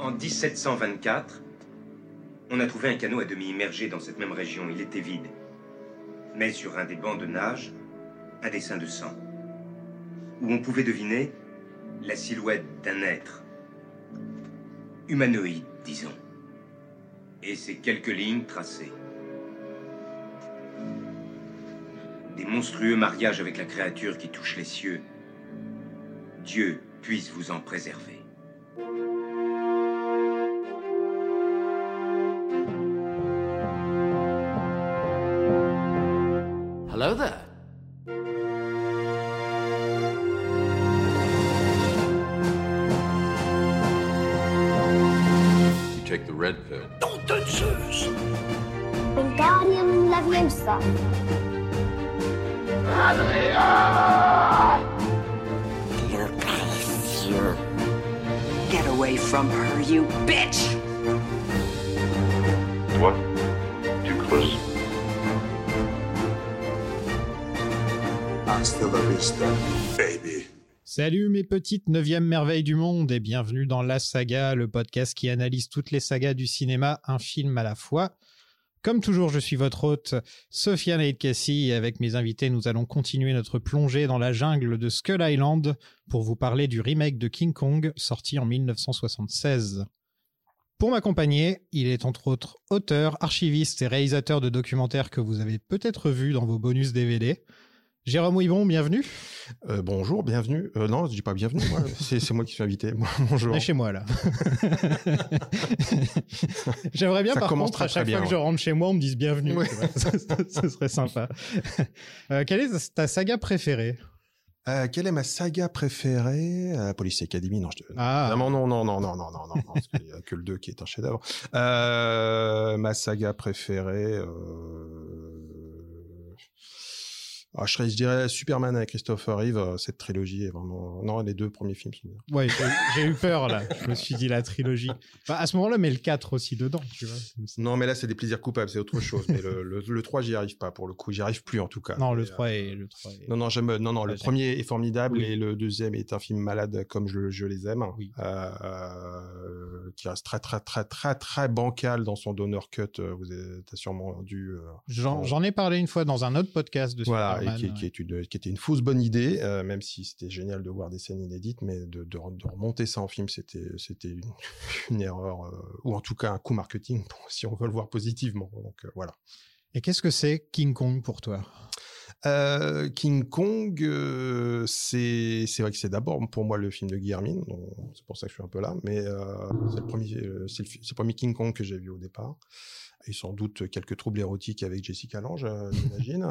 En 1724, on a trouvé un canot à demi immergé dans cette même région. Il était vide. Mais sur un des bancs de nage, un dessin de sang, où on pouvait deviner la silhouette d'un être. Humanoïde, disons. Et ces quelques lignes tracées. Des monstrueux mariages avec la créature qui touche les cieux. Dieu puisse vous en préserver. Hello there. You take the red pill. Don't touch us. Wingardium Leviosa. Get away from her, you bitch! What? Too close? Hasta la vista, baby. Salut mes petites 9e merveilles du monde et bienvenue dans La Saga, le podcast qui analyse toutes les sagas du cinéma, un film à la fois. Comme toujours, je suis votre hôte, Sofiane Aïdkassi, et avec mes invités, nous allons continuer notre plongée dans la jungle de Skull Island pour vous parler du remake de King Kong, sorti en 1976. Pour m'accompagner, il est entre autres auteur, archiviste et réalisateur de documentaires que vous avez peut-être vus dans vos bonus DVD. Jérôme Ouibon, bienvenue. Bonjour, bienvenue. Non, je dis pas bienvenue, moi. c'est moi qui suis invité. Bonjour. On est chez moi, là. J'aimerais bien, Ça par commence contre, à très chaque bien, fois que je rentre chez moi, on me dise bienvenue. Ouais. Tu vois. Ce serait sympa. Quelle est ta saga préférée ? Quelle est ma saga préférée? Police Academy, non, Ah. Non, parce qu'il y a que le 2 qui est un chef-d'œuvre. Ma saga préférée, je dirais Superman avec Christopher Reeve. Cette trilogie est vraiment... Non, les 2 premiers films sont bien. Ouais, j'ai eu peur, là. Je me suis dit la trilogie. Enfin, à ce moment-là, mets le 4 aussi dedans, tu vois. Non, mais là, c'est des plaisirs coupables, c'est autre chose. Mais le 3, j'y arrive pas, pour le coup. J'y arrive plus, en tout cas. Non, mais, le 3 est... Non, le j'aime. premier est formidable, Oui. et le deuxième est un film malade comme je les aime. Oui. Qui reste très bancal dans son donor cut. T'as sûrement dû... J'en ai parlé une fois dans un autre podcast de Voilà, Superman. et qui était une fausse bonne idée, même si c'était génial de voir des scènes inédites, mais de remonter ça en film, c'était une erreur, ou en tout cas un coup marketing, si on veut le voir positivement. Donc voilà. Et qu'est-ce que c'est King Kong pour toi ? King Kong, c'est vrai que c'est d'abord pour moi le film de Guillermin, donc c'est pour ça que je suis un peu là, mais c'est le premier King Kong que j'ai vu au départ. Et sans doute quelques troubles érotiques avec Jessica Lange, j'imagine.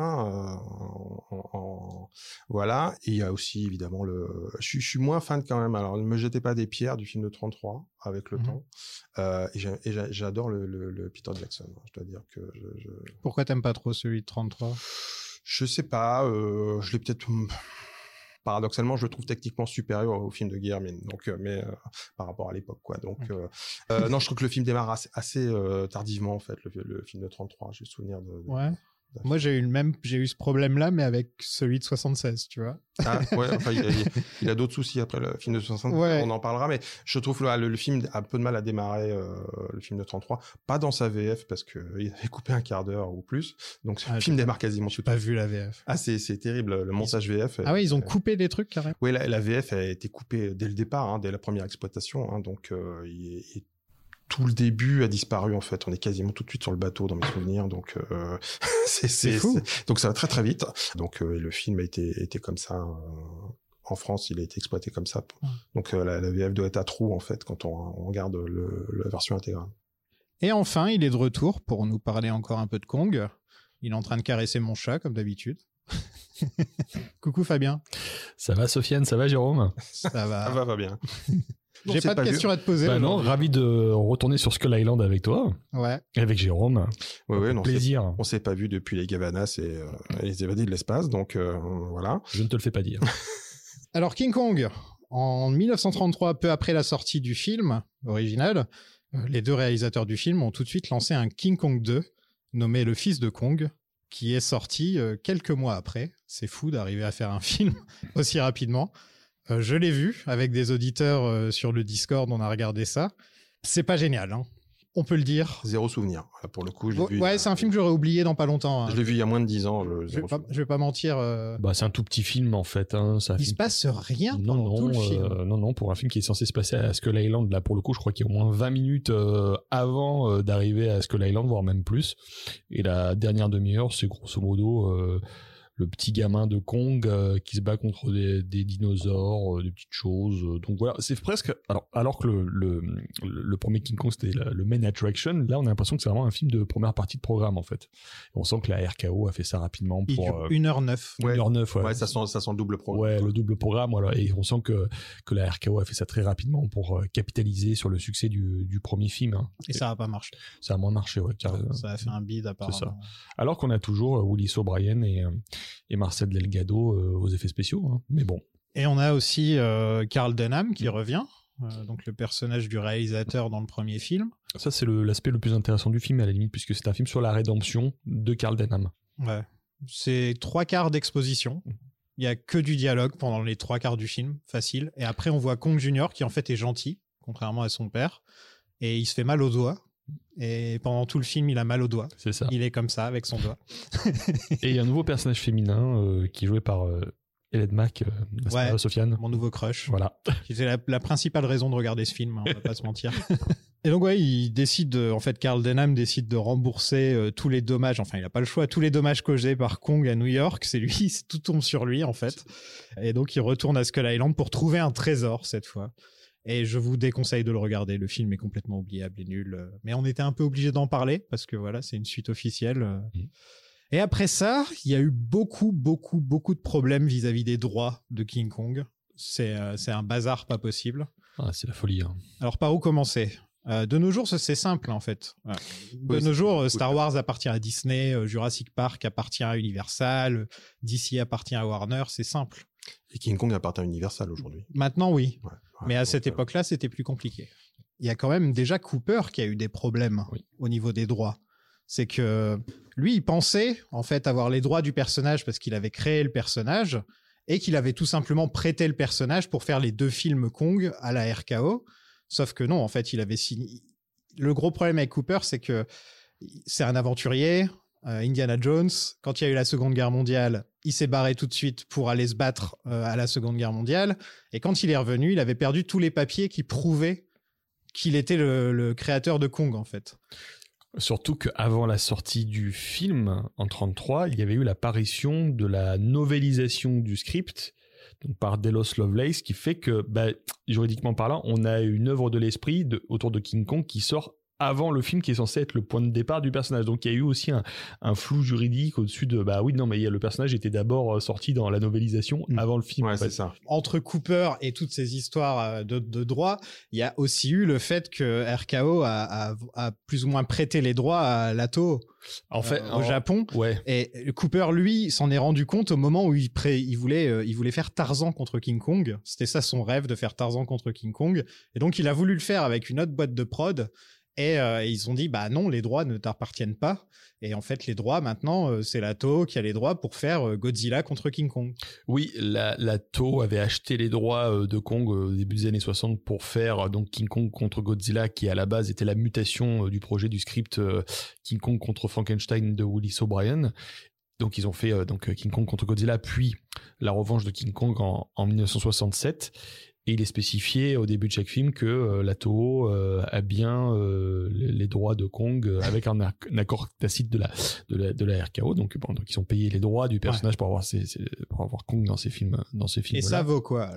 Voilà. Et il y a aussi, évidemment, je suis moins fan quand même. Alors, ne me jetez pas des pierres du film de 33 avec le temps. Et j'adore le Peter Jackson. Je dois dire que Pourquoi t'aimes pas trop celui de 33 ? Je sais pas. Je l'ai peut-être... Paradoxalement, je le trouve techniquement supérieur au film de Guillermin, donc mais par rapport à l'époque, quoi. Donc non, je trouve que le film démarre assez tardivement, en fait, le film de 33. J'ai le souvenir de Ouais. Moi, j'ai eu ce problème-là, mais avec celui de 76, tu vois. Ah, ouais, enfin, il a d'autres soucis après le film de 63, Ouais. On en parlera, mais je trouve le film a un peu de mal à démarrer, le film de 33, pas dans sa VF, parce qu'il avait coupé un quart d'heure ou plus, donc le film démarre quasiment tout. J'ai pas vu la VF. Ah, c'est terrible, le montage VF. Ah ouais, ils ont coupé des trucs, carrément. Oui, la VF a été coupée dès le départ, dès la première exploitation, donc tout le début a disparu, en fait. On est quasiment tout de suite sur le bateau dans mes souvenirs, donc c'est fou. Donc ça va très très vite. Donc le film a été comme ça. En France, il a été exploité comme ça. Donc la VF doit être à trous, en fait, quand on regarde la version intégrale. Et enfin, il est de retour pour nous parler encore un peu de Kong. Il est en train de caresser mon chat, comme d'habitude. Coucou Fabien. Ça va Sofiane, ça va Jérôme? Ça va. Ça va bien. J'ai pas de questions à te poser. Bah non, ravi de retourner sur Skull Island avec toi. Ouais. Et avec Jérôme. Ouais, non, plaisir. On s'est pas vu depuis les Gavanas et les évadés de l'espace, donc voilà. Je ne te le fais pas dire. Alors King Kong, en 1933, peu après la sortie du film original, les deux réalisateurs du film ont tout de suite lancé un King Kong 2, nommé Le Fils de Kong, qui est sorti quelques mois après. C'est fou d'arriver à faire un film aussi rapidement. Je l'ai vu avec des auditeurs sur le Discord, on a regardé ça. C'est pas génial, hein. On peut le dire. Zéro souvenir. Là, pour le coup, je l'ai vu. Ouais, c'est un film que j'aurais oublié dans pas longtemps. Hein. Je l'ai vu il y a moins de 10 ans. Je vais pas mentir. Bah, c'est un tout petit film en fait. Hein. Il se passe rien pendant tout le film. Non, pour un film qui est censé se passer à Skull Island, là pour le coup, je crois qu'il y a au moins 20 minutes avant d'arriver à Skull Island, voire même plus. Et la dernière demi-heure, c'est grosso modo le petit gamin de Kong qui se bat contre des dinosaures, des petites choses. Donc voilà, c'est presque... Alors que le premier King Kong, c'était le main attraction, là, on a l'impression que c'est vraiment un film de première partie de programme, en fait. Et on sent que la RKO a fait ça rapidement pour... Il dure 1h09. Ouais. 1h09, ouais. Ouais, ça sent le double programme. Ouais, le double programme, voilà. Et on sent que la RKO a fait ça très rapidement pour capitaliser sur le succès du premier film. Hein. Et ça a pas marché. Ça a moins marché, ouais. Ça a fait un bide, apparemment. C'est ça. Alors qu'on a toujours Willis O'Brien et Marcel Delgado aux effets spéciaux, hein. Mais bon. Et on a aussi Carl Denham qui revient, donc le personnage du réalisateur dans le premier film. Ça, c'est l'aspect le plus intéressant du film, à la limite, puisque c'est un film sur la rédemption de Carl Denham. Ouais. C'est 3/4 d'exposition. Il y a que du dialogue pendant les 3/4 du film, facile. Et après, on voit Kong Jr. qui en fait est gentil, contrairement à son père, et il se fait mal au doigt. Et pendant tout le film, il a mal au doigt. C'est ça. Il est comme ça, avec son doigt. Et il y a un nouveau personnage féminin qui est joué par Hélène Mack, Sofiane. Mon nouveau crush. Voilà. C'est la principale raison de regarder ce film, hein, on va pas se mentir. Et donc, ouais, il décide Carl Denham décide de rembourser tous les dommages. Enfin, il a pas le choix. Tous les dommages causés par Kong à New York, c'est lui, tout tombe sur lui, en fait. Et donc, il retourne à Skull Island pour trouver un trésor, cette fois. Et je vous déconseille de le regarder. Le film est complètement oubliable et nul. Mais on était un peu obligé d'en parler parce que voilà, c'est une suite officielle. Et après ça, il y a eu beaucoup de problèmes vis-à-vis des droits de King Kong. C'est un bazar pas possible. Ah, c'est la folie. Hein. Alors, par où commencer ? De nos jours, c'est simple en fait. De nos jours, Star Wars appartient à Disney, Jurassic Park appartient à Universal, DC appartient à Warner, c'est simple. Et King Kong appartient à Universal aujourd'hui. Maintenant, oui. Ouais, mais à cette époque-là, c'était plus compliqué. Il y a quand même déjà Cooper qui a eu des problèmes au niveau des droits. C'est que lui, il pensait en fait avoir les droits du personnage parce qu'il avait créé le personnage et qu'il avait tout simplement prêté le personnage pour faire les 2 films Kong à la RKO. Sauf que non, en fait, il avait signé. Le gros problème avec Cooper, c'est que c'est un aventurier. Indiana Jones, quand il y a eu la Seconde Guerre mondiale, il s'est barré tout de suite pour aller se battre à la Seconde Guerre mondiale. Et quand il est revenu, il avait perdu tous les papiers qui prouvaient qu'il était le créateur de Kong, en fait. Surtout qu'avant la sortie du film, en 1933, il y avait eu l'apparition de la novélisation du script donc par Delos Lovelace, qui fait que, juridiquement parlant, on a une œuvre de l'esprit autour de King Kong qui sort avant le film qui est censé être le point de départ du personnage. Donc il y a eu aussi un flou juridique au-dessus de mais le personnage était d'abord sorti dans la novélisation avant le film. Ouais, en fait. c'est ça. Entre Cooper et toutes ces histoires de droits, il y a aussi eu le fait que RKO a plus ou moins prêté les droits à Lato au Japon. Ouais. Et Cooper, lui, s'en est rendu compte au moment où il voulait faire Tarzan contre King Kong. C'était ça son rêve, de faire Tarzan contre King Kong. Et donc il a voulu le faire avec une autre boîte de prod. Et ils ont dit, non, les droits ne t'appartiennent pas. Et en fait, les droits, maintenant, c'est la Toho qui a les droits pour faire Godzilla contre King Kong. Oui, la Toho avait acheté les droits de Kong au début des années 60 pour faire donc King Kong contre Godzilla, qui à la base était la mutation du projet du script King Kong contre Frankenstein de Willis O'Brien. Donc ils ont fait King Kong contre Godzilla, puis la revanche de King Kong en 1967. Et il est spécifié au début de chaque film que la Toho a bien les droits de Kong avec un accord tacite de la RKO. Donc ils ont payé les droits du personnage pour avoir Kong dans ces films. Et ça vaut quoi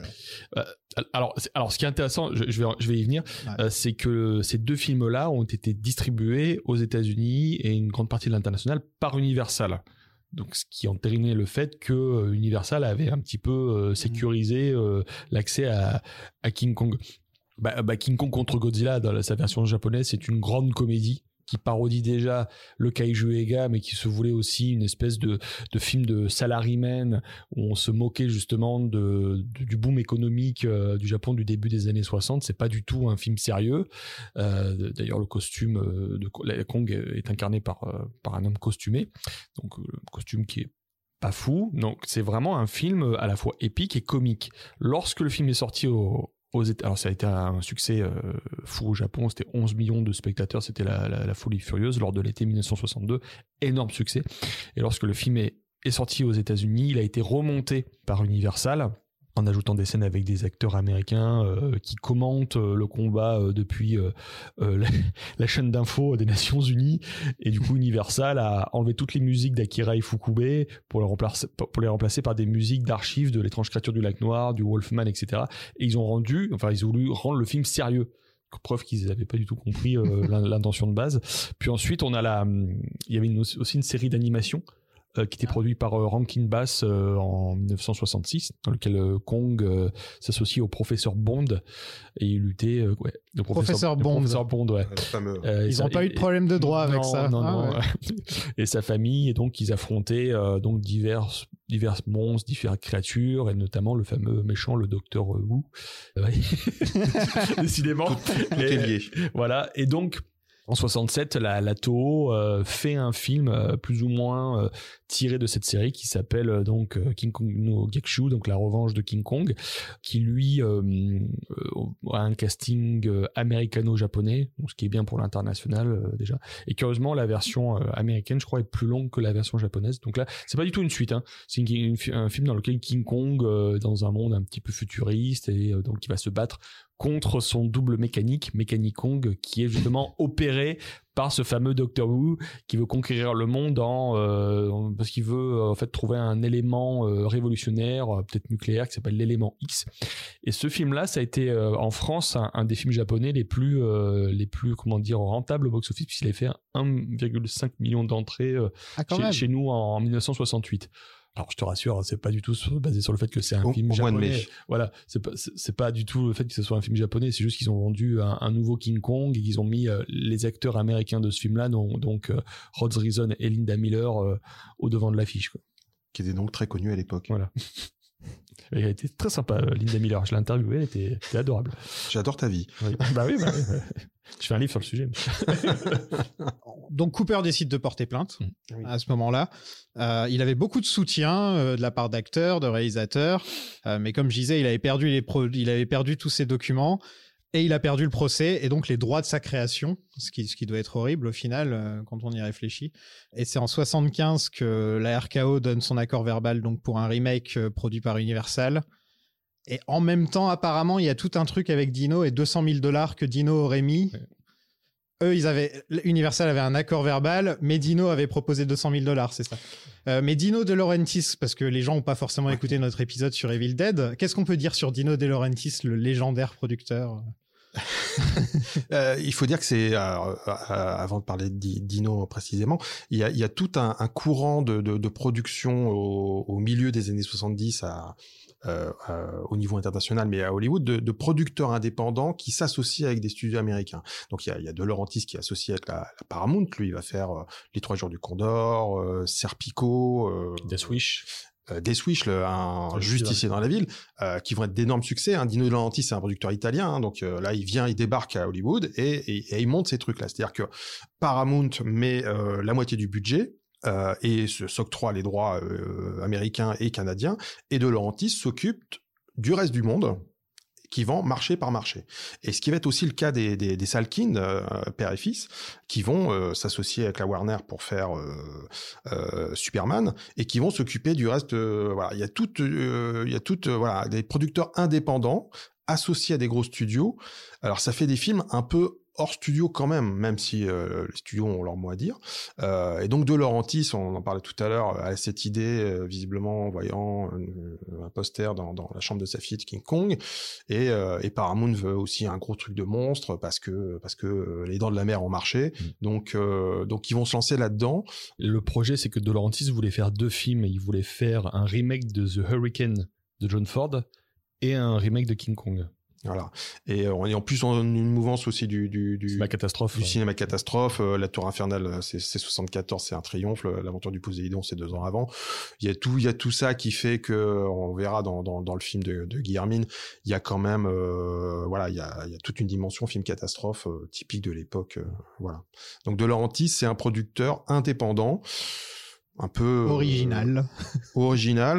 alors, ce qui est intéressant, je vais y venir, c'est que ces 2 films-là ont été distribués aux États-Unis et une grande partie de l'international par Universal. Donc, ce qui entérinait le fait que Universal avait un petit peu sécurisé l'accès à King Kong. King Kong contre Godzilla, dans sa version japonaise, c'est une grande comédie qui parodie déjà le Kaiju Eiga, mais qui se voulait aussi une espèce de film de salaryman où on se moquait justement du boom économique du Japon du début des années 60. C'est pas du tout un film sérieux. D'ailleurs, le costume de Kong est incarné par un homme costumé, donc costume qui est pas fou. Donc c'est vraiment un film à la fois épique et comique. Lorsque le film est sorti au Alors ça a été un succès fou au Japon, c'était 11 millions de spectateurs, c'était la folie furieuse lors de l'été 1962, énorme succès. Et lorsque le film est sorti aux États-Unis, il a été remonté par Universal en ajoutant des scènes avec des acteurs américains qui commentent le combat depuis la chaîne d'info des Nations Unies. Et du coup, Universal a enlevé toutes les musiques d'Akira Ifukube pour les remplacer par des musiques d'archives de L'étrange créature du lac Noir, du Wolfman, etc. Et ils ont voulu rendre le film sérieux. Preuve qu'ils n'avaient pas du tout compris l'intention de base. Puis ensuite, il y avait aussi une série d'animation qui était produit par Rankin Bass en 1966, dans lequel Kong s'associe au professeur Bond et il luttait le professeur Bond, ouais. Le fameux. Ils n'ont pas eu de problème de droit avec ça. Non. Ouais. Et sa famille, et donc ils affrontaient donc divers monstres, différentes créatures, et notamment le fameux méchant, le Docteur Wu. Ouais. Décidément. Tout est lié. Voilà. Et donc, en 67, la Toho fait un film plus ou moins tiré de cette série qui s'appelle donc King Kong no Gekushu, donc la revanche de King Kong, qui lui a un casting américano-japonais, donc ce qui est bien pour l'international déjà. Et curieusement, la version américaine, je crois, est plus longue que la version japonaise. Donc là, c'est pas du tout une suite, hein. C'est un film dans lequel King Kong, dans un monde un petit peu futuriste, et donc il va se battre contre son double mécanique Kong, qui est justement opéré par ce fameux Dr. Wu qui veut conquérir le monde parce qu'il veut en fait trouver un élément révolutionnaire, peut-être nucléaire, qui s'appelle l'élément X. Et ce film-là, ça a été en France un des films japonais les plus rentables au box-office, puisqu'il a fait 1,5 million d'entrées chez nous en 1968. Alors je te rassure, c'est pas du tout basé sur le fait que c'est un film japonais. Voilà, c'est pas du tout le fait que ce soit un film japonais, c'est juste qu'ils ont vendu un nouveau King Kong et qu'ils ont mis les acteurs américains de ce film-là, donc Rod Reason et Linda Miller au devant de l'affiche, quoi. Qui était donc très connu à l'époque. Voilà. Elle était très sympa, Linda Miller. Je l'ai interviewée, elle était adorable. J'adore ta vie. Oui. Bah oui. Je fais un livre sur le sujet. Donc Cooper décide de porter plainte à ce moment-là. Il avait beaucoup de soutien de la part d'acteurs, de réalisateurs, mais comme je disais, il avait perdu tous ses documents et il a perdu le procès et donc les droits de sa création, ce qui doit être horrible au final quand on y réfléchit. Et c'est en 75 que la RKO donne son accord verbal donc pour un remake produit par Universal. Et en même temps, apparemment, il y a tout un truc avec Dino et $200 000 que Dino aurait mis. Ouais. Universal avait un accord verbal, mais Dino avait proposé $200 000, c'est ça. Mais Dino De Laurentiis, parce que les gens n'ont pas forcément écouté notre épisode sur Evil Dead, qu'est-ce qu'on peut dire sur Dino De Laurentiis, le légendaire producteur? Il faut dire que c'est avant de parler de Dino précisément, il y a tout un courant de production au milieu des années 70 au niveau international, mais à Hollywood, de producteurs indépendants qui s'associent avec des studios américains. Donc il y a De Laurentiis qui est associé avec la Paramount, lui il va faire Les 3 jours du Condor, Serpico, Death Wish, un justicier dans la ville, qui vont être d'énormes succès. Hein. Dino De Laurentiis, c'est un producteur italien, hein, donc là, il débarque à Hollywood et il monte ces trucs-là. C'est-à-dire que Paramount met la moitié du budget et s'octroie les droits américains et canadiens, et De Laurentiis s'occupe du reste du monde, qui vont marché par marché. Et ce qui va être aussi le cas des Salkind, père et fils, qui vont s'associer avec la Warner pour faire Superman, et qui vont s'occuper du reste. Voilà, il y a toutes voilà, des producteurs indépendants associés à des gros studios. Alors ça fait des films un peu hors studio quand même si les studios ont leur mot à dire. Et donc De Laurentiis, on en parlait tout à l'heure, a cette idée visiblement en voyant un poster dans la chambre de sa fille de King Kong, et Paramount veut aussi un gros truc de monstre parce que les Dents de la Mer ont marché. Donc ils vont se lancer là-dedans. Le projet, c'est que De Laurentiis voulait faire 2 films. Il voulait faire un remake de The Hurricane de John Ford et un remake de King Kong. Voilà. Et en plus, on a une mouvance aussi du cinéma catastrophe. Du cinéma catastrophe. La Tour Infernale, c'est 74, c'est un triomphe. L'aventure du Poséidon, c'est 2 ans avant. Il y a tout ça qui fait que, on verra dans le film de Guillermin, il y a quand même, voilà, il y a toute une dimension film catastrophe typique de l'époque. Voilà. Donc De Laurentiis, c'est un producteur indépendant, un peu original.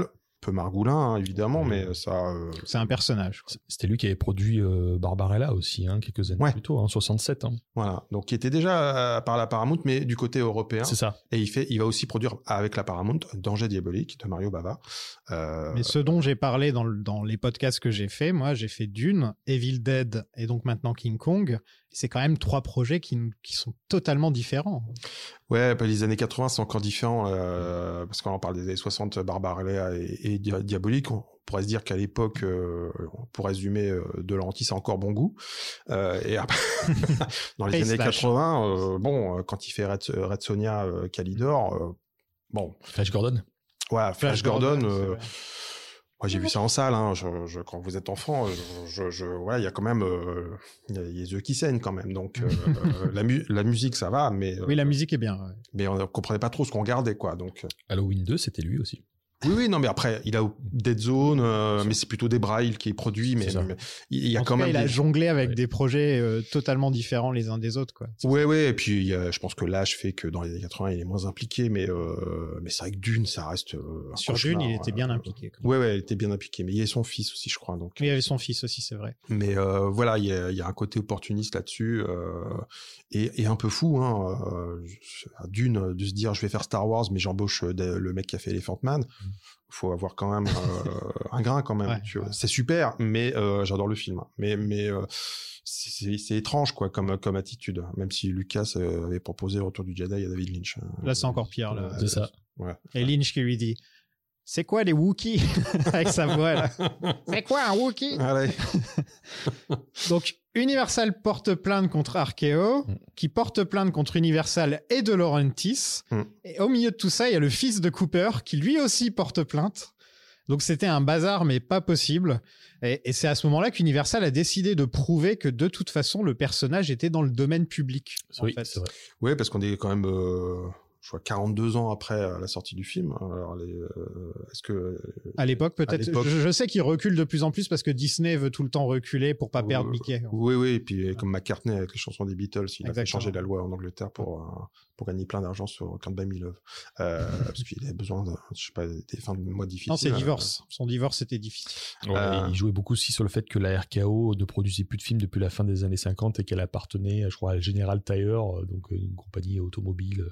peu margoulin, hein, évidemment, mais ça... C'est un personnage. C'était lui qui avait produit Barbarella aussi, hein, quelques années plus tôt, en 67. Hein. Voilà, donc il était déjà par la Paramount, mais du côté européen. C'est ça. Et il va aussi produire avec la Paramount Danger Diabolique de Mario Bava. Mais ce dont j'ai parlé dans les podcasts que j'ai fait, moi j'ai fait Dune, Evil Dead et donc maintenant King Kong. C'est quand même 3 projets qui sont totalement différents. Ouais, bah, les années 80 sont encore différents parce qu'on parle des années 60, Barbarella et Diabolique. On pourrait se dire qu'à l'époque, pour résumer, De Laurentiis a encore bon goût. Et après, dans les années 80, quand il fait Red Sonja, Calidor, Flash Gordon. Ouais, Flash Gordon. Moi, j'ai vu ça en salle. Hein. Quand vous êtes enfant, voilà, il y a quand même, il y a les yeux qui saignent quand même. Donc, la musique, ça va, mais oui, la musique est bien. Ouais. Mais on ne comprenait pas trop ce qu'on regardait, quoi. Donc, Halloween 2, c'était lui aussi. Oui, non, mais après, il a Dead Zone, mais c'est plutôt des Braille qui est produit, mais il y a quand même. Il a jonglé avec des projets totalement différents les uns des autres, quoi. Ouais, et puis je pense que l'âge fait que dans les années 80, il est moins impliqué, mais c'est vrai que Dune, ça reste. Sur Dune, il était bien impliqué. Ouais, il était bien impliqué, mais il y avait son fils aussi, je crois. Donc. Oui, il y avait son fils aussi, c'est vrai. Mais voilà, il y a un côté opportuniste là-dessus et un peu fou, hein. Dune, de se dire, je vais faire Star Wars, mais j'embauche le mec qui a fait Elephant Man. Faut avoir quand même un grain quand même. Ouais, tu vois. C'est super, mais j'adore le film. Mais c'est étrange quoi comme attitude. Même si Lucas avait proposé le Retour du Jedi à David Lynch. Là, c'est encore pire. Là. C'est ça. Ouais. Et Lynch qui lui dit. C'est quoi les Wookiees avec sa voix là. C'est quoi un Wookiee? Allez. Donc Universal porte plainte contre RKO, qui porte plainte contre Universal et De Laurentiis. Et au milieu de tout ça, il y a le fils de Cooper qui lui aussi porte plainte. Donc c'était un bazar mais pas possible. Et c'est à ce moment-là qu'Universal a décidé de prouver que de toute façon le personnage était dans le domaine public. Oui, en fait. c'est vrai. Oui, parce qu'on est quand même. Je vois 42 ans après la sortie du film. Alors, est-ce que à l'époque peut-être. Je sais qu'il recule de plus en plus parce que Disney veut tout le temps reculer pour pas perdre Mickey. Oui. Et puis comme McCartney avec les chansons des Beatles, il a fait changer la loi en Angleterre pour gagner plein d'argent sur Can't Buy Me Love, parce qu'il avait besoin des fins de mois difficiles. Non, c'est divorce. Son divorce était difficile. Ouais, il jouait beaucoup aussi sur le fait que la RKO ne produisait plus de films depuis la fin des années 50 et qu'elle appartenait, je crois, à General Tire, donc une compagnie automobile.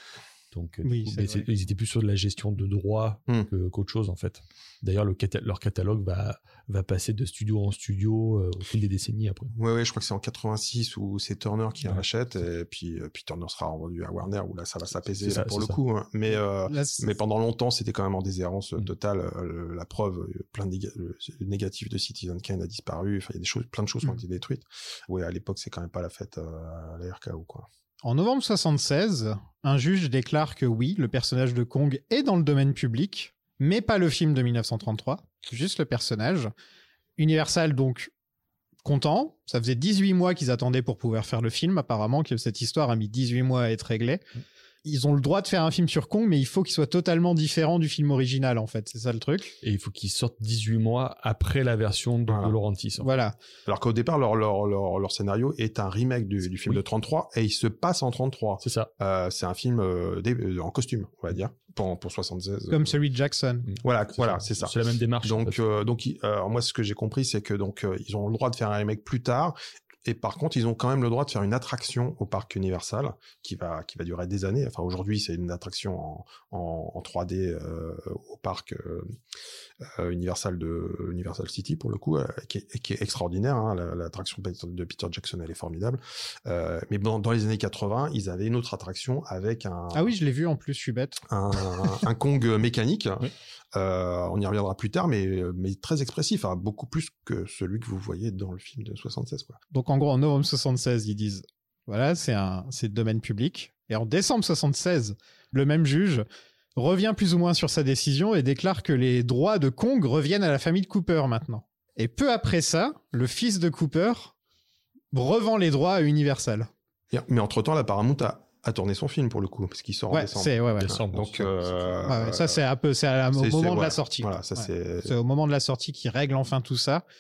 Donc, oui, ils étaient plus sur de la gestion de droits qu'autre chose, en fait. D'ailleurs, leur catalogue va passer de studio en studio au fil des décennies après. Ouais, je crois que c'est en 86 où c'est Turner qui rachète, et puis Turner sera revendu à Warner, où là, ça va s'apaiser pour le coup. Hein. Mais pendant longtemps, c'était quand même en déshérence totale. La preuve, plein de négatifs de Citizen Kane a disparu. Enfin, il y a plein de choses qui ont été détruites. Ouais, à l'époque, c'est quand même pas la fête à la RKO, quoi. En novembre 76, un juge déclare que oui, le personnage de Kong est dans le domaine public, mais pas le film de 1933, juste le personnage. Universal, donc, content. Ça faisait 18 mois qu'ils attendaient pour pouvoir faire le film, apparemment, que cette histoire a mis 18 mois à être réglée. Ils ont le droit de faire un film sur Kong, mais il faut qu'il soit totalement différent du film original, en fait. C'est ça le truc. Et il faut qu'il sorte 18 mois après la version de Laurentiis. Voilà. Alors qu'au départ, leur scénario est un remake du film de 33 et il se passe en 33. C'est ça. C'est un film en costume, on va dire, pour 76. Comme celui de Jackson. Voilà, c'est ça. C'est la même démarche. Donc, moi, ce que j'ai compris, c'est que ils ont le droit de faire un remake plus tard. Et par contre, ils ont quand même le droit de faire une attraction au parc Universal qui va durer des années. Enfin, aujourd'hui, c'est une attraction en 3D au parc Universal City pour le coup, qui est extraordinaire. Hein. L'attraction de Peter Jackson, elle est formidable. Mais dans les années 80, ils avaient une autre attraction avec un. Ah oui, je l'ai vu en plus. Je suis bête. Un Kong mécanique. Oui. On y reviendra plus tard, mais très expressif, hein, beaucoup plus que celui que vous voyez dans le film de 76, quoi. Donc en gros, en novembre 76, ils disent, voilà, c'est le domaine public. Et en décembre 76, le même juge revient plus ou moins sur sa décision et déclare que les droits de Kong reviennent à la famille de Cooper maintenant. Et peu après ça, le fils de Cooper revend les droits à Universal. Mais entre-temps, la Paramount a tourné son film pour le coup, parce qu'il sort en décembre. Décembre. Donc, ça c'est un peu, au moment de la sortie. Voilà, ça c'est. C'est au moment de la sortie qu'il règle enfin tout ça.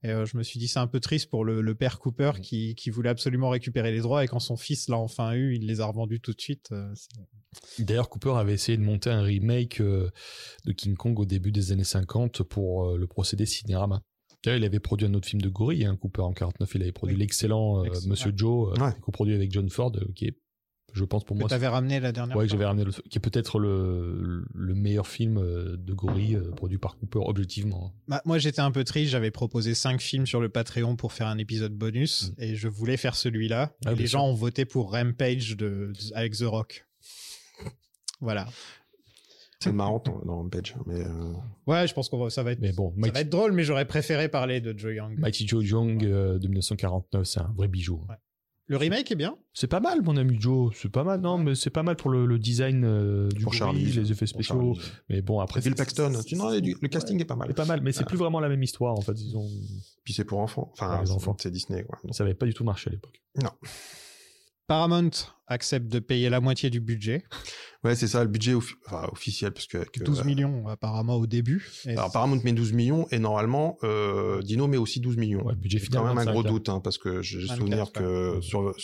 Et je me suis dit, c'est un peu triste pour le père Cooper qui voulait absolument récupérer les droits, et quand son fils l'a enfin eu, il les a revendus tout de suite. D'ailleurs, Cooper avait essayé de monter un remake de King Kong au début des années 50 pour le procédé Cinérama. D'ailleurs, il avait produit un autre film de gorille, Cooper, en 49. Il avait produit l'excellent Monsieur Joe, coproduit avec John Ford, qui est, je pense, pour moi... Que t'avais ramené la dernière fois. Ouais, que j'avais ramené, qui est peut-être le meilleur film de gorille produit par Cooper, objectivement. Moi, j'étais un peu triste. J'avais proposé 5 films sur le Patreon pour faire un épisode bonus, et je voulais faire celui-là. Et les gens ont voté pour Rampage avec The Rock. Voilà. C'est marrant dans Rampage, mais ouais, je pense ça va être. Mais bon, ça va être drôle, mais j'aurais préféré parler de Joe Young. Mighty Joe Young de 1949, c'est un vrai bijou. Ouais. Le remake est bien. C'est pas mal, mon ami Joe. C'est pas mal, non, mais c'est pas mal pour le design du gorille, Charlie, les effets spéciaux. Mais bon, après. Bill Paxton. Le casting est pas mal. C'est pas mal, mais c'est plus vraiment la même histoire, en fait. Puis c'est pour enfants. Enfin, les enfants. C'est Disney, quoi. Ça avait pas du tout marché à l'époque. Non. Paramount accepte de payer la moitié du budget. Ouais, c'est ça, le budget officiel, parce que 12 millions apparemment au début. Alors Paramount met 12 millions et normalement Dino met aussi 12 millions. Ouais, budget final. Quand même un gros doute, parce que j'ai souvenir que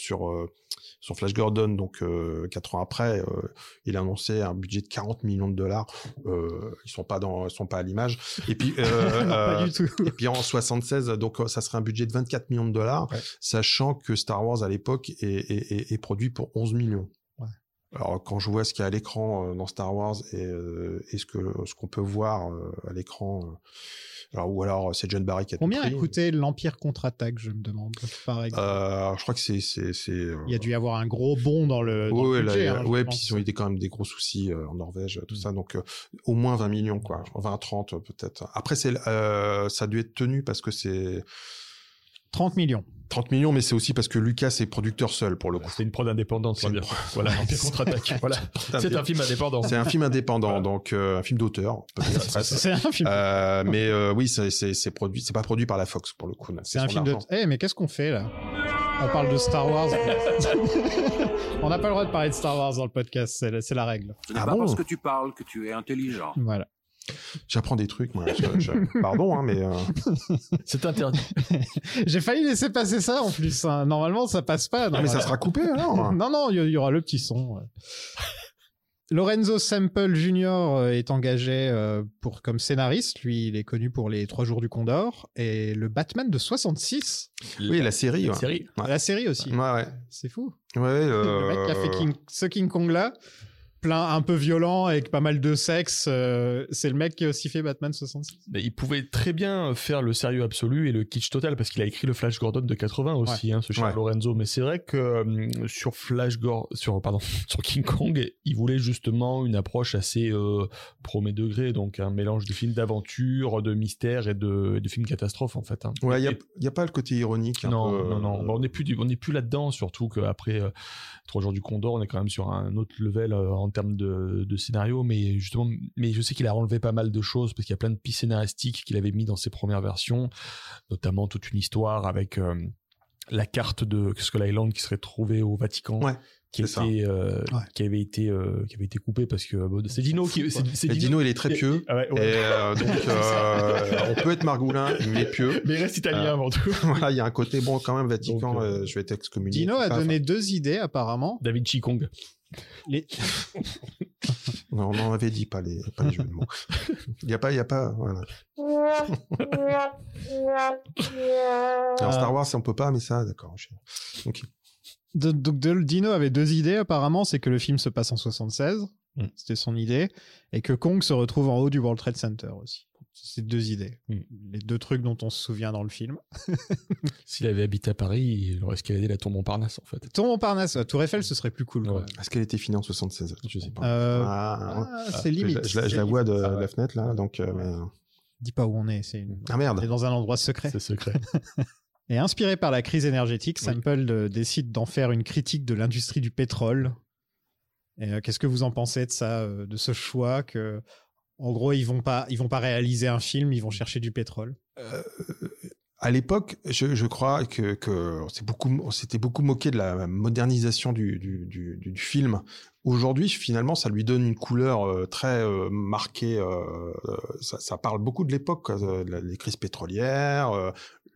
sur Flash Gordon, donc 4 ans après, il a annoncé un budget de 40 millions de dollars. Ils sont pas à l'image. Et puis non, pas du tout. Et puis en 76, donc ça serait un budget de 24 millions de dollars, sachant que Star Wars à l'époque est produit pour 11 millions. Alors quand je vois ce qu'il y a à l'écran dans Star Wars et ce qu'on peut voir à l'écran, ou alors c'est John Barry qui a combien tout pris. a coûté l'Empire contre-attaque, je me demande, par exemple. Je crois que c'est il y a dû y avoir un gros bond dans le budget. Puis ils ont eu quand même des gros soucis en Norvège, tout ça, donc au moins 20 millions, quoi, 20-30 peut-être. Après ça a dû être tenu parce que c'est 30 millions. 30 millions, mais c'est aussi parce que Lucas est producteur seul, pour le coup. C'est une prod indépendante, on va dire. Voilà, Empire contre-attaque. Voilà. C'est un film indépendant. C'est un film indépendant, donc un film d'auteur. C'est un film. Mais oui, c'est pas produit par la Fox, pour le coup. C'est un film de... mais qu'est-ce qu'on fait, là? On parle de Star Wars. On n'a pas le droit de parler de Star Wars dans le podcast, c'est la règle. Ce n'est pas parce que tu parles que tu es intelligent. Voilà. J'apprends des trucs, moi. Pardon, mais... C'est interdit. J'ai failli laisser passer ça, en plus. Normalement, ça passe pas. Non, mais ça sera coupé, alors. Non, il y aura le petit son. Lorenzo Semple Jr. est engagé comme scénariste. Lui, il est connu pour les 3 jours du Condor et le Batman de 66. Oui, la série. La série aussi. Ouais. C'est fou. Ouais. Le mec qui a fait ce King Kong là, un peu violent avec pas mal de sexe, c'est le mec qui a aussi fait Batman 66. Mais il pouvait très bien faire le sérieux absolu et le kitsch total, parce qu'il a écrit le Flash Gordon de 80 aussi, ce cher Lorenzo. Mais c'est vrai que sur King Kong, il voulait justement une approche assez premier degré, donc un mélange de films d'aventure, de mystère et de films catastrophes, en fait. Ouais, il y a pas le côté ironique. Non. On n'est plus là-dedans, surtout qu'après 3 jours du Condor, on est quand même sur un autre level en termes de scénario, mais je sais qu'il a enlevé pas mal de choses, parce qu'il y a plein de pistes scénaristiques qu'il avait mis dans ses premières versions, notamment toute une histoire avec la carte de Skull Island qui serait trouvée au Vatican. Ouais. Qui avait été coupé parce que c'est Dino qui Dino il est très pieux et donc on peut être margoulin, il est pieux, mais il reste italien avant tout. Voilà, il y a un côté bon quand même Vatican. Donc, je vais être excommunié. Dino a donné 2 idées apparemment. Da Vinci Kong. Non, on avait dit pas les jeux de mots. Il y a pas voilà. Alors Star Wars on peut pas, mais ça d'accord. OK. Donc Dino avait 2 idées apparemment, c'est que le film se passe en 76, c'était son idée, et que Kong se retrouve en haut du World Trade Center aussi. C'est 2 idées. Les 2 trucs dont on se souvient dans le film. S'il avait habité à Paris, il aurait escaladé la tour Montparnasse, en fait. Tour Montparnasse, la Tour Eiffel, ce serait plus cool. Ouais. Est-ce qu'elle était finie en 76? Je sais pas. C'est limite. Je la vois de la fenêtre, là, donc... Dis pas où on est, merde. On est dans un endroit secret. C'est secret. Et inspiré par la crise énergétique, Semple décide d'en faire une critique de l'industrie du pétrole. Et qu'est-ce que vous en pensez de ça, de ce choix que, en gros, ils vont pas réaliser un film, ils vont chercher du pétrole? À l'époque, je crois que on s'était beaucoup moqué de la modernisation du film. Aujourd'hui, finalement, ça lui donne une couleur très marquée. Ça parle beaucoup de l'époque, les crises pétrolières,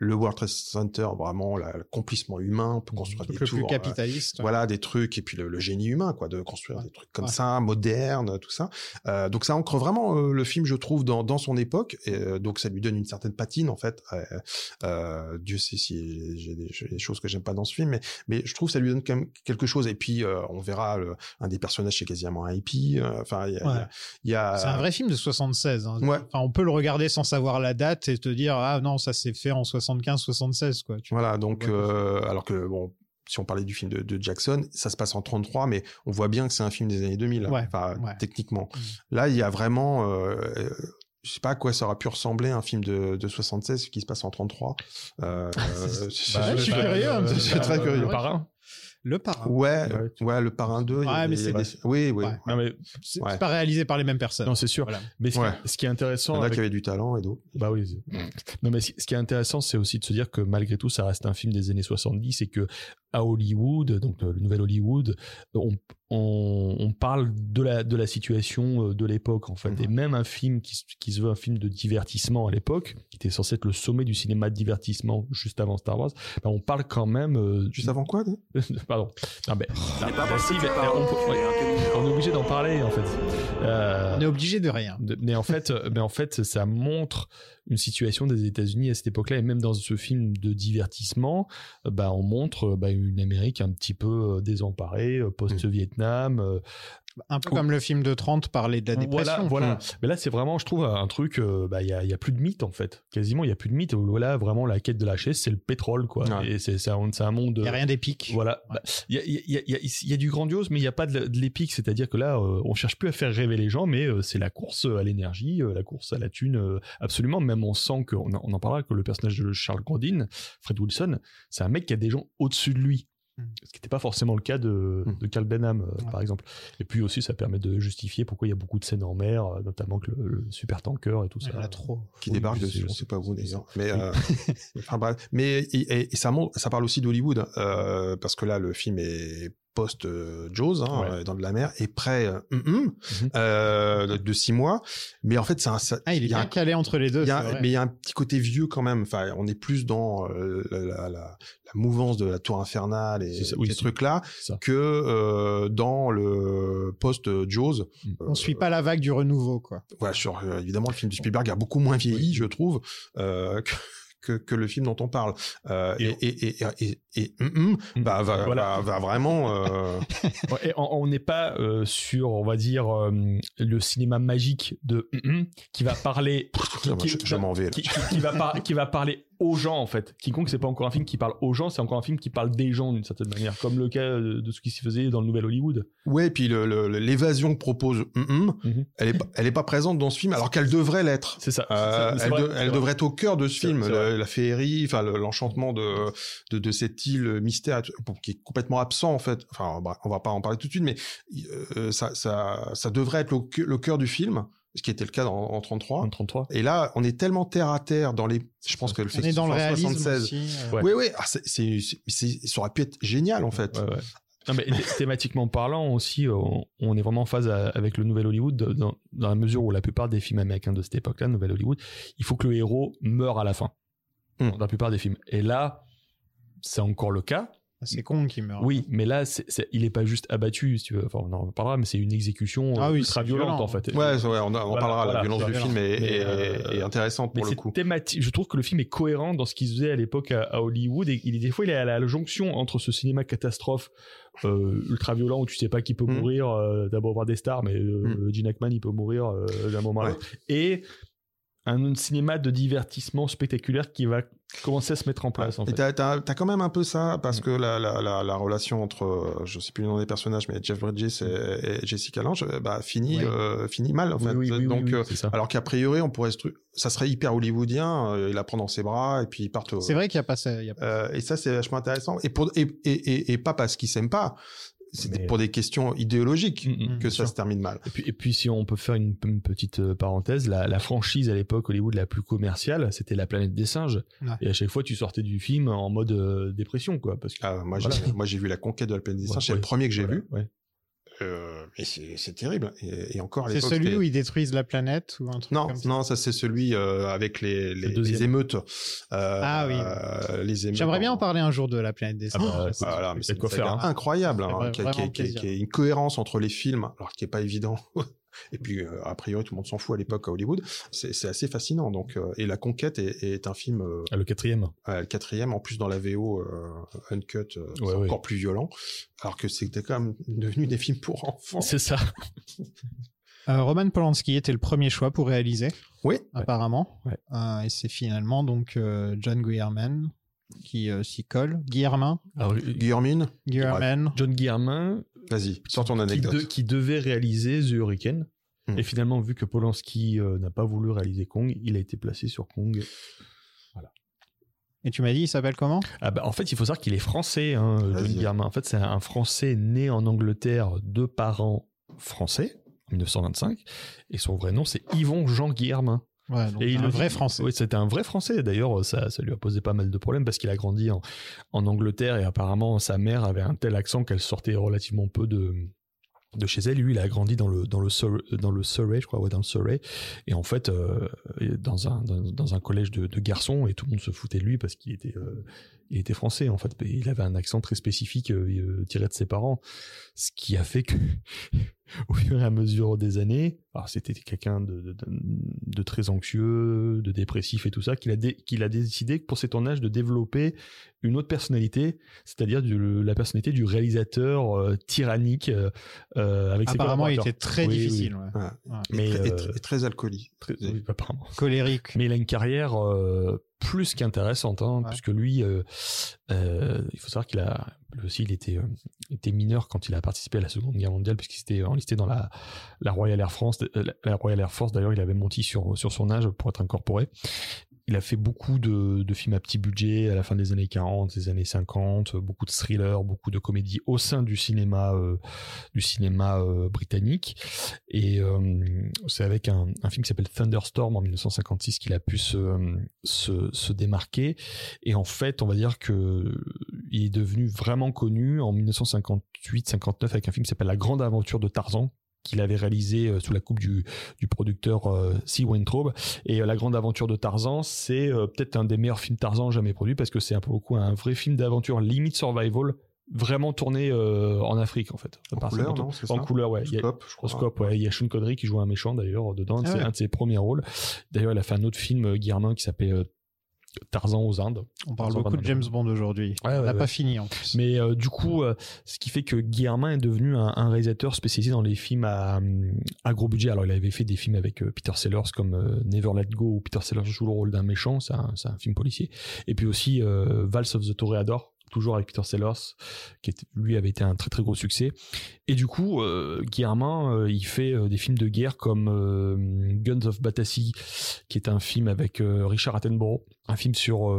le World Trade Center, vraiment l'accomplissement humain, on peut construire des le tours, plus capitaliste. voilà, des trucs, et puis le génie humain, quoi, de construire des trucs comme ça, modernes, tout ça. Donc ça ancre vraiment le film, je trouve, dans son époque, et donc ça lui donne une certaine patine, en fait. Dieu sait si j'ai des choses que j'aime pas dans ce film, mais je trouve que ça lui donne quand même quelque chose. Et puis on verra un des personnages, c'est quasiment un hippie. Enfin, il y a. C'est un vrai film de 76. Hein. Ouais. Enfin, on peut le regarder sans savoir la date et te dire ah non, ça s'est fait en 75-76 quoi. Voilà, donc alors que bon. Si on parlait du film de Jackson, ça se passe en 33, mais on voit bien que c'est un film des années 2000, techniquement. Là, il y a vraiment, je sais pas à quoi ça aurait pu ressembler un film de 76 qui se passe en 33. Je suis curieux. Je suis très curieux. Le Parrain. Le Parrain. Ouais, le Parrain 2. Oui. Ouais. Non, mais c'est pas réalisé par les mêmes personnes. Non, c'est sûr. Voilà. Mais ce qui est intéressant. Il y en a qui avaient du talent et d'autres. Bah oui. Non, mais ce qui est intéressant, c'est aussi de se dire que malgré tout, ça reste un film des années 70 et que à Hollywood, donc le nouvel Hollywood, on parle de la situation de l'époque, en fait. Et même un film qui se veut un film de divertissement à l'époque, qui était censé être le sommet du cinéma de divertissement juste avant Star Wars, bah, on parle quand même. Juste avant quoi, Pardon. Non, mais, on est obligé d'en parler, en fait. On est obligé de rien. Mais en fait, ça montre une situation des États-Unis à cette époque-là, et même dans ce film de divertissement, bah, on montre une Amérique un petit peu désemparée, post-Vietnam. Un peu comme le film de 30 parlait de la dépression. Voilà. Mais là, c'est vraiment, je trouve, un truc, il y a plus de mythe, en fait. Quasiment, il y a plus de mythe. Là, vraiment, la quête de la chaise, c'est le pétrole, quoi. Ouais. Et c'est un monde. Il y a rien d'épique. Voilà. Il y a du grandiose, mais il y a pas de l'épique. C'est-à-dire que là, on cherche plus à faire rêver les gens, mais c'est la course à l'énergie, la course à la thune, absolument. Même on sent on en parlera, que le personnage de Charles Grodin, Fred Wilson, c'est un mec qui a des gens au-dessus de lui. Ce qui n'était pas forcément le cas de Carl Benham, par exemple. Et puis aussi, ça permet de justifier pourquoi il y a beaucoup de scènes en mer, notamment que le super-tanker et tout ça. Il y en a trop. Qui débarque dessus, on ne sait pas où d'ailleurs. Mais, enfin, bref. Mais et ça parle aussi d'Hollywood, parce que là, le film est post-Jaws, dans de la mer, et près de 6 mois. Mais en fait, il est bien calé entre les deux. Mais il y a un petit côté vieux quand même. Enfin, on est plus dans la mouvance de la tour infernale et ces trucs-là que dans le post-Jaws. On suit pas la vague du renouveau, quoi. Voilà, évidemment, le film de Spielberg a beaucoup moins vieilli, je trouve, que le film dont on parle. Va vraiment... Et on n'est pas sur, on va dire, le cinéma magique de qui va parler... je m'en vais, là. qui va parler aux gens, en fait. King Kong, c'est pas encore un film qui parle aux gens, c'est encore un film qui parle des gens, d'une certaine manière, comme le cas de ce qui se faisait dans le Nouvel Hollywood. Ouais, puis l'évasion que propose elle est pas présente dans ce film, alors qu'elle devrait l'être. C'est ça. Elle devrait être au cœur de ce film, la féerie, enfin l'enchantement de cette île mystère qui est complètement absent, en fait. Enfin, on va pas en parler tout de suite, mais ça devrait être le cœur du film, ce qui était le cas en 33. Et là, on est tellement terre à terre je pense que le fait on est dans le réalisme 76. aussi. Oui. Ça aurait pu être génial, en fait. Ouais. Non, mais thématiquement parlant aussi, on est vraiment en phase avec le Nouvel Hollywood dans la mesure où la plupart des films américains de cette époque-là, Nouvel Hollywood, il faut que le héros meure à la fin. Dans la plupart des films. Et là, c'est encore le cas. C'est Kong qui meurt. Oui, mais là, il est pas juste abattu, si tu veux. Enfin, on en parlera, mais c'est une exécution ultra violente, en fait. Ouais, on parlera. La violence du film est intéressante pour le coup. Je trouve que le film est cohérent dans ce qu'il faisait à l'époque à Hollywood, et des fois, il est à la jonction entre ce cinéma catastrophe ultra violent où tu sais pas qui peut mourir, d'abord voir des stars, mais Gene Hackman, il peut mourir d'un moment à l'autre, et un cinéma de divertissement spectaculaire qui va commencer à se mettre en place, en fait. Et t'as quand même un peu ça, parce que la relation entre, je sais plus le nom des personnages, mais Jeff Bridges et Jessica Lange, finit mal, en fait. Donc, alors qu'a priori, ça serait hyper hollywoodien, il la prend dans ses bras, et puis ils partent. C'est vrai qu'il y a pas ça. Et ça, c'est vachement intéressant. Et pas parce qu'ils s'aiment pas. C'est pour des questions idéologiques que ça se termine mal. Et puis si on peut faire une petite parenthèse, la franchise à l'époque Hollywood la plus commerciale, c'était La Planète des Singes. Ouais. Et à chaque fois, tu sortais du film en mode dépression, quoi. Parce que, moi, j'ai vu La Conquête de la Planète des Singes. C'est le premier que j'ai vu. Ouais. c'est terrible. Et encore à C'est l'époque, celui où ils détruisent la planète ou un truc non, comme ça? non, ça c'est celui avec les émeutes. Ah oui. Les émeutes. J'aimerais bien en parler un jour de la planète des singes. Voilà, mais c'est quoi une saga faire, hein. incroyable, Ça hein, ferait vraiment qui plaisir. est une cohérence entre les films, alors qui est pas évident. Et puis, a priori, tout le monde s'en fout à l'époque à Hollywood. C'est assez fascinant. Donc, et La Conquête est un film Le 4e. le 4e, en plus dans la VO uncut, c'est Ouais. encore plus violent. Alors que c'était quand même devenu des films pour enfants. C'est ça. Roman Polanski était le premier choix pour réaliser, Oui. apparemment. Ouais. Et c'est finalement donc John Guillermin qui s'y colle. Guillermin. Alors, Guillermin, John Guillermin, vas-y, sors ton anecdote. qui devait réaliser The Hurricane. Et finalement, vu que Polanski n'a pas voulu réaliser Kong, il a été placé sur Kong. Et tu m'as dit, il s'appelle comment? En fait, il faut savoir qu'il est français, hein, John Guillermin. En fait, c'est un Français né en Angleterre de parents français, en 1925. Et son vrai nom, c'est Yvon Jean Guillermin. Ouais, donc Et un vrai Français. Oui, c'était un vrai Français. D'ailleurs, ça lui a posé pas mal de problèmes parce qu'il a grandi en Angleterre et apparemment, sa mère avait un tel accent qu'elle sortait relativement peu de chez elle. Lui, il a grandi dans le Surrey, je crois, ouais, dans le Surrey. Et en fait, dans un collège de garçons, et tout le monde se foutait de lui parce qu'il était français, en fait. Il avait un accent très spécifique tiré de ses parents. Ce qui a fait que, au fur et à mesure des années, alors c'était quelqu'un de très anxieux, de dépressif et tout ça, qu'il a décidé pour ses tournages de développer une autre personnalité, c'est-à-dire la personnalité du réalisateur tyrannique avec ses Apparemment, il collaborateurs. était très Oui, difficile. oui. Ouais. Ouais. Mais Et très alcoolique. oui, apparemment. Colérique. Mais il a une carrière plus qu'intéressante, hein, puisque lui, il faut savoir qu'il a aussi, il était mineur quand il a participé à la Seconde Guerre mondiale, puisqu'il s'était enlisté dans la Royal Air Force. La Royal Air Force, d'ailleurs, il avait menti sur son âge pour être incorporé. Il a fait beaucoup de films à petit budget à la fin des années 40, des années 50, beaucoup de thrillers, beaucoup de comédies au sein du cinéma britannique. Et c'est avec un film qui s'appelle Thunderstorm en 1956 qu'il a pu se démarquer. Et en fait, on va dire que il est devenu vraiment connu en 1958-59 avec un film qui s'appelle La Grande Aventure de Tarzan, qu'il avait réalisé sous la coupe du producteur C. Weintraub. Et La Grande Aventure de Tarzan, c'est peut-être un des meilleurs films Tarzan jamais produits parce que c'est pour le coup un vrai film d'aventure limite survival, vraiment tourné en Afrique en fait. En couleur, non, c'est ça ? En couleur, ouais. Scope, je crois. Scope, ouais. Il y a Sean Connery qui joue un méchant d'ailleurs dedans. C'est un de ses premiers rôles. D'ailleurs, il a fait un autre film, Guillermin, qui s'appelle Tarzan aux Indes. On parle beaucoup de James Bond aujourd'hui. Ouais, on n'a ouais. pas fini en plus. Mais du coup, ce qui fait que Guillermin est devenu un réalisateur spécialisé dans les films à gros budget. Alors, il avait fait des films avec Peter Sellers comme Never Let Go, où Peter Sellers joue le rôle d'un méchant. C'est un film policier. Et puis aussi Vals of the Toreador, toujours avec Peter Sellers, lui avait été un très très gros succès. Et du coup, Guillermin, il fait des films de guerre comme Guns of Battersea, qui est un film avec Richard Attenborough, un film sur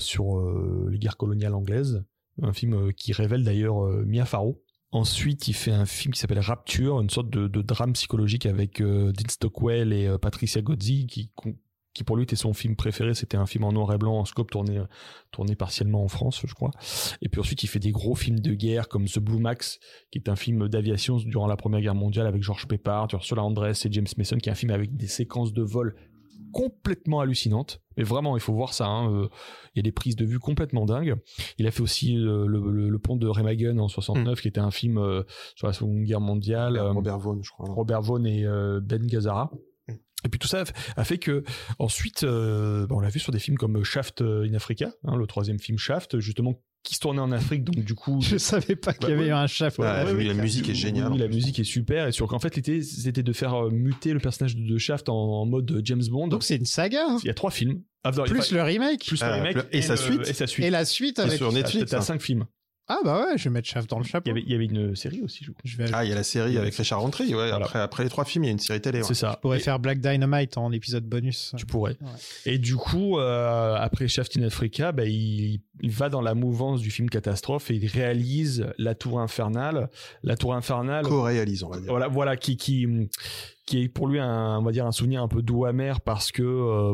les guerres coloniales anglaises, un film qui révèle d'ailleurs Mia Farrow. Ensuite, il fait un film qui s'appelle Rapture, une sorte de drame psychologique avec Dean Stockwell et Patricia Gozzi, qui pour lui était son film préféré. C'était un film en noir et blanc, en scope, tourné partiellement en France, je crois. Et puis ensuite, il fait des gros films de guerre comme The Blue Max, qui est un film d'aviation durant la Première Guerre mondiale avec George Peppard, Ursula Andress et James Mason, qui est un film avec des séquences de vol complètement hallucinantes. Mais vraiment, il faut voir ça. Il y a des prises de vue complètement dingues. Il a fait aussi le pont de Remagen en 69, qui était un film sur la Seconde Guerre mondiale. Robert Vaughn, je crois. Robert Vaughn et Ben Gazzara. Et puis tout ça a fait que ensuite, on l'a vu sur des films comme Shaft in Africa, le troisième film Shaft, justement, qui se tournait en Afrique, donc du coup... Je savais pas qu'il y avait eu un Shaft. La musique est géniale. Oui, la musique est super, et qu'en fait, l'idée, c'était de faire muter le personnage de Shaft en mode James Bond. Donc c'est une saga. Il y a 3 films. Plus le remake. Plus le remake. Et sa suite. Et la suite avec... sur Netflix. T'as 5 films. Ah bah ouais, je vais mettre Shaft dans le chapeau. Il y avait une série aussi, je crois. Il y a la série avec Richard Roundtree, ouais. Voilà. Après les 3 films, il y a une série télé. Ouais. C'est ça. Je pourrais faire Black Dynamite en épisode bonus. Tu pourrais. Ouais. Et du coup, après Shaft in Africa, il va dans la mouvance du film catastrophe et il réalise La Tour Infernale. La Tour Infernale. Co-réalise, on va dire. Voilà, qui qui est pour lui on va dire un souvenir un peu doux amer parce que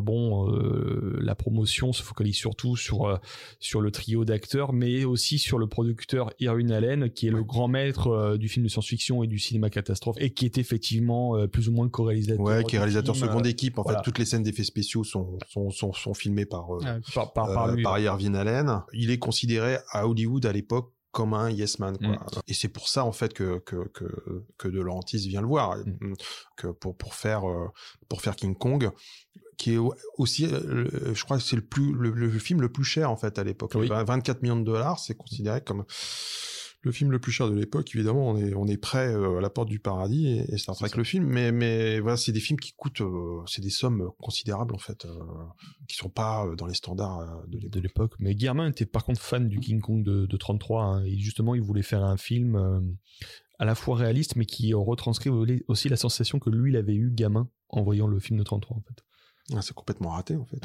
la promotion se focalise surtout sur le trio d'acteurs, mais aussi sur le producteur Irwin Allen, qui est le grand maître du film de science-fiction et du cinéma catastrophe, et qui est effectivement plus ou moins le co-réalisateur. Ouais, qui est réalisateur seconde équipe. En fait, toutes les scènes d'effets spéciaux sont filmées par Irwin Allen. Il est considéré à Hollywood à l'époque comme un yes man, quoi. Et c'est pour ça en fait que De Laurentiis vient le voir, que pour faire King Kong, qui est aussi, je crois que c'est le film le plus cher en fait à l'époque. 24 millions de dollars, c'est considéré comme le film le plus cher de l'époque. Évidemment, on est près à la porte du paradis et Star Trek le film, mais voilà, c'est des films qui coûtent, c'est des sommes considérables en fait, qui sont pas dans les standards de l'époque. Mais Guillermin était par contre fan du King Kong de 33, hein, et justement il voulait faire un film à la fois réaliste, mais qui retranscrit aussi la sensation que lui il avait eu gamin en voyant le film de 33 en fait. Ah, c'est complètement raté en fait.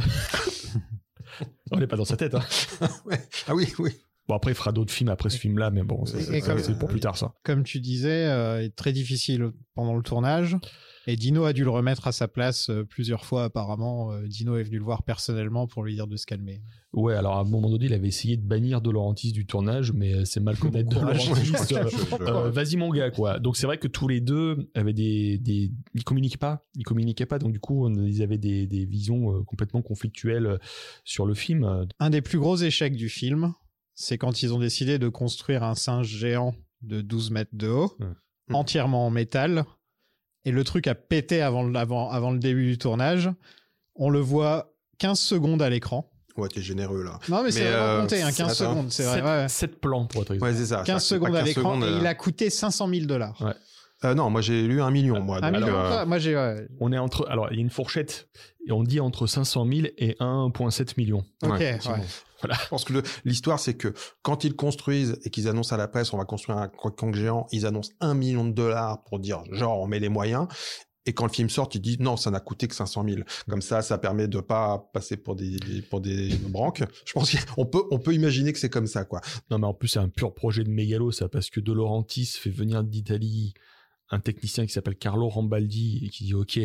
On n'est pas dans sa tête, hein. Ouais. Ah oui. Bon, après, il fera d'autres films après ce film-là, mais bon, c'est pour plus tard, ça. Comme tu disais, très difficile pendant le tournage. Et Dino a dû le remettre à sa place plusieurs fois, apparemment. Dino est venu le voir personnellement pour lui dire de se calmer. Ouais, alors à un moment donné, il avait essayé de bannir De Laurentiis du tournage, mais c'est mal connaître De Laurentiis. Vas-y, mon gars, quoi. Donc, c'est vrai que tous les deux avaient ils communiquaient pas. Donc, du coup, ils avaient des visions complètement conflictuelles sur le film. Un des plus gros échecs du film, c'est quand ils ont décidé de construire un singe géant de 12 mètres de haut, entièrement en métal, et le truc a pété avant le début du tournage. On le voit 15 secondes à l'écran. Ouais, t'es généreux là. Non, mais c'est vraiment compté, 15 secondes, c'est vrai. 7 plans pour être exact. Ouais, c'est ça. 15 secondes à l'écran, et il a coûté $500,000. Ouais. Non, moi j'ai lu 1 million, moi. Un million, moi j'ai... On est alors il y a une fourchette, et on dit entre 500 000 et 1,7 million. Ok, ouais. Voilà. Je pense que l'histoire, c'est que quand ils construisent et qu'ils annoncent à la presse, on va construire un Kong géant, ils annoncent $1 million pour dire, genre, on met les moyens. Et quand le film sort, ils disent, non, ça n'a coûté que 500 000. Comme ça permet de pas passer pour des branques. Je pense qu'on peut imaginer que c'est comme ça, quoi. Non, mais en plus, c'est un pur projet de mégalo, ça, parce que De Laurentiis fait venir d'Italie un technicien qui s'appelle Carlo Rambaldi et qui dit, OK,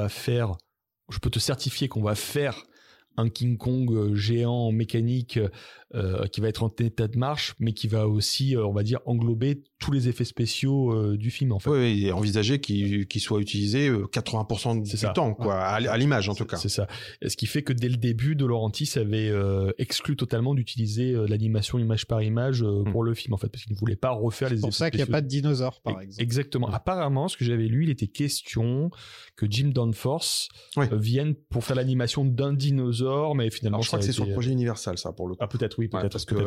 je peux te certifier qu'on va faire un King Kong géant mécanique qui va être en état de marche, mais qui va aussi, on va dire, englober tous les effets spéciaux du film, en fait. Oui, et envisager qu'il soit utilisé 80% du temps, quoi, à l'image, en tout cas. C'est ça. Et ce qui fait que dès le début, De Laurentiis avait exclu totalement d'utiliser l'animation image par image pour le film, en fait, parce qu'il ne voulait pas refaire les effets spéciaux. C'est pour ça qu'il n'y a pas de dinosaures, par exemple. Exactement. Apparemment, ce que j'avais lu, il était question que Jim Danforth vienne pour faire l'animation d'un dinosaure, mais finalement... Alors, je crois que c'est sur le projet Universal, ça, pour le coup. Ah, peut-être, oui, peut-être. Parce que,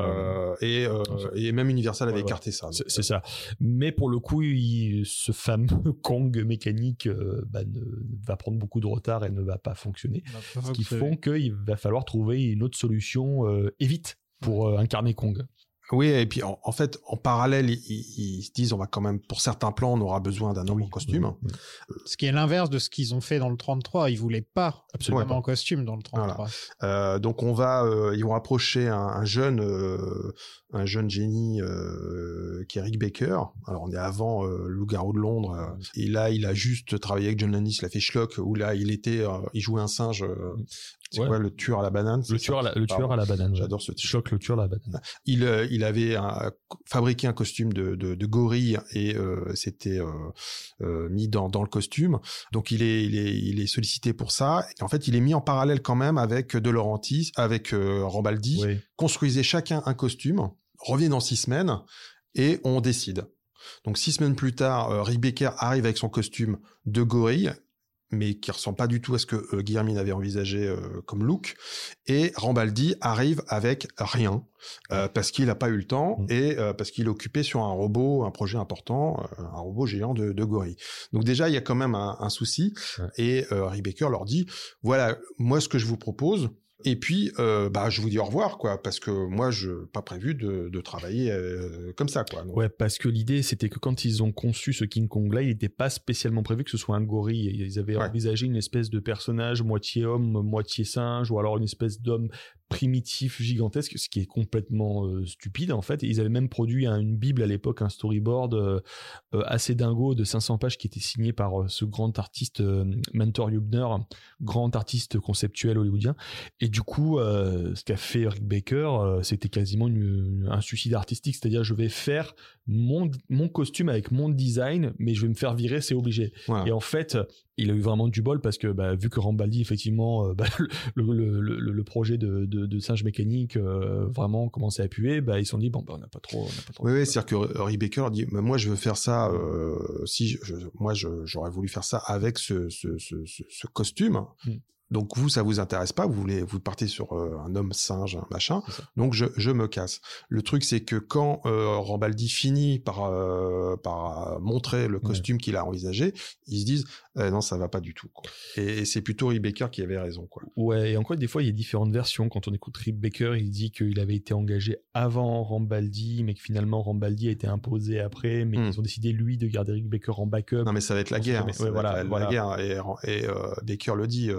et même Universal avait écarté ça. C'est ça. Mais pour le coup, ce fameux Kong mécanique va prendre beaucoup de retard et ne va pas fonctionner. Ce qui font qu'il va falloir trouver une autre solution et vite pour incarner Kong. Oui, et puis en fait, en parallèle, ils se disent, on va quand même, pour certains plans, on aura besoin d'un homme en costume. Oui. Ce qui est l'inverse de ce qu'ils ont fait dans le 33. Ils voulaient pas absolument en costume dans le 33. Voilà. Donc ils vont approcher un jeune génie qui est Rick Baker. Alors on est avant Loup-garou de Londres. Et là, il a juste travaillé avec John Landis, il a fait Schlock, où là, il jouait un singe. C'est quoi, le tueur à la banane? Le tueur à la banane. J'adore ce titre. Schlock, le tueur à la banane. Il avait fabriqué un costume de gorille et c'était mis dans le costume. Donc il est sollicité pour ça. Et en fait, il est mis en parallèle quand même avec De Laurentiis, avec Rambaldi. Oui. Construisez chacun un costume, reviennent dans 6 semaines et on décide. Donc 6 semaines plus tard, Rick Baker arrive avec son costume de gorille, mais qui ressemble pas du tout à ce que Guillermin avait envisagé comme look. Et Rambaldi arrive avec rien, parce qu'il a pas eu le temps et parce qu'il est occupé sur un projet important, un robot géant de gorille. Donc déjà, il y a quand même un souci. Et Rick Baker leur dit, voilà, moi, ce que je vous propose, et puis, je vous dis au revoir, quoi, parce que moi, je pas prévu de travailler comme ça, quoi. Donc... Ouais, parce que l'idée, c'était que quand ils ont conçu ce King Kong-là, il n'était pas spécialement prévu que ce soit un gorille. Ils avaient envisagé une espèce de personnage moitié homme, moitié singe, ou alors une espèce d'homme primitif, gigantesque, ce qui est complètement stupide en fait. Et ils avaient même produit une bible à l'époque, un storyboard assez dingo de 500 pages qui était signé par ce grand artiste Mentor Hübner, grand artiste conceptuel hollywoodien. Et du coup, ce qu'a fait Rick Baker, c'était quasiment un suicide artistique, c'est-à-dire je vais faire mon costume avec mon design, mais je vais me faire virer, c'est obligé. Voilà. Et en fait, il a eu vraiment du bol parce que vu que Rambaldi effectivement le projet de singe mécanique vraiment commençait à puer, ils se sont dit on n'a pas trop. Oui, c'est-à-dire que Rick Baker dit moi je veux faire ça j'aurais voulu faire ça avec ce costume. Donc vous, ça vous intéresse pas, vous partez sur un homme singe, un machin. Donc je me casse. Le truc, c'est que quand Rambaldi finit par montrer le costume qu'il a envisagé, ils se disent non, ça va pas du tout, quoi. Et c'est plutôt Rick Baker qui avait raison, quoi. Ouais, et encore des fois il y a différentes versions. Quand on écoute Rick Baker, il dit qu'il avait été engagé avant Rambaldi, mais que finalement Rambaldi a été imposé après, mais ils ont décidé lui de garder Rick Baker en backup. Non, mais ça va être la guerre. La guerre. Et Baker le dit.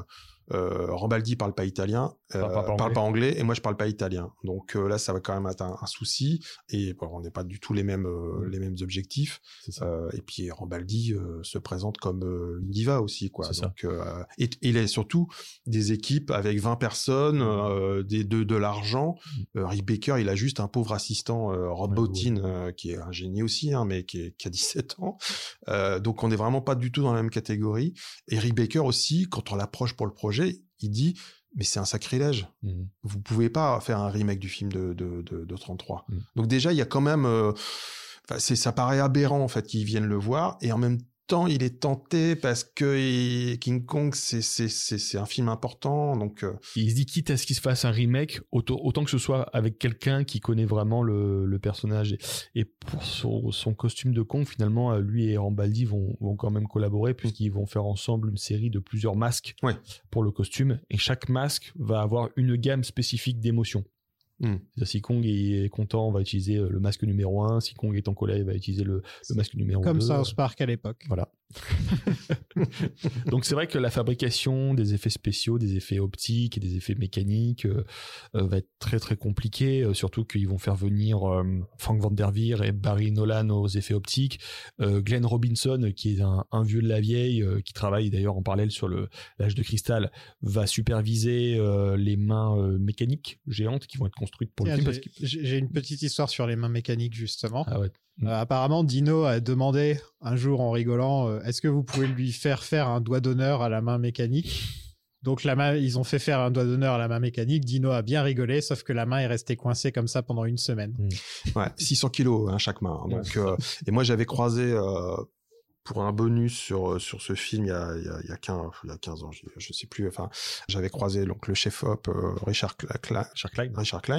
Rambaldi parle pas italien, parle pas anglais, et moi je parle pas italien. Donc là, ça va quand même être un souci. Et on n'est pas du tout les mêmes objectifs. Et puis Rambaldi se présente comme une diva aussi, quoi. Donc et il a surtout des équipes avec 20 personnes, de l'argent. Rick Baker, il a juste un pauvre assistant, Rob Bottin, qui est un génie aussi, mais qui a 17 ans. Donc on n'est vraiment pas du tout dans la même catégorie. Et Rick Baker aussi, quand on l'approche pour le projet, il dit mais c'est un sacrilège. Vous pouvez pas faire un remake du film de 33. Donc déjà il y a quand même ça paraît aberrant en fait qu'ils viennent le voir, et en même temps il est tenté parce que King Kong c'est un film important, donc il se dit quitte à ce qu'il se fasse un remake, autant que ce soit avec quelqu'un qui connaît vraiment le personnage. Et pour son costume de Kong, finalement lui et Rambaldi vont quand même collaborer, puisqu'ils vont faire ensemble une série de plusieurs masques pour le costume, et chaque masque va avoir une gamme spécifique d'émotions. Si Kong est content, on va utiliser le masque numéro 1. Si Kong est en colère, il va utiliser le masque numéro 2. Comme South Park à l'époque. Voilà. Donc c'est vrai que la fabrication des effets spéciaux, des effets optiques et des effets mécaniques va être très très compliquée, surtout qu'ils vont faire venir Frank Van Der Veer et Barry Nolan aux effets optiques, Glenn Robinson qui est un vieux de la vieille qui travaille d'ailleurs en parallèle sur l'âge de cristal, va superviser les mains mécaniques géantes qui vont être construites pour le film. J'ai une petite histoire sur les mains mécaniques justement. Ah ouais. Apparemment, Dino a demandé un jour en rigolant est-ce que vous pouvez lui faire un doigt d'honneur à la main mécanique? Donc ils ont fait faire un doigt d'honneur à la main mécanique. Dino a bien rigolé, sauf que la main est restée coincée comme ça pendant une semaine. 600 kilos chaque main. Donc, et moi j'avais croisé pour un bonus sur ce film il y a 15 ans, je sais plus, enfin j'avais croisé donc le chef op Richard Klein,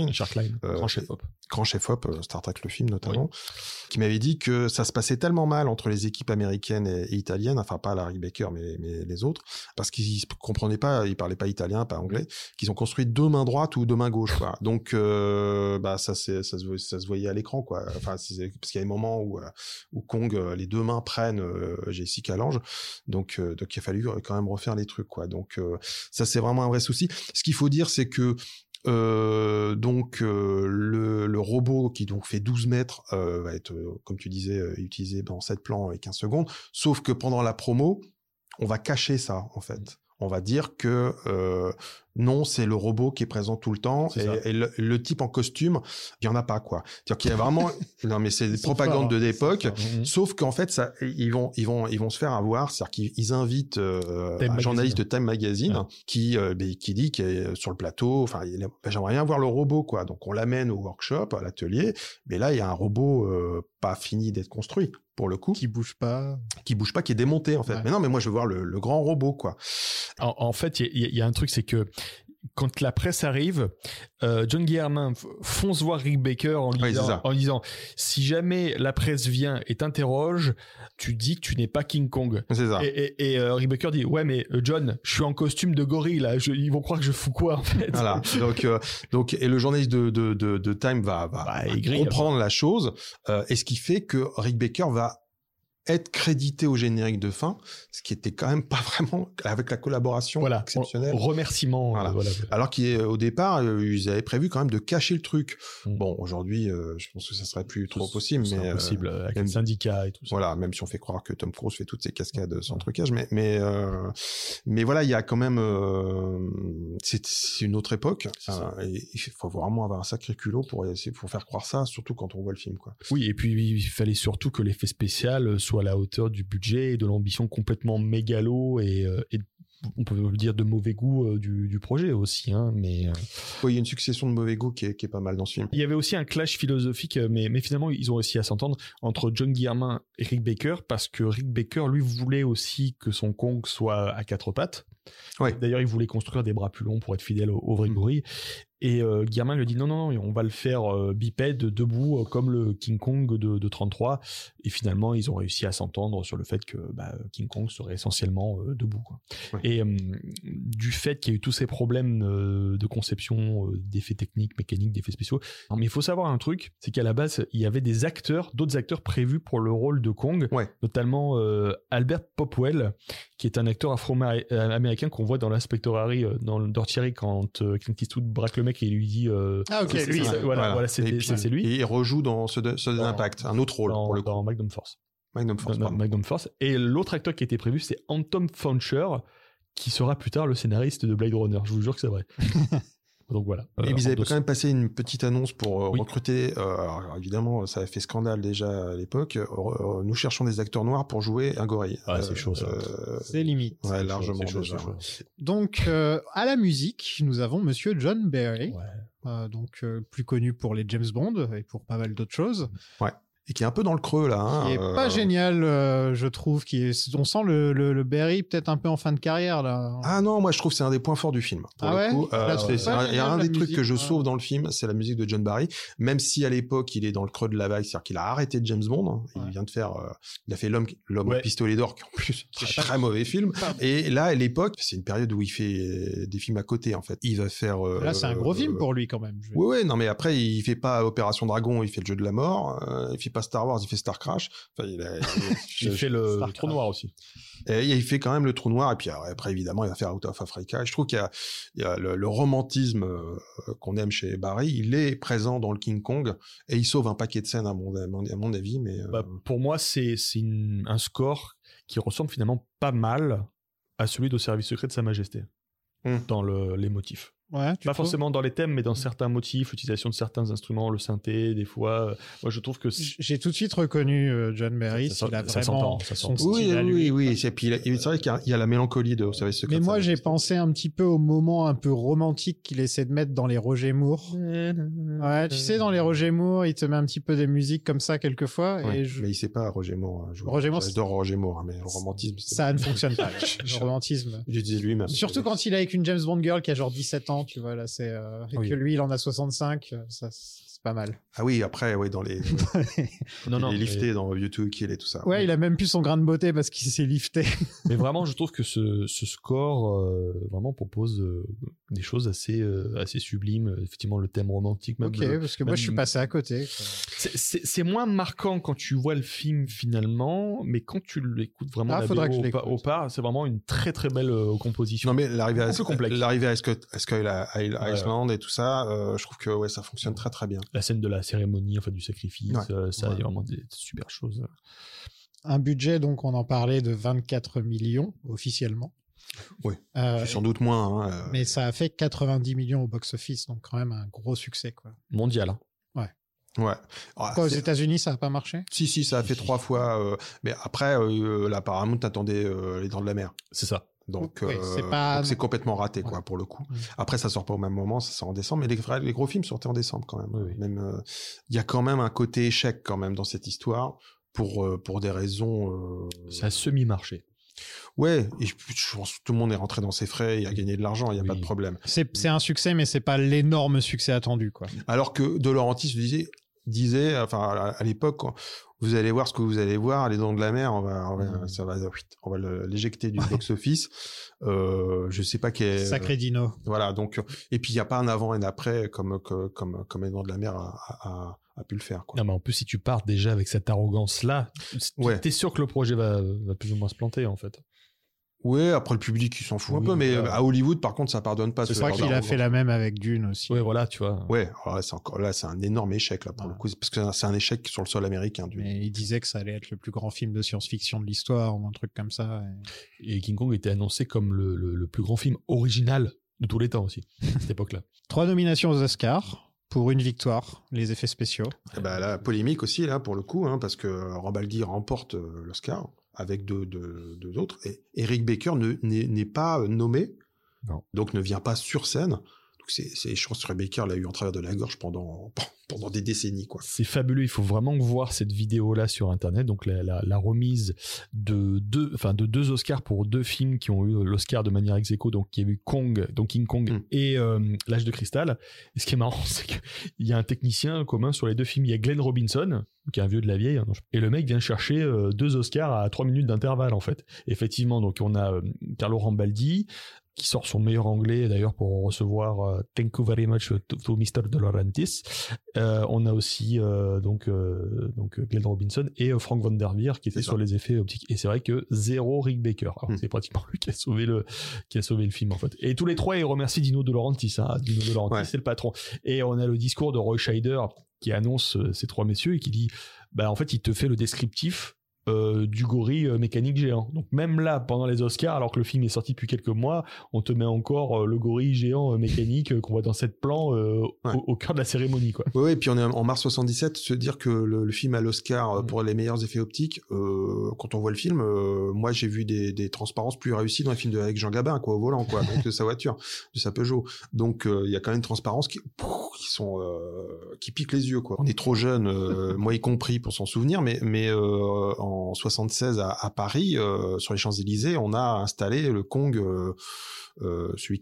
grand chef op Star Trek le film notamment, qui m'avait dit que ça se passait tellement mal entre les équipes américaines et italiennes, enfin pas Larry Baker mais les autres, parce qu'ils comprenaient pas, ils parlaient pas italien, pas anglais, qu'ils ont construit 2 mains droites ou 2 mains gauches, quoi. Donc ça se voyait à l'écran, quoi. Enfin parce qu'il y a des moments où Kong les 2 mains prennent Jessica Lange, donc il a fallu quand même refaire les trucs, quoi. Donc ça c'est vraiment un vrai souci. Ce qu'il faut dire, c'est que le robot qui donc fait 12 mètres va être, comme tu disais, utilisé dans 7 plans et 15 secondes, sauf que pendant la promo on va cacher ça en fait. On va dire que non, c'est le robot qui est présent tout le temps, et le type en costume, il y en a pas, quoi. C'est-à-dire qu'il y a vraiment non mais c'est des propagandes de l'époque, sauf qu'en fait ça ils vont se faire avoir, c'est-à-dire qu'ils invitent un journaliste de Time Magazine qui dit qu'il est sur le plateau, enfin j'aimerais bien voir le robot, quoi. Donc on l'amène au workshop, à l'atelier, mais là il y a un robot pas fini d'être construit pour le coup, qui bouge pas, qui est démonté en fait. Mais non, mais moi je veux voir le grand robot, quoi. En fait, il y a un truc, c'est que quand la presse arrive, John Guillermin fonce voir Rick Baker en disant si jamais la presse vient et t'interroge, tu dis que tu n'es pas King Kong. C'est ça. Et Rick Baker dit ouais mais John, je suis en costume de gorille là, ils vont croire que je fous quoi en fait. Voilà. Donc et le journaliste de Time va comprendre la chose, et ce qui fait que Rick Baker va être crédité au générique de fin, ce qui était quand même pas vraiment avec la collaboration exceptionnelle. Remerciement. Voilà. Alors qu'au départ, ils avaient prévu quand même de cacher le truc. Bon, aujourd'hui, je pense que ça serait plus trop possible. C'est impossible avec les syndicats et tout ça. Voilà, même si on fait croire que Tom Cruise fait toutes ces cascades sans trucage, mais voilà, il y a quand même, c'est une autre époque. Et il faut vraiment avoir un sacré culot pour faire croire ça, surtout quand on voit le film, quoi. Oui, et puis il fallait surtout que l'effet spécial soit à la hauteur du budget et de l'ambition complètement mégalo et on peut le dire de mauvais goût du projet aussi, hein, mais il y a une succession de mauvais goût qui est pas mal dans ce film. Il y avait aussi un clash philosophique, mais finalement ils ont réussi à s'entendre entre John Guillermin et Rick Baker, parce que Rick Baker lui voulait aussi que son Kong soit à 4 pattes. Ouais. D'ailleurs, il voulait construire des bras plus longs pour être fidèle au vrai gorille. Et Guillermin lui a dit non, on va le faire bipède, debout, comme le King Kong de 33. Et finalement, ils ont réussi à s'entendre sur le fait que King Kong serait essentiellement debout, quoi. Ouais. Et du fait qu'il y a eu tous ces problèmes de conception, d'effets techniques, mécaniques, d'effets spéciaux. Non, mais il faut savoir un truc, c'est qu'à la base, il y avait d'autres acteurs prévus pour le rôle de Kong, notamment Albert Popwell, qui est un acteur afro-américain qu'on voit dans l'Inspecteur Harry, dans Dirty Harry, quand Clint Eastwood braque le mec et lui dit lui voilà, c'est lui, et il rejoue dans Sudden Impact, un autre rôle pour le coup, dans Magnum Force. Et l'autre acteur qui était prévu, c'est Anton Faucher, qui sera plus tard le scénariste de Blade Runner. Je vous jure que c'est vrai. Donc voilà. Et ils avaient quand même passé une petite annonce pour recruter. Alors évidemment, ça a fait scandale déjà à l'époque. Nous cherchons des acteurs noirs pour jouer un gorille. C'est chaud ça. C'est limite. Ouais, largement. Donc à la musique, nous avons Monsieur John Barry, plus connu pour les James Bond et pour pas mal d'autres choses. Ouais. Et qui est un peu dans le creux là. Hein, qui est pas génial, je trouve. On sent le Barry peut-être un peu en fin de carrière là. Ah non, moi je trouve que c'est un des points forts du film. Il y a un des trucs que je sauve dans le film, c'est la musique de John Barry. Même si à l'époque il est dans le creux de la vague, c'est-à-dire qu'il a arrêté James Bond. Il vient de faire, il a fait l'homme au pistolet d'or, qui en plus très mauvais film. Et là à l'époque, c'est une période où il fait des films à côté en fait. Il va faire. Là c'est un gros film pour lui quand même. Ouais, non mais après il fait pas Opération Dragon, il fait le jeu de la mort. Il fait pas Star Wars, il fait Star Crash. Enfin, il fait le Trou Noir aussi. Et il fait quand même le Trou Noir. Et puis après, évidemment, il va faire Out of Africa. Et je trouve qu'il y a le romantisme qu'on aime chez Barry. Il est présent dans le King Kong et il sauve un paquet de scènes à mon avis. Mais pour moi, c'est un score qui ressemble finalement pas mal à celui de Service secret de Sa Majesté dans les motifs. Ouais, pas forcément dans les thèmes, mais dans certains motifs, l'utilisation de certains instruments, le synthé, des fois. Moi, je trouve que j'ai tout de suite reconnu John Barry. Ça s'entend. Oui. Et puis c'est vrai qu'il y a la mélancolie de Service secret. Mais moi, j'ai pensé un petit peu au moment un peu romantique qu'il essaie de mettre dans les Roger Moore. Ouais, tu sais, dans les Roger Moore, il te met un petit peu des musiques comme ça quelquefois. Ouais, mais il sait pas Roger Moore. J'adore Roger Moore, mais le romantisme, ça ne fonctionne pas. Le romantisme. Je dis lui-même. Surtout quand il est avec une James Bond girl qui a genre 17 ans. Tu vois, là, c'est que lui, il en a 65, ça, c'est pas mal. Ah oui, après, dans les il est lifté dans View to Kill et tout ça. Ouais, il a même plus son grain de beauté parce qu'il s'est lifté. Mais vraiment, je trouve que ce score vraiment propose des choses assez sublimes. Effectivement, le thème romantique. Même parce que moi, je suis passé à côté. C'est moins marquant quand tu vois le film finalement, mais quand tu l'écoutes vraiment au part, c'est vraiment une très très belle composition. Non mais l'arrivée à Skull Island et tout ça, je trouve que ça fonctionne très très bien. La scène de la cérémonie, en fait, du sacrifice, il y a vraiment des super choses. Un budget, donc on en parlait, de 24 millions officiellement. Oui, c'est sans doute moins. Mais ça a fait 90 millions au box-office, donc quand même un gros succès, quoi. Mondial. Hein. Ouais. Aux États-Unis, ça a pas marché ? Si, ça a fait 3 fois. Mais après, la Paramount attendait Les Dents de la Mer. C'est ça. Donc, c'est complètement raté, quoi, pour le coup. Après, ça sort pas au même moment, ça sort en décembre, mais les gros films sortaient en décembre quand même. Oui. Même, il y a quand même un côté échec quand même dans cette histoire pour des raisons. Ça a semi-marché. Ouais, et je pense que tout le monde est rentré dans ses frais et a gagné de l'argent, il n'y a pas de problème. C'est un succès, mais c'est pas l'énorme succès attendu, quoi. Alors que De Laurentiis disait, enfin, à l'époque, vous allez voir ce que vous allez voir, Les Dents de la Mer, on va l'éjecter du box-office. Je sais pas quel. Sacré dino. Voilà, donc, et puis il n'y a pas un avant et un après comme Les Dents de la Mer a pu le faire, quoi. Non, mais en plus, si tu pars déjà avec cette arrogance-là, t'es sûr que le projet va plus ou moins se planter, en fait. Ouais, après le public, il s'en fout un peu, mais à Hollywood, par contre, ça pardonne pas. C'est vrai qu'il a fait la même avec Dune aussi. Ouais, voilà, tu vois. Ouais, alors c'est un énorme échec, là, pour le coup, parce que c'est un échec sur le sol américain, Dune. Mais il disait que ça allait être le plus grand film de science-fiction de l'histoire, ou un truc comme ça. Et King Kong était annoncé comme le plus grand film original de tous les temps aussi, à cette époque-là. 3 nominations aux Oscars. Pour une victoire, les effets spéciaux. Et la polémique aussi, là, pour le coup, hein, parce que Rambaldi remporte l'Oscar avec deux autres, et Eric Baker n'est pas nommé, donc ne vient pas sur scène. Donc je pense que Eric Baker l'a eu en travers de la gorge pendant des décennies, quoi. C'est fabuleux, il faut vraiment voir cette vidéo-là sur Internet, donc la remise de deux Oscars pour 2 films qui ont eu l'Oscar de manière ex aequo, donc il y a eu King Kong et L'Âge de Cristal. Et ce qui est marrant, c'est qu'il y a un technicien commun sur les 2 films, il y a Glenn Robinson, qui est un vieux de la vieille, hein, et le mec vient chercher 2 Oscars à 3 minutes d'intervalle, en fait. Et effectivement, donc on a Carlo Rambaldi, qui sort son meilleur anglais d'ailleurs pour recevoir Thank you very much to Mr. De Laurentiis. On a aussi donc Glenn Robinson et Frank Van Der Veer qui étaient sur les effets optiques. Et c'est vrai que 0 Rick Baker. Alors c'est pratiquement lui qui a sauvé le film, en fait. Et tous les 3 ils remercient Dino De Laurentiis. Hein. Dino De Laurentiis, c'est le patron. Et on a le discours de Roy Scheider qui annonce ces 3 messieurs et qui dit en fait il te fait le descriptif du gorille mécanique géant. Donc même là, pendant les Oscars, alors que le film est sorti depuis quelques mois, on te met encore le gorille géant mécanique qu'on voit dans cette plan au cœur de la cérémonie, quoi. Ouais, et puis on est en mars 77, se dire que le film a l'Oscar pour les meilleurs effets optiques, quand on voit le film, moi j'ai vu des transparences plus réussies dans les films avec Jean Gabin, quoi, au volant, quoi, donc de sa voiture, de sa Peugeot. Donc il y a quand même une transparence qui piquent les yeux, quoi. On est trop jeune, moi y compris pour s'en souvenir, mais en 76 à Paris, sur les Champs-Élysées, on a installé le Kong, celui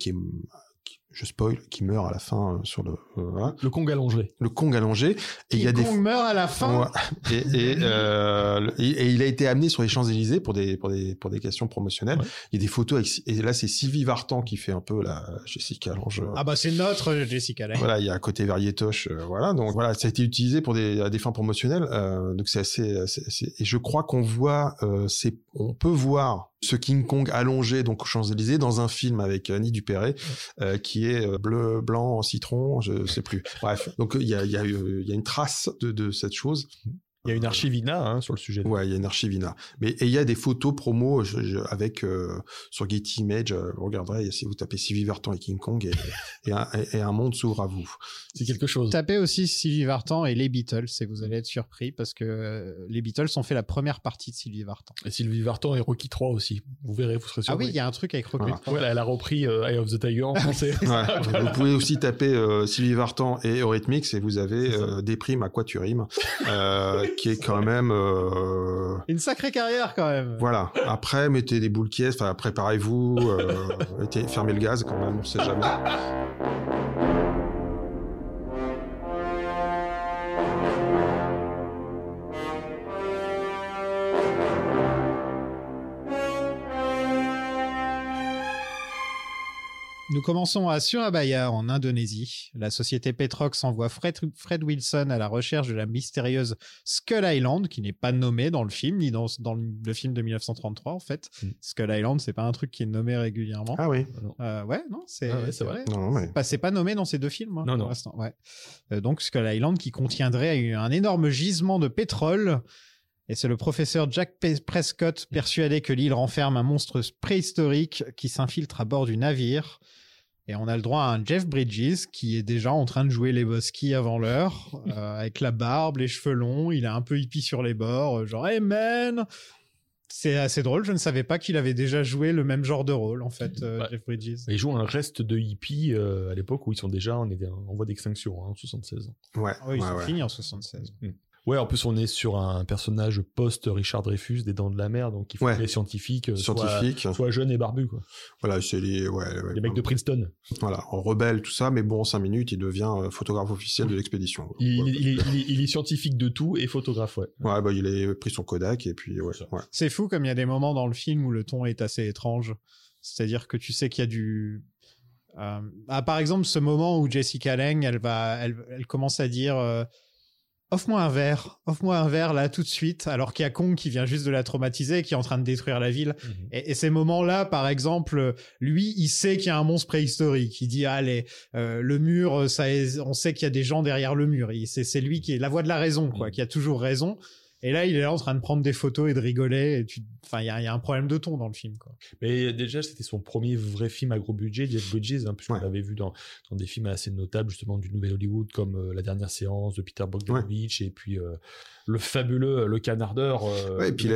je spoil, qui meurt à la fin sur le voilà. Le Kong allongé. Le Kong allongé. Et il y a Kong meurt à la fin. Ouais. Et il a été amené sur les Champs-Élysées pour des questions promotionnelles. Ouais. Il y a des photos et là c'est Sylvie Vartan qui fait un peu la Jessica Lange. Ah bah c'est notre Jessica Lange. Voilà, il y a un côté Verrietoche, voilà. Donc voilà, ça a été utilisé pour des fins promotionnelles. Donc c'est assez et je crois qu'on voit on peut voir ce King Kong allongé donc aux Champs-Élysées dans un film avec Annie Dupéré qui est bleu, blanc, citron, je sais plus. Bref, donc il y a une trace de cette chose. Il y a une archivina sur le sujet. Ouais, il y a une archivina. Mais il y a des photos promo avec sur Getty Images. Vous regarderez si vous tapez Sylvie Vartan et King Kong et un monde s'ouvre à vous. C'est quelque chose. Tapez aussi Sylvie Vartan et les Beatles et vous allez être surpris parce que les Beatles ont fait la première partie de Sylvie Vartan. Et Sylvie Vartan et Rocky 3 aussi. Vous verrez, vous serez surpris. Ah oui, il y a un truc avec Rocky 3. Ouais, elle a repris Eye of the Tiger en français. Ouais. Vous pouvez aussi taper Sylvie Vartan et Eurythmics et vous avez des primes à quoi tu rimes. Qui est quand même une sacrée carrière quand même. Voilà. Après, mettez des boules qui est, préparez-vous, fermez le gaz quand même, on sait jamais. Nous commençons à Surabaya, en Indonésie. La société Petrox envoie Fred Wilson à la recherche de la mystérieuse Skull Island, qui n'est pas nommée dans le film, ni dans le film de 1933, en fait. Skull Island, c'est pas un truc qui est nommé régulièrement. Ah oui. Ouais, non, c'est vrai. Non, mais... c'est pas nommé dans ces 2 films, non, pour l'instant. Ouais. Donc Skull Island, qui contiendrait un énorme gisement de pétrole. Et c'est le professeur Jack Prescott, persuadé que l'île renferme un monstre préhistorique qui s'infiltre à bord du navire. Et on a le droit à un Jeff Bridges qui est déjà en train de jouer les Bosky avant l'heure, avec la barbe, les cheveux longs, il est un peu hippie sur les bords, genre « Hey man !» C'est assez drôle, je ne savais pas qu'il avait déjà joué le même genre de rôle, en fait, Jeff Bridges. Il joue un reste de hippie à l'époque où ils sont déjà en voie d'extinction, en 76. Ouais. Ah oui, ils sont finis en 76. Ouais, en plus on est sur un personnage post-Richard Dreyfus des Dents de la Mer, donc il faut que les scientifiques soient jeunes et barbus, quoi. Voilà, c'est les mecs de Princeton. Voilà, en rebelle, tout ça, mais bon, en 5 minutes, il devient photographe officiel de l'expédition. Il est scientifique de tout et photographe, ouais. Ouais, il a pris son Kodak et puis ouais. C'est fou comme il y a des moments dans le film où le ton est assez étrange. C'est-à-dire que tu sais qu'il y a du... par exemple, ce moment où Jessica Lange, elle commence à dire... offre-moi un verre là tout de suite, alors qu'il y a Kong qui vient juste de la traumatiser et qui est en train de détruire la ville. Et ces moments-là, par exemple, lui, il sait qu'il y a un monstre préhistorique. Il dit, allez, le mur, on sait qu'il y a des gens derrière le mur. C'est lui qui est la voix de la raison, quoi, qui a toujours raison. Et là, il est là en train de prendre des photos et de rigoler. Enfin, il y a un problème de ton dans le film, quoi. Mais déjà, c'était son premier vrai film à gros budget, Jeff Bridges, hein, puisqu'on l'avait vu dans des films assez notables, justement, du Nouvel Hollywood, comme La Dernière Séance de Peter Bogdanovich, et puis le fabuleux Le Canardeur. Et puis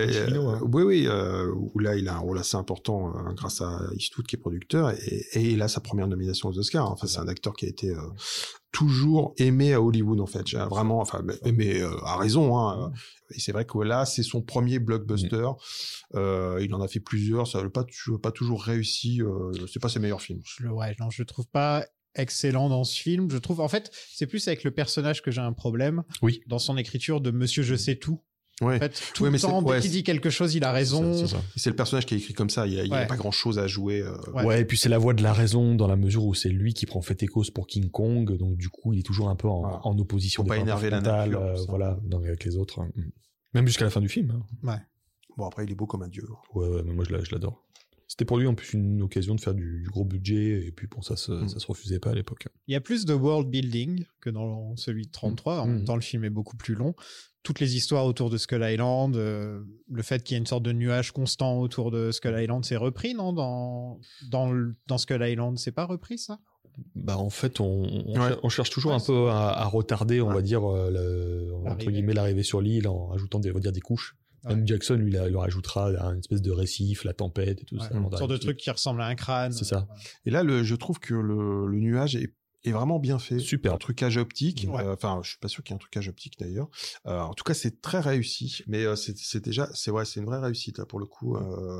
où là, il a un rôle assez important grâce à Eastwood, qui est producteur, et il a sa première nomination aux Oscars. Enfin, c'est un acteur qui a été toujours aimé à Hollywood, en fait. Vraiment, enfin, aimé à raison, hein. Et c'est vrai que là, c'est son premier blockbuster. Il en a fait plusieurs, ça n'a pas toujours réussi. C'est pas ses meilleurs films. Je le trouve pas excellent dans ce film. Je trouve, en fait, c'est plus avec le personnage que j'ai un problème. Oui. Dans son écriture de Monsieur Je sais tout. Ouais. En fait, tout le temps, dès qu'il dit quelque chose, il a raison. C'est ça. C'est le personnage qui est écrit comme ça. Il n'y a pas grand-chose à jouer. Et puis c'est la voix de la raison dans la mesure où c'est lui qui prend fait et cause pour King Kong. Donc du coup, il est toujours un peu en opposition. Faut pas énerver la nature. Avec les autres. Même jusqu'à la fin du film. Hein. Ouais. Bon, après, il est beau comme un dieu. Ouais, mais moi, je l'adore. C'était pour lui, en plus, une occasion de faire du gros budget, et puis bon, ça se refusait pas à l'époque. Il y a plus de world building que dans celui de 33. En même temps, le film est beaucoup plus long. Toutes les histoires autour de Skull Island, le fait qu'il y ait une sorte de nuage constant autour de Skull Island, c'est repris, non? Dans Skull Island, c'est pas repris, ça? Bah, en fait, on cherche toujours un peu à retarder, on va dire, entre guillemets, l'arrivée sur l'île en ajoutant des couches. Même Jackson, lui, il rajoutera une espèce de récif, la tempête et tout ça. Une sorte de truc qui ressemble à un crâne. C'est ça. Et là, je trouve que le nuage est vraiment bien fait. Super. Un trucage optique. Enfin, je suis pas sûr qu'il y ait un trucage optique d'ailleurs. En tout cas, c'est très réussi. Mais c'est une vraie réussite là pour le coup.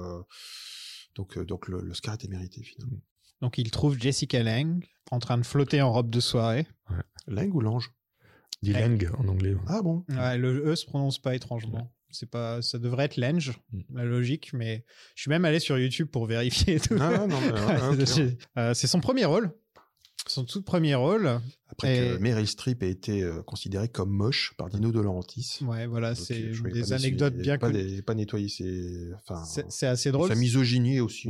Donc l'Oscar était mérité finalement. Donc il trouve Jessica Lange en train de flotter en robe de soirée. Ouais. Lange ou Lange? Dit Lange en anglais. Ah bon? Ouais, le E se prononce pas étrangement. C'est pas, ça devrait être Lange, la logique, mais je suis même allé sur YouTube pour vérifier tout. C'est son premier rôle. Son tout premier rôle. Après que Meryl Streep a été considérée comme moche par Dino De Laurentiis. Ouais, voilà, donc, c'est des anecdotes bien connues. Pas nettoyé, c'est assez drôle. Sa misogynie aussi.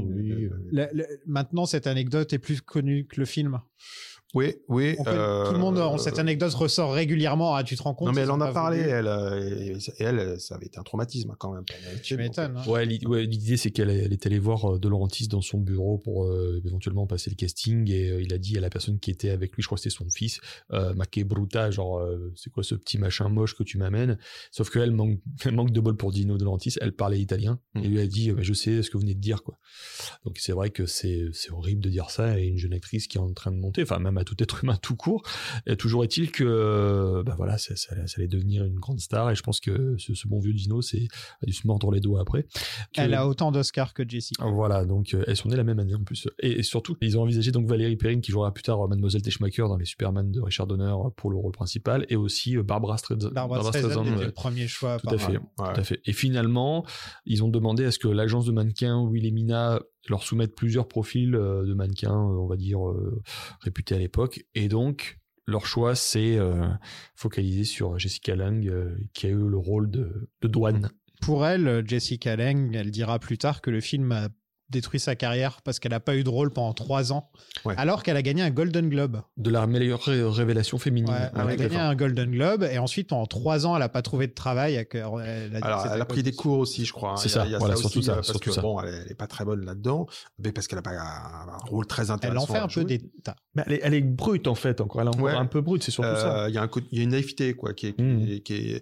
Maintenant, cette anecdote est plus connue que le film. Oui. Tout le monde, cette anecdote ressort régulièrement. Ah, tu te rends compte? Non, mais elle en a parlé. Elle, ça avait été un traumatisme quand même. Tu m'étonnes. Ouais, l'idée c'est qu'elle est allée voir De Laurentiis dans son bureau pour éventuellement passer le casting, et il a dit à la personne qui était avec lui, je crois que c'était son fils, Maquet Bruta, genre c'est quoi ce petit machin moche que tu m'amènes? Sauf qu'elle manque de bol pour Dino De Laurentiis. Elle parlait italien et lui a dit je sais ce que vous venez de dire, quoi. Donc c'est vrai que c'est horrible de dire ça, et une jeune actrice qui est en train de monter, enfin même à tout être humain tout court. Et toujours est-il que ça allait devenir une grande star, et je pense que ce bon vieux Dino a dû se mordre les doigts après. Elle a autant d'Oscars que Jessica. Voilà, donc elles sont nées la même année en plus. Et surtout, ils ont envisagé donc Valérie Perrine, qui jouera plus tard Mademoiselle Teschmacher dans les Superman de Richard Donner pour le rôle principal, et aussi Barbara Streisand. Barbara Streisand était le premier choix. Tout à fait. Et finalement, ils ont demandé à ce que l'agence de mannequins Wilhelmina leur soumette plusieurs profils de mannequins, on va dire, réputés à l'époque. Et donc, leur choix s'est focalisé sur Jessica Lange, qui a eu le rôle de douane. Pour elle, Jessica Lange, elle dira plus tard que le film a détruit sa carrière parce qu'elle n'a pas eu de rôle pendant 3 ans, alors qu'elle a gagné un Golden Globe. De la meilleure révélation féminine. Ouais, elle a gagné un Golden Globe, et ensuite pendant 3 ans elle n'a pas trouvé de travail. Elle a pris des cours aussi, je crois. C'est ça, voilà, surtout ça. Parce que bon, elle est pas très bonne là-dedans, mais parce qu'elle a pas un rôle très intéressant. Elle en fait un peu des tas. Elle est brute en fait, encore. Elle est encore un peu brute, c'est surtout ça. Il y a une naïveté, quoi, qui est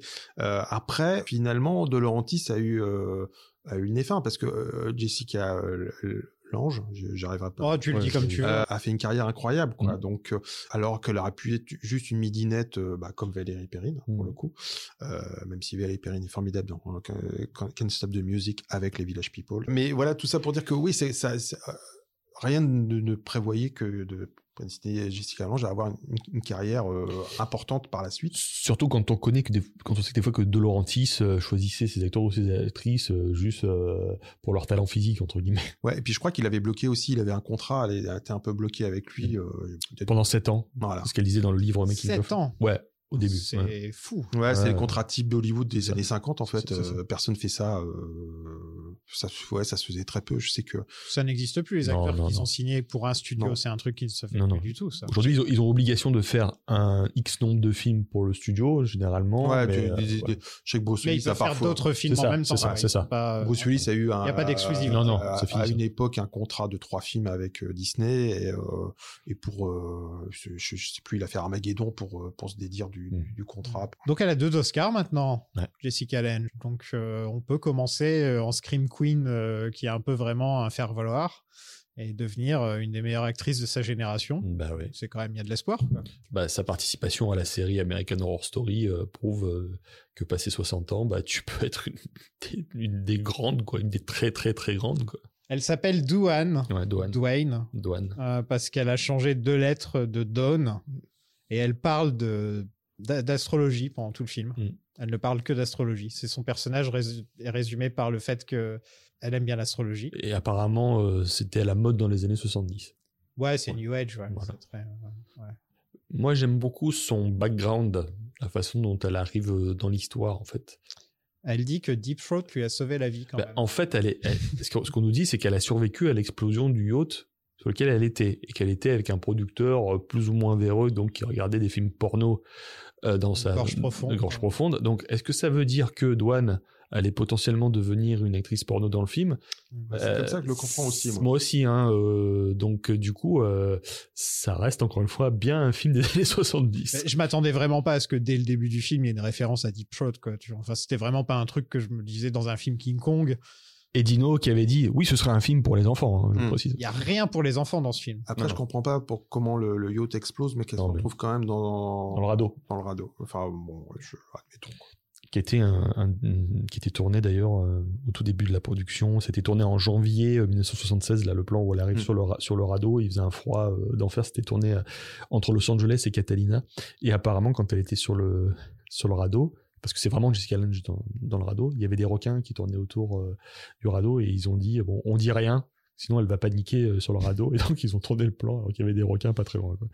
après, finalement, De Laurentiis a eu une effet, parce que Jessica Lange, j'arriverai pas. Oh, tu le dis comme tu veux. A fait une carrière incroyable, quoi. Donc, alors qu'elle aurait pu être juste une midinette, comme Valérie Perrine, pour le coup. Même si Valérie Perrine est formidable dans Can't Stop the Music avec les Village People. Mais voilà, tout ça pour dire que oui, rien ne prévoyait que de dessiner Jessica Lange à avoir une carrière importante par la suite. Surtout quand on sait que des fois que De Laurentiis choisissait ses acteurs ou ses actrices juste pour leur talent physique, entre guillemets. Ouais, et puis je crois qu'il avait bloqué aussi, il avait un contrat, elle était un peu bloquée avec lui. Pendant 7 ans. Voilà. C'est ce qu'elle disait dans le livre Making of. 7 ans. Ouais. au début. C'est fou. Ouais, c'est le contrat type d'Hollywood des années 50, en fait. C'est ça. Personne fait ça. Ça se faisait très peu. Je sais que... Ça n'existe plus, les Non, acteurs non, qui non. sont signés pour un studio. Non. C'est un truc qui ne se fait Non, plus non. du tout, ça. Aujourd'hui, ils ont obligation de faire un X nombre de films pour le studio, généralement. Ouais, mais, je sais que Bruce Mais Willis ils peuvent a faire parfois... d'autres films C'est en ça, même temps. c'est ça, ouais. c'est ça. Pas- Bruce Willis a eu y a pas d'exclusivité. Non, non, à c'est fini, ça. une époque un contrat de 3 films avec Disney et pour je sais plus, il a fait Armageddon pour se dédire du contrat. Donc elle a 2 Oscars maintenant, Ouais. Jessica Lange. Donc on peut commencer en Scream Queen, qui est un peu vraiment un faire-valoir, et devenir une des meilleures actrices de sa génération. Bah ouais. C'est quand même, il y a de l'espoir, quoi. Bah, sa participation à la série American Horror Story prouve que passé 60 ans, bah, tu peux être une des grandes, quoi, une des très très très grandes, quoi. Elle s'appelle Dwayne, Ouais, Dwayne, parce qu'elle a changé 2 lettres de Dawn, et elle parle d'astrologie pendant tout le film. Elle ne parle que d'astrologie. C'est son personnage est résumé par le fait que elle aime bien l'astrologie. Et apparemment, c'était à la mode dans les années 70. Ouais, c'est New Age. Ouais, Voilà. c'est très, ouais. Moi, j'aime beaucoup son background, la façon dont elle arrive dans l'histoire, en fait. Elle dit que Deep Throat lui a sauvé la vie quand Bah, même. en fait, ce qu'on nous dit, c'est qu'elle a survécu à l'explosion du yacht sur lequel elle était, et qu'elle était avec un producteur plus ou moins véreux, donc qui regardait des films porno dans sa Gorge profonde. gorge profonde. Donc, est-ce que ça veut dire que Dwan allait potentiellement devenir une actrice porno dans le film? Bah, c'est comme ça que je le comprends aussi, moi. Moi aussi, hein. Donc, du coup, ça reste encore une fois bien un film des années 70. Mais je m'attendais vraiment pas à ce que dès le début du film, il y ait une référence à Deep Throat, quoi. Tu vois. Enfin, c'était vraiment pas un truc que je me disais dans un film King Kong. Et Dino qui avait dit, oui, ce serait un film pour les enfants, hein, je précise. Il y a rien pour les enfants dans ce film. Après, Non, je non. comprends pas pour comment le yacht explose, mais qu'elle se Non, mais- retrouve quand même dans Dans le radeau. Dans le radeau. Enfin, bon, admettons. Quoi. Qui était qui était tourné d'ailleurs au tout début de la production. C'était tourné en janvier 1976. Là, le plan où elle arrive sur le radeau, il faisait un froid d'enfer. C'était tourné entre Los Angeles et Catalina. Et apparemment, quand elle était sur le radeau, parce que c'est vraiment Jessica Lange dans le radeau, il y avait des requins qui tournaient autour du radeau et ils ont dit bon, on dit rien, sinon elle va paniquer sur le radeau. Et donc ils ont tourné le plan alors qu'il y avait des requins pas très loin, quoi.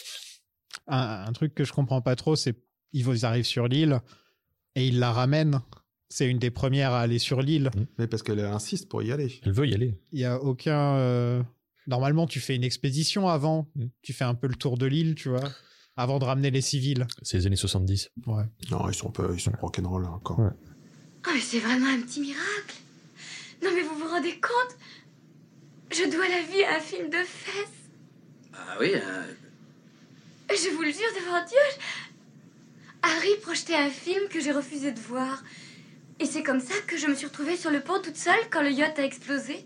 Un truc que je comprends pas trop, c'est ils arrivent sur l'île et ils la ramènent. C'est une des premières à aller sur l'île. Mais parce qu'elle insiste pour y aller. Elle veut y aller. Il y a aucun. Normalement, tu fais une expédition avant. Tu fais un peu le tour de l'île, tu vois, avant de ramener les civils. C'est les années 70. Ouais. Non, ils sont rock'n'roll là, encore. Ouais. Oh, mais c'est vraiment un petit miracle. Non, mais vous vous rendez compte? Je dois la vie à un film de fesses. Ah oui, Je vous le jure devant Dieu. Harry projetait un film que j'ai refusé de voir. Et c'est comme ça que je me suis retrouvée sur le pont toute seule quand le yacht a explosé.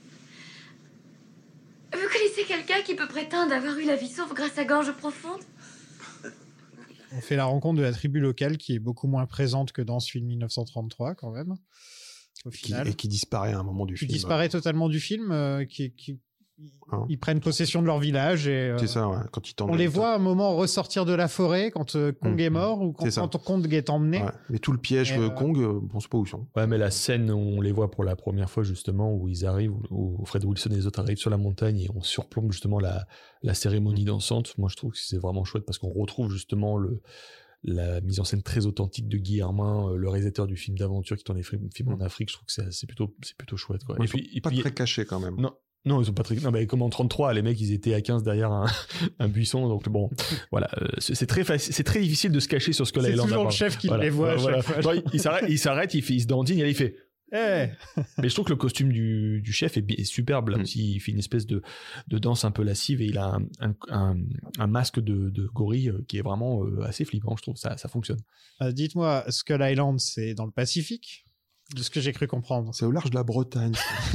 Vous connaissez quelqu'un qui peut prétendre avoir eu la vie sauve grâce à Gorge Profonde? On fait la rencontre de la tribu locale qui est beaucoup moins présente que dans ce film 1933 quand même. Au final. Et qui disparaît à un moment du film. Qui disparaît totalement du film. Ils prennent possession de leur village et c'est ça, ouais. Quand ils on les voit à un moment ressortir de la forêt quand Kong est mort ou quand Kong est emmené. Ouais. Mais tout le piège Kong, on sait pas où ils sont. Ouais, mais la scène où on les voit pour la première fois justement, où ils arrivent, où Fred Wilson et les autres arrivent sur la montagne et on surplombe justement la cérémonie dansante. Moi, je trouve que c'est vraiment chouette parce qu'on retrouve justement la mise en scène très authentique de Guy Hermin, le réalisateur du film d'aventure qui tourne les films en Afrique. Je trouve que c'est plutôt chouette, quoi. Ouais, et pas puis, très cachés quand même. Non, ils sont pas très. Non, mais comme en 33, les mecs, ils étaient à 15 derrière un buisson. Donc bon, voilà, c'est très difficile de se cacher sur Skull Island. C'est toujours le chef qui les voit à chaque fois. Genre, il s'arrête, il se dandine, et là, il fait. Mais je trouve que le costume du chef est superbe. Là aussi, il fait une espèce de danse un peu lascive et il a un masque de gorille qui est vraiment assez flippant. Je trouve ça fonctionne. Dites-moi, Skull Island, c'est dans le Pacifique? De ce que j'ai cru comprendre. C'est au large de la Bretagne.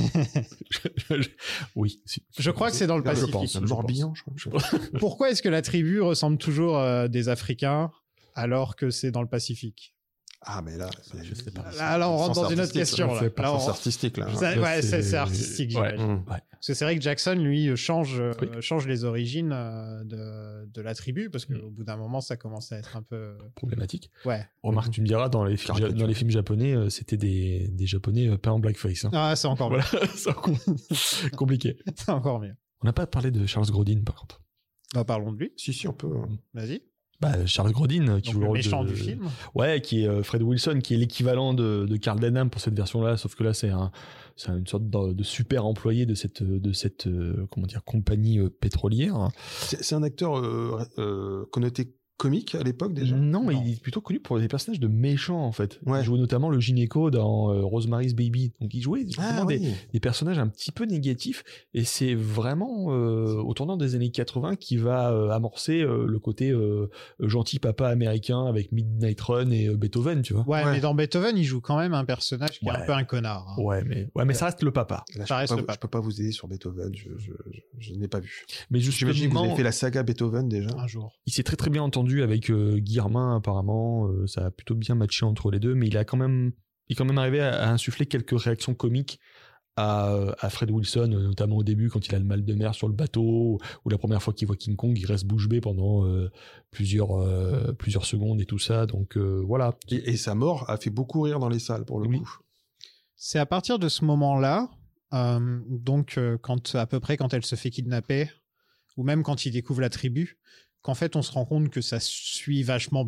Oui. Je crois que c'est dans le Pacifique. Je pense. Le Morbihan, je pense. Pourquoi est-ce que la tribu ressemble toujours à des Africains alors que c'est dans le Pacifique? Ah, mais là, je sais pas. Là, on rentre dans une autre question. Là. C'est artistique, là. Ouais, c'est artistique, j'imagine. Ouais. Parce que c'est vrai que Jackson, lui, change les origines de la tribu, parce qu'au bout d'un moment, ça commence à être un peu... problématique. Ouais. Remarque, tu me diras, dans les films japonais, c'était des Japonais peints en blackface. Hein. Ah, c'est encore mieux. C'est compliqué. C'est encore mieux. On n'a pas parlé de Charles Grodin, par contre. Bah, parlons de lui. Si, on peut. Vas-y. Charles Grodin, qui Donc joue le rôle méchant de... du film. Ouais, qui est Fred Wilson, qui est l'équivalent de Carl Denham pour cette version-là, sauf que là, c'est une sorte de super employé de cette compagnie pétrolière. C'est un acteur connoté comique à l'époque déjà. Non, mais il est plutôt connu pour des personnages de méchants en fait. Ouais. Il jouait notamment le gynéco dans Rosemary's Baby. Donc il jouait vraiment des personnages un petit peu négatifs, et c'est vraiment au tournant des années 80 qui va amorcer le côté gentil papa américain avec Midnight Run et Beethoven, tu vois. Ouais, mais dans Beethoven, il joue quand même un personnage qui est un peu un connard. Hein. Ouais, mais ça reste le papa. Là, je peux pas vous aider sur Beethoven, je n'ai pas vu. Mais j'imagine que vous avez fait la saga Beethoven déjà. Un jour. Il s'est très très bien entendu avec Guillermin apparemment, ça a plutôt bien matché entre les deux, mais il est quand même arrivé à insuffler quelques réactions comiques à Fred Wilson, notamment au début quand il a le mal de mer sur le bateau, ou la première fois qu'il voit King Kong, il reste bouche bée pendant plusieurs secondes et tout ça, donc voilà. Et sa mort a fait beaucoup rire dans les salles pour le coup. C'est à partir de ce moment-là, donc quand elle se fait kidnapper, ou même quand il découvre la tribu, qu'en fait on se rend compte que ça suit vachement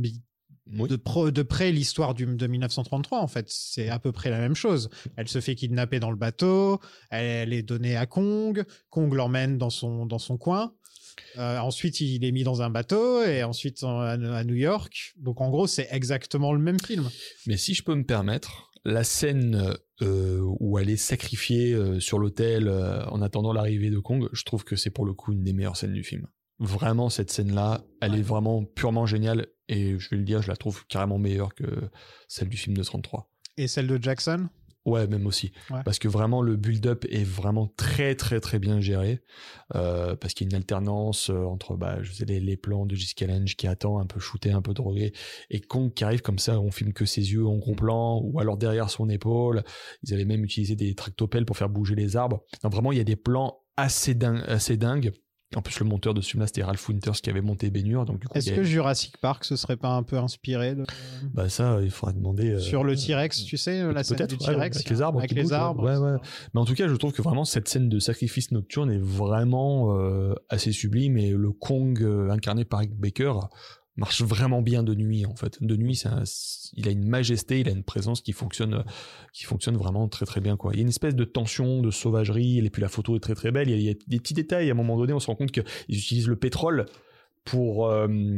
de près l'histoire de 1933. En fait, c'est à peu près la même chose. Elle se fait kidnapper dans le bateau, elle est donnée à Kong l'emmène dans son coin. Ensuite, il est mis dans un bateau et ensuite à New York. Donc en gros, c'est exactement le même film. Mais si je peux me permettre, la scène où elle est sacrifiée sur l'autel en attendant l'arrivée de Kong, je trouve que c'est pour le coup une des meilleures scènes du film. Vraiment, cette scène-là, elle est vraiment purement géniale, et je vais le dire, je la trouve carrément meilleure que celle du film de 33. Et celle de Jackson ? Ouais, même aussi. Ouais. Parce que vraiment, le build-up est vraiment très, très, très bien géré. Parce qu'il y a une alternance entre les plans de Jessica Lange qui attend, un peu shooté, un peu drogué, et Kong qui arrive comme ça, on filme que ses yeux en gros plan, ou alors derrière son épaule. Ils avaient même utilisé des tractopelles pour faire bouger les arbres. Donc vraiment, il y a des plans assez dingues. En plus, le monteur de ce film-là, c'était Ralph Winters qui avait monté Ben-Hur. Donc, du coup, est-ce que Jurassic Park se serait pas un peu inspiré de... ça, il faudrait demander... Sur le T-Rex, tu sais, la scène du T-Rex. Avec les arbres. Avec les arbres. Ouais. Mais en tout cas, je trouve que vraiment, cette scène de sacrifice nocturne est vraiment assez sublime, et le Kong incarné par Rick Baker marche vraiment bien de nuit, en fait. De nuit, il a une majesté, il a une présence qui fonctionne vraiment très très bien, quoi. Il y a une espèce de tension, de sauvagerie, et puis la photo est très très belle. Il y a des petits détails. À un moment donné, on se rend compte qu'ils utilisent le pétrole pour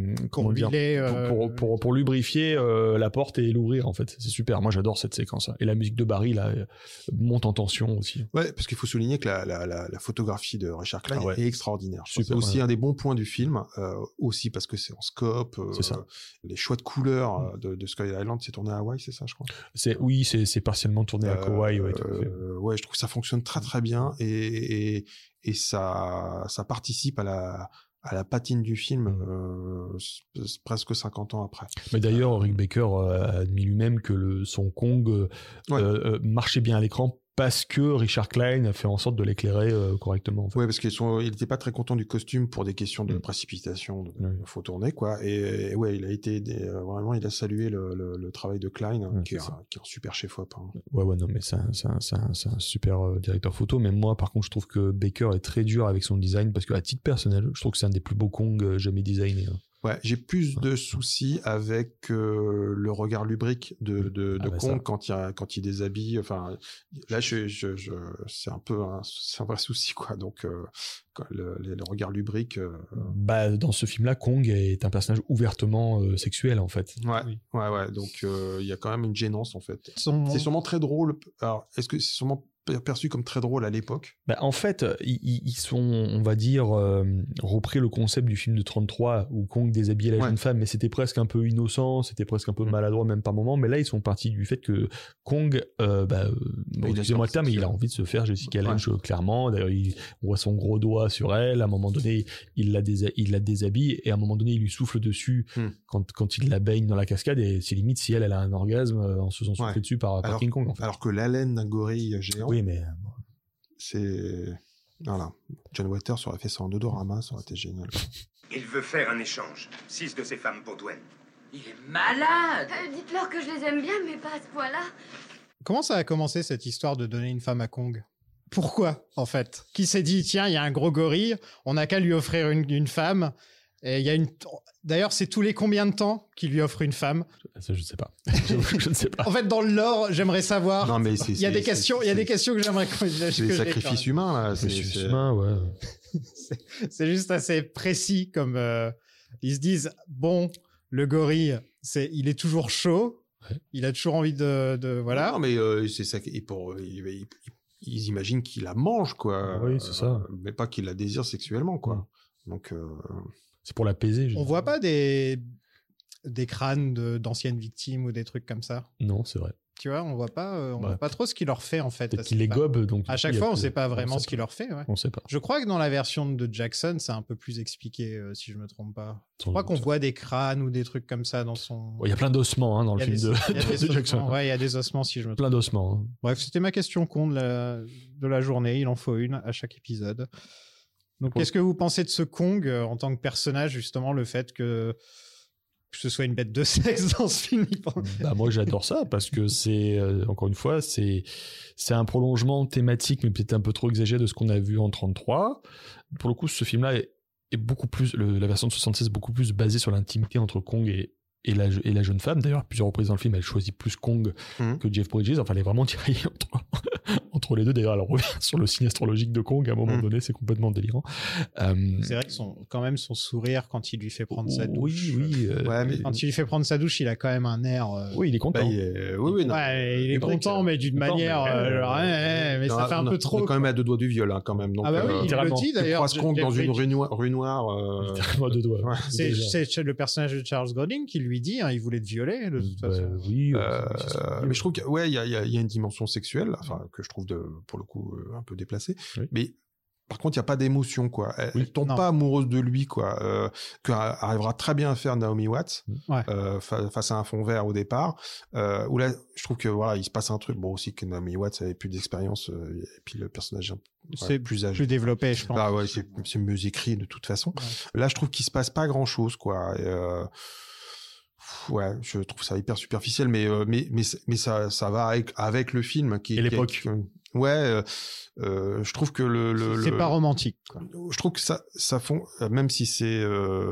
lubrifier la porte et l'ouvrir, en fait. C'est super. Moi, j'adore cette séquence, hein. Et la musique de Barry là monte en tension aussi. Ouais, parce qu'il faut souligner que la photographie de Richard Klein est extraordinaire. C'est aussi un des bons points du film, aussi parce que c'est en scope. C'est ça. Les choix de couleurs de Sky Island, c'est tourné à Hawaï, c'est ça, je crois. C'est partiellement tourné à Kauai. Ouais, je trouve que ça fonctionne très très bien, et ça participe à la patine du film presque 50 ans après. Mais d'ailleurs, Rick Baker a admis lui-même que son Kong marchait bien à l'écran parce que Richard Klein a fait en sorte de l'éclairer correctement. En fait. Ouais, parce qu'il n'était pas très content du costume pour des questions de précipitation, faut tourner, quoi. Et ouais, il a été vraiment, il a salué le travail de Klein, qui est un super chef-op. Hein. Ouais, non, mais c'est un super directeur photo. Mais moi, par contre, je trouve que Baker est très dur avec son design, parce qu'à titre personnel, je trouve que c'est un des plus beaux Kong jamais designés. Hein. Ouais, j'ai plus de soucis avec le regard lubrique de Kong quand il déshabille. Enfin, là, c'est un vrai souci, quoi. Donc, le regard lubrique. Dans ce film-là, Kong est un personnage ouvertement sexuel, en fait. Ouais. Donc, il y a quand même une gênance, en fait. C'est sûrement très drôle. Alors, est-ce que c'est sûrement perçu comme très drôle à l'époque? En fait, ils sont, on va dire, repris le concept du film de 33 où Kong déshabillait la jeune femme, mais c'était presque un peu innocent, c'était presque un peu maladroit même par moment. Mais là, ils sont partis du fait que Kong, excusez-moi le terme, mais il a envie de se faire Jessica Lange, clairement. D'ailleurs, on voit son gros doigt sur elle. À un moment donné, il la déshabille, et à un moment donné, il lui souffle dessus quand il la baigne dans la cascade, et c'est limite si elle a un orgasme en se faisant souffler dessus par King Kong. En fait. Alors que l'haleine d'un gorille géant. Oui, mais c'est voilà. John Waters aurait fait ça en odorama, ça aurait été génial. Il veut faire un échange. 6 de ses femmes pour Dwayne. Il est malade. Dites-leur que je les aime bien, mais pas à ce point-là. Comment ça a commencé cette histoire de donner une femme à Kong? Pourquoi, en fait? Qui s'est dit, tiens, il y a un gros gorille, on n'a qu'à lui offrir une femme, et il y a D'ailleurs, c'est tous les combien de temps qu'il lui offre une femme? Ça, je ne sais pas. Je ne sais pas. En fait, dans le lore, j'aimerais savoir. Non, mais il y a des questions que j'aimerais que c'est des sacrifices humains, là. C'est humain, ouais. C'est juste assez précis comme ils se disent bon, le gorille, il est toujours chaud, il a toujours envie de voilà. Non, mais c'est ça. Et ils imaginent qu'il la mange, quoi. Oui, c'est ça. Mais pas qu'il la désire sexuellement, quoi. Donc. C'est pour l'apaiser. On voit pas des crânes d'anciennes victimes ou des trucs comme ça. Non, c'est vrai. Tu vois, on voit pas trop ce qu'il leur fait en fait. Peut-être qu'il les gobe, donc à chaque fois, on sait pas vraiment ce qu'il leur fait. Ouais. On sait pas. Je crois que dans la version de Jackson, c'est un peu plus expliqué, si je me trompe pas. Je crois qu'on voit des crânes ou des trucs comme ça dans son. Il y a plein d'ossements dans le film de Jackson. Ouais, il y a des ossements si je me trompe. Plein d'ossements. Hein. Bref, c'était ma question con de la journée. Il en faut une à chaque épisode. Donc, qu'est-ce que vous pensez de ce Kong en tant que personnage, justement, le fait que ce soit une bête de sexe dans ce film? Moi, j'adore ça parce que c'est, encore une fois, c'est un prolongement thématique, mais peut-être un peu trop exagéré de ce qu'on a vu en 33. Pour le coup, ce film-là est beaucoup plus, la version de 76 est beaucoup plus basée sur l'intimité entre Kong et la jeune femme. D'ailleurs, à plusieurs reprises dans le film, elle choisit plus Kong que Jeff Bridges. Enfin, elle est vraiment tiraillée entre les deux. D'ailleurs, elle revient sur le signe astrologique de Kong à un moment donné. C'est complètement délirant. C'est vrai que quand même son sourire quand il lui fait prendre sa douche. Oui. Quand il lui fait prendre sa douche, il a quand même un air. Oui, il est content. Il est content, mais d'une manière. Mais ça fait un peu trop. On est quand même à 2 doigts du viol, hein, quand même. Donc, il le dit d'ailleurs. Tu croises Kong dans une rue noire. Littéralement à 2 doigts. C'est le personnage de Charles Grodin qui lui dit, il voulait te violer de toute façon. Oui. Mais je trouve qu'il y a une dimension sexuelle, enfin que je trouve pour le coup un peu déplacée. Oui. Mais par contre, il n'y a pas d'émotion, quoi. Elle tombe pas amoureuse de lui, quoi. Qu'arrivera très bien à faire Naomi Watts face à un fond vert au départ. Où là, je trouve que voilà, il se passe un truc. Bon, aussi que Naomi Watts avait plus d'expérience et puis le personnage c'est plus âgé, plus développé, je pense. Ah ouais, c'est mieux écrit de toute façon. Ouais. Là, je trouve qu'il se passe pas grand chose, quoi. Ouais, je trouve ça hyper superficiel, mais ça va avec le film et l'époque. Je trouve que c'est pas romantique, quoi. Je trouve que ça fond, même si c'est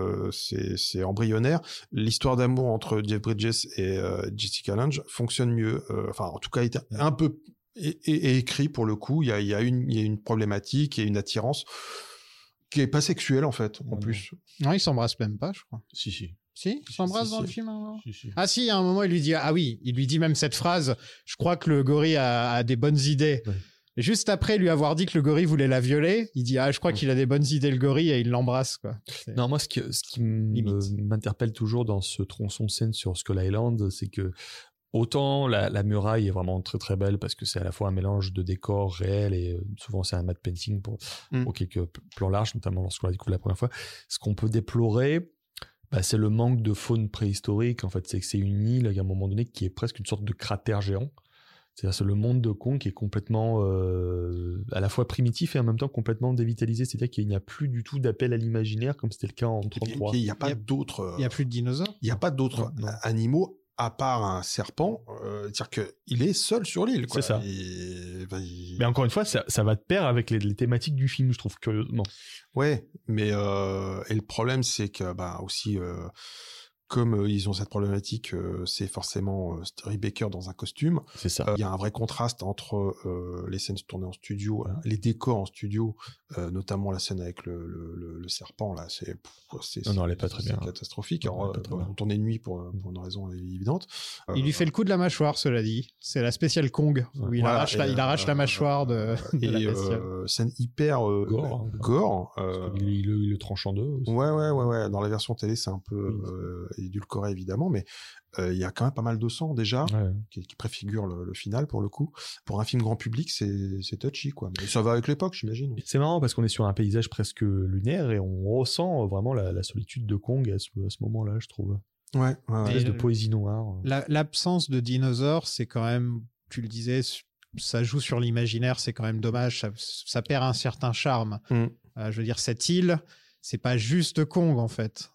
embryonnaire, l'histoire d'amour entre Jeff Bridges et Jessica Lange fonctionne mieux. Enfin, en tout cas, est un peu écrit pour le coup. Il y a une problématique et une attirance qui est pas sexuelle en fait, en plus. Non, ils s'embrassent même pas, je crois. Si. Si, ils s'embrassent dans le film. Si. Ah si, à un moment, il lui dit même cette phrase, je crois que le gorille a des bonnes idées. Ouais. Et juste après lui avoir dit que le gorille voulait la violer, il dit je crois qu'il a des bonnes idées le gorille, et il l'embrasse, quoi. Non, moi ce qui m'interpelle toujours dans ce tronçon de scène sur Skull Island, c'est que autant la muraille est vraiment très très belle parce que c'est à la fois un mélange de décors réels et souvent c'est un matte painting pour quelques plans larges, notamment lorsqu'on la découvre la première fois. Ce qu'on peut déplorer, c'est le manque de faune préhistorique. En fait, c'est que c'est une île à un moment donné qui est presque une sorte de cratère géant. C'est le monde de Kong qui est complètement à la fois primitif et en même temps complètement dévitalisé. C'est-à-dire qu'il n'y a plus du tout d'appel à l'imaginaire comme c'était le cas en 33. Il n'y a pas d'autres. Il n'y a plus de dinosaures. Il n'y a pas d'autres animaux à part un serpent. C'est-à-dire qu'il est seul sur l'île, quoi. C'est ça. Mais encore une fois, ça va de pair avec les thématiques du film, je trouve, curieusement. Ouais, mais et le problème, c'est que aussi, comme ils ont cette problématique, c'est forcément Ray Baker dans un costume. C'est ça. Il y a un vrai contraste entre les scènes tournées en studio, les décors en studio, notamment la scène avec le serpent là. Non, elle est pas très bien. C'est catastrophique. Alors, tourné de nuit pour une raison évidente. Il lui fait le coup de la mâchoire, cela dit. C'est la spéciale Kong où il arrache la mâchoire de la bestiole. Scène hyper gore. Il le tranche en deux. Aussi. Ouais. Dans la version télé, c'est un peu édulcoré évidemment, mais il y a quand même pas mal de sang déjà qui préfigure le final pour le coup. Pour un film grand public, c'est touchy, quoi. Mais ça va avec l'époque, j'imagine. C'est marrant parce qu'on est sur un paysage presque lunaire et on ressent vraiment la solitude de Kong à ce moment-là, je trouve. Ouais. De poésie noire. L'absence de dinosaures, c'est quand même, tu le disais, ça joue sur l'imaginaire, c'est quand même dommage, ça perd un certain charme. Je veux dire, cette île, c'est pas juste Kong en fait.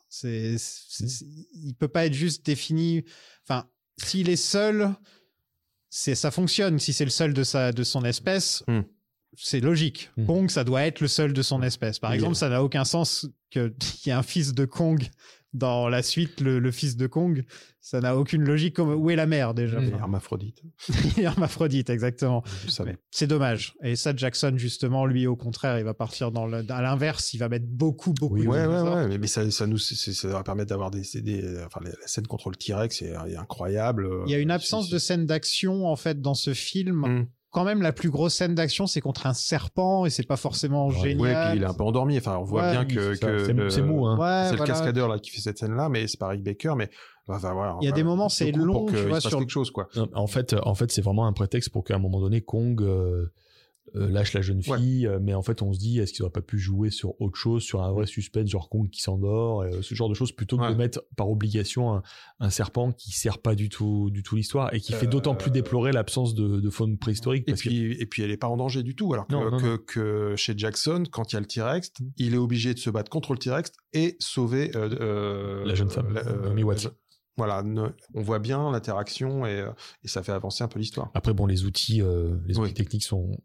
Il peut pas être juste défini. Enfin, s'il est seul, ça fonctionne. Si c'est le seul de son espèce, c'est logique. Kong, ça doit être le seul de son espèce. Par exemple, ça n'a aucun sens qu'il y ait un fils de Kong dans la suite, le fils de Kong. Ça n'a aucune logique. Où est la mère, déjà? Il est hermaphrodite. Il est hermaphrodite, exactement. Je savais. C'est dommage. Et ça, Jackson, justement, lui, au contraire, il va partir à l'inverse. Il va mettre beaucoup de Ouais. Mais ça va permettre d'avoir la scène contre le T-Rex est incroyable. Il y a une absence de scène d'action, en fait, dans ce film. Quand même, la plus grosse scène d'action, c'est contre un serpent et c'est pas génial. Ouais, puis il est un peu endormi. Enfin, on voit bien que c'est mou, hein. Ouais, c'est le cascadeur là qui fait cette scène-là, mais c'est pas Rick Baker. Mais il y a des moments, c'est long, tu vois, sur quelque chose, quoi. Non, en fait, c'est vraiment un prétexte pour qu'à un moment donné, Kong lâche la jeune fille, mais en fait, on se dit, est-ce qu'ils auraient pas pu jouer sur autre chose, sur un vrai suspense, genre Kong qui s'endort, ce genre de choses, plutôt que de mettre par obligation un serpent qui sert pas du tout l'histoire et qui fait d'autant plus déplorer l'absence de faune préhistorique. Et puis elle est pas en danger du tout, alors que chez Jackson, quand il y a le T-Rex, il est obligé de se battre contre le T-Rex et sauver la jeune femme, Naomi Watts. Voilà, on voit bien l'interaction et ça fait avancer un peu l'histoire. Après, bon, les outils techniques sont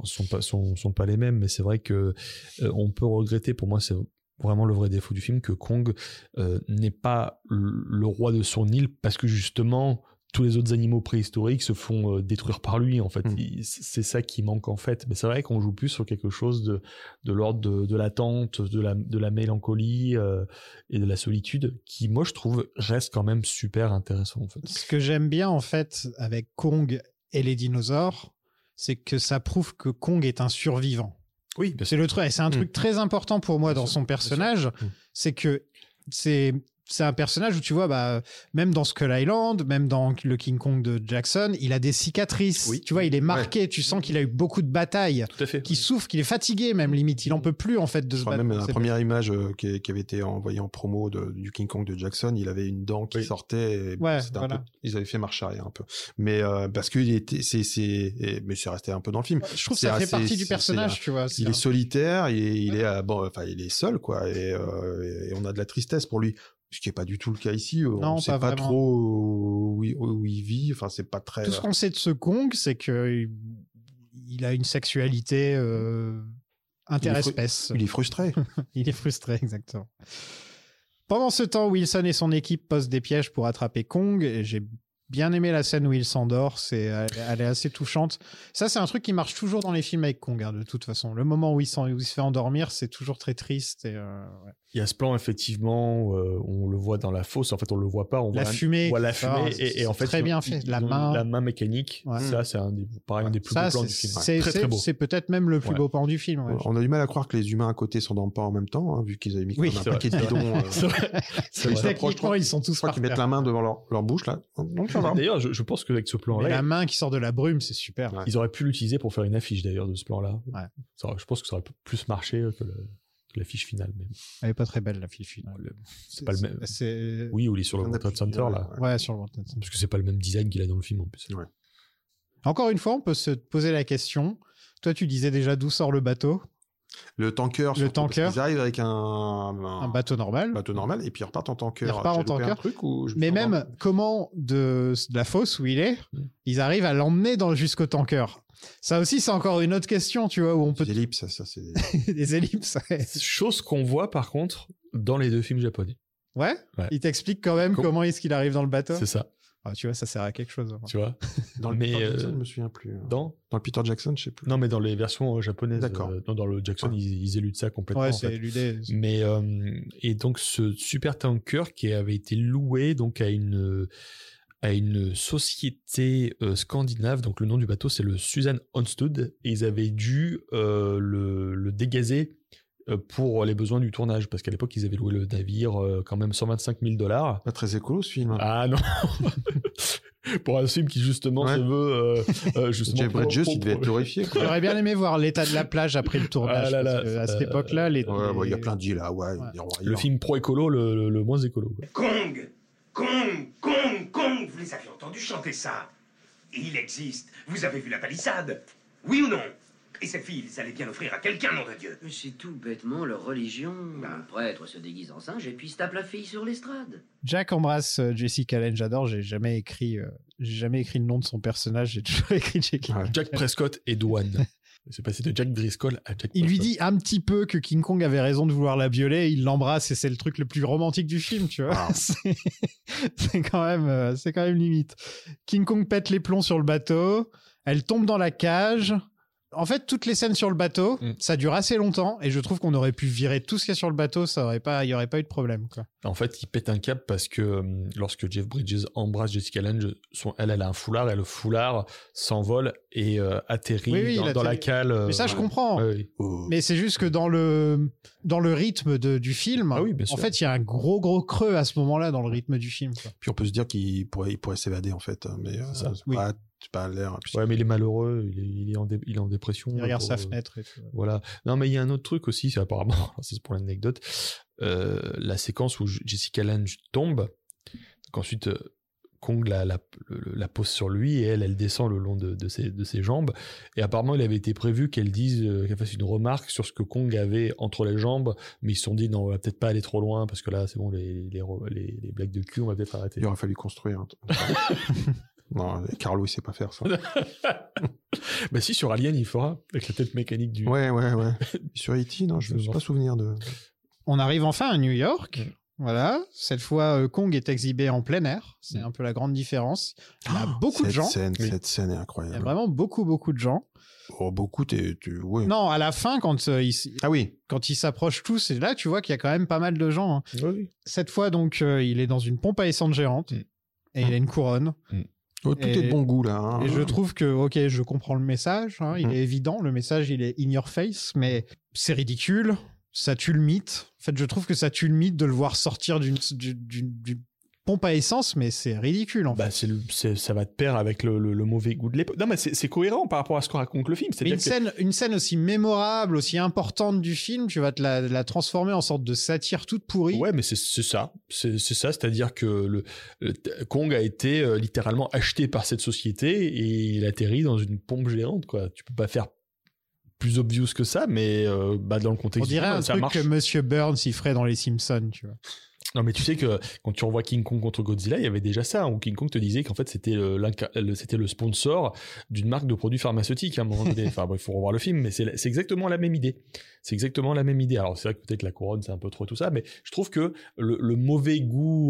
pas les mêmes, mais c'est vrai que on peut regretter. Pour moi, c'est vraiment le vrai défaut du film que Kong n'est pas le roi de son île parce que justement tous les autres animaux préhistoriques se font détruire par lui, en fait. C'est ça qui manque, en fait. Mais c'est vrai qu'on joue plus sur quelque chose de l'ordre de l'attente, de la mélancolie et de la solitude, qui, moi, je trouve, reste quand même super intéressant, en fait. Ce que j'aime bien, en fait, avec Kong et les dinosaures, c'est que ça prouve que Kong est un survivant. Oui, c'est le truc. Et c'est un truc très important pour moi dans son personnage, c'est que c'est un personnage où tu vois, même dans Skull Island, même dans le King Kong de Jackson, il a des cicatrices. Tu vois, il est marqué. Tu sens qu'il a eu beaucoup de batailles. Tout à fait. Qu'il souffre, qu'il est fatigué, même limite. Il en peut plus, en fait, de se battre. Même la première image qui avait été envoyée en promo du King Kong de Jackson, il avait une dent qui sortait. Et ils avaient fait marche arrière un peu. Mais parce qu'il était, mais c'est resté un peu dans le film. Je trouve que ça fait partie du personnage, tu vois. Il est solitaire, il est seul, quoi. Et on a de la tristesse pour lui. Ce qui est pas du tout le cas ici. On ne sait pas trop où il vit. Enfin, c'est pas très. Tout ce qu'on sait de ce Kong, c'est que il a une sexualité interespèce. Il est frustré. Il est frustré, exactement. Pendant ce temps, Wilson et son équipe posent des pièges pour attraper Kong. Et j'ai bien aimé la scène où il s'endort. Elle est assez touchante. Ça, c'est un truc qui marche toujours dans les films avec Kong, de toute façon. Le moment où il se fait endormir, c'est toujours très triste. Et, Il y a ce plan, effectivement, où on le voit dans la fosse. En fait, on le voit pas. On voit la fumée. Et en fait, très bien fait. La main mécanique. Ça, c'est un des plus beaux plans du film. C'est très beau. C'est peut-être même le plus beau plan du film. On a du mal à croire que les humains à côté s'endorment pas en même temps, vu qu'ils avaient mis un paquet de bidons. Techniquement, ils sont tous. Je crois qu'ils mettent la main devant leur bouche là. D'ailleurs, je pense qu'avec ce plan-là, la main qui sort de la brume, c'est super. Ils auraient pu l'utiliser pour faire une affiche d'ailleurs de ce plan-là. Je pense que ça aurait plus marché que l'affiche finale même. Elle est pas très belle l'affiche finale. C'est pas le même. Oui, où il est sur le World Trade Center là. Ouais, sur le World Trade Center. Parce que c'est pas le même design qu'il a dans le film en plus. Ouais. Encore une fois, on peut se poser la question. Toi, tu disais déjà d'où sort le bateau. Le tanker. Ils arrivent avec un bateau normal. Et puis ils repartent en tanker. Ils repartent en tanker. Mais même comment de la fosse où il est, ils arrivent à l'emmener jusqu'au tanker. Ça aussi, c'est encore une autre question, tu vois, où on peut. Des ellipses, ça c'est des ellipses. Chose qu'on voit par contre dans les deux films japonais. Ouais. Il t'explique quand même comment est-ce qu'il arrive dans le bateau. C'est ça. Ah, tu vois, ça sert à quelque chose. Tu vois. Dans le Peter Jackson, je me souviens plus. Dans le Peter Jackson, je sais plus. Non, mais dans les versions japonaises. D'accord. Dans le Jackson, ils éludent ça complètement. Ouais, c'est éludé. Mais et donc ce super tanker qui avait été loué donc à une société scandinave, donc le nom du bateau c'est le Susan Onstud, et ils avaient dû le dégazer pour les besoins du tournage, parce qu'à l'époque ils avaient loué le navire quand même $125,000. Pas très écolo ce film. Ah non. Pour un film qui justement se veut Jeff Bridges il devait être horrifié. J'aurais bien aimé voir l'état de la plage après le tournage. À cette époque-là, il y a plein de là. Le film pro-écolo, le moins écolo. Kong, vous les avez entendus chanter ça? Il existe. Vous avez vu la palissade? Oui ou non? Et cette fille, ils allaient bien l'offrir à quelqu'un, nom de Dieu. C'est tout bêtement leur religion. Un prêtre se déguise en singe et puis se tape la fille sur l'estrade. Jack embrasse Jessica Lange. J'adore. J'ai jamais écrit le nom de son personnage. J'ai toujours écrit Jackie. Jack Prescott et Dwan. C'est passé de Jack Driscoll à Jack Il lui Paulson. dit un petit peu que King Kong avait raison de vouloir la violer, il l'embrasse et c'est le truc le plus romantique du film, tu vois. C'est quand même limite. King Kong pète les plombs sur le bateau, elle tombe dans la cage. En fait, toutes les scènes sur le bateau, ça dure assez longtemps et je trouve qu'on aurait pu virer tout ce qu'il y a sur le bateau, il y aurait pas eu de problème, quoi. En fait, il pète un câble parce que lorsque Jeff Bridges embrasse Jessica Lange, elle a un foulard et le foulard s'envole et atterrit dans la cale. Mais ça, je comprends. Ouais. Mais c'est juste que dans le rythme du film, en fait, il y a un gros creux à ce moment-là dans le rythme du film, quoi. Puis on peut se dire qu'il pourrait s'évader en fait, mais c'est pas l'air. Ouais, mais il est malheureux, il est en dépression. Il regarde sa fenêtre et tout. Voilà. Non, mais il y a un autre truc aussi, c'est apparemment, c'est pour l'anecdote, la séquence où Jessica Lange tombe, donc ensuite Kong la pose sur lui et elle descend le long de ses jambes, et apparemment il avait été prévu qu'elle fasse une remarque sur ce que Kong avait entre les jambes, mais ils se sont dit non, on va peut-être pas aller trop loin parce que là c'est bon, les blagues de cul on va peut-être arrêter. Il aurait fallu construire non, Carlo il sait pas faire ça. Bah si, sur Alien il fera avec la tête mécanique du... Ouais. Sur E.T. non, je me suis pas souvenir de... On arrive enfin à New York. Voilà, cette fois Kong est exhibé en plein air, c'est un peu la grande différence. Il y a beaucoup de gens. Cette scène est incroyable. Il y a vraiment beaucoup de gens. Oh, beaucoup, ouais. Non, à la fin, quand ils s'approchent tous, et là tu vois qu'il y a quand même pas mal de gens. Hein. Oui. Cette fois donc, il est dans une pompe à essence géante et il a une couronne. Oh, tout est de bon goût là. Hein. Et je trouve que, ok, je comprends le message, hein, il est évident, le message il est in your face, mais c'est ridicule, ça tue le mythe. En fait, je trouve que ça tue le mythe de le voir sortir d'une pompe à essence, mais c'est ridicule en fait. Ça va de pair avec le mauvais goût de l'époque. Non, mais c'est cohérent par rapport à ce que raconte le film. Mais une scène aussi mémorable, aussi importante du film, tu vas te la transformer en sorte de satire toute pourrie. Ouais, mais c'est ça. C'est ça, c'est-à-dire que Kong a été littéralement acheté par cette société et il atterrit dans une pompe géante, quoi. Tu peux pas faire plus obvious que ça, mais dans le contexte, on dirait un truc que Monsieur Burns il ferait dans Les Simpsons, tu vois. Non, mais tu sais que quand tu revois King Kong contre Godzilla, il y avait déjà ça, où King Kong te disait qu'en fait c'était le sponsor d'une marque de produits pharmaceutiques à un moment donné. Enfin, il faut revoir le film, mais c'est exactement la même idée. C'est exactement la même idée. Alors c'est vrai que peut-être la couronne c'est un peu trop tout ça, mais je trouve que le mauvais goût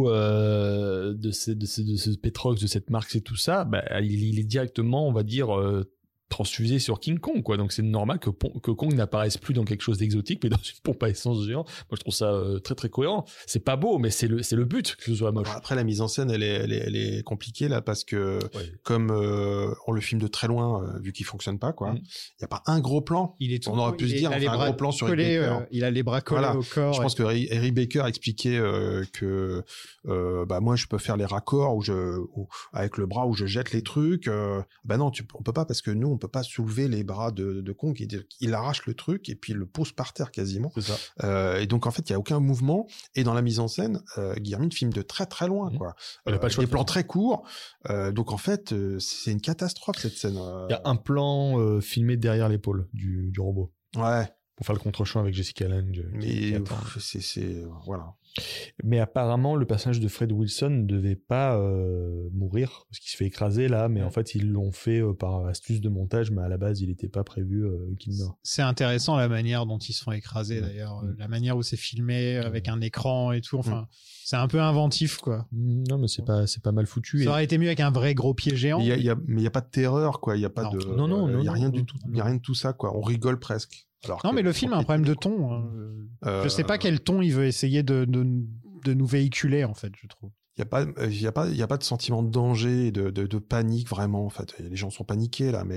de ce Petrox, de cette marque, c'est tout ça, il est directement, on va dire, transfusé sur King Kong, quoi. Donc c'est normal que Kong n'apparaisse plus dans quelque chose d'exotique, mais dans une pompe à essence géante. Moi je trouve ça très très cohérent. C'est pas beau, mais c'est le but que ce soit moche. Après la mise en scène elle est compliquée là, parce que comme on le filme de très loin, vu qu'il fonctionne pas, quoi. Il y a pas un gros plan. On aurait pu se dire, on fait un gros plan sur Eric Baker. Il a les bras collés au corps. Je pense que Eric Baker expliquait que moi je peux faire les raccords avec le bras où je jette les trucs. Non, on peut pas, parce que nous on peut pas soulever les bras de Kong, il arrache le truc et puis il le pose par terre quasiment. C'est ça. Et donc en fait il y a aucun mouvement, et dans la mise en scène Guillermin filme de très très loin, quoi. Des plans très courts, donc en fait c'est une catastrophe cette scène. Il y a un plan filmé derrière l'épaule du robot. Ouais. Pour faire le contre-champ avec Jessica Lange. Mais c'est voilà. Mais apparemment, le personnage de Fred Wilson ne devait pas mourir parce qu'il se fait écraser là, mais en fait ils l'ont fait par astuce de montage, mais à la base il n'était pas prévu qu'il meure. C'est intéressant la manière dont ils se font écraser d'ailleurs, la manière où c'est filmé avec un écran et tout. Enfin, c'est un peu inventif, quoi. Non, mais c'est pas mal foutu. Ça aurait été mieux avec un vrai gros pied géant. Mais il y a pas de terreur, quoi. Il y a pas de. Non. Il y a rien du tout. Il y a rien de tout ça, quoi. On rigole presque. Non, mais le film a un problème de ton. Hein. Je sais pas quel ton il veut essayer de nous véhiculer, en fait, je trouve. Il y a pas de sentiment de danger, de panique, vraiment. En fait, les gens sont paniqués là,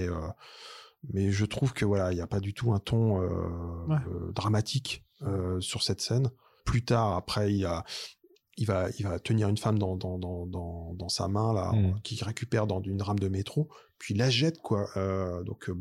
mais je trouve que voilà, il y a pas du tout un ton dramatique sur cette scène. Plus tard, après, il va tenir une femme dans sa main là, qui récupère dans une rame de métro, puis il la jette, quoi. Donc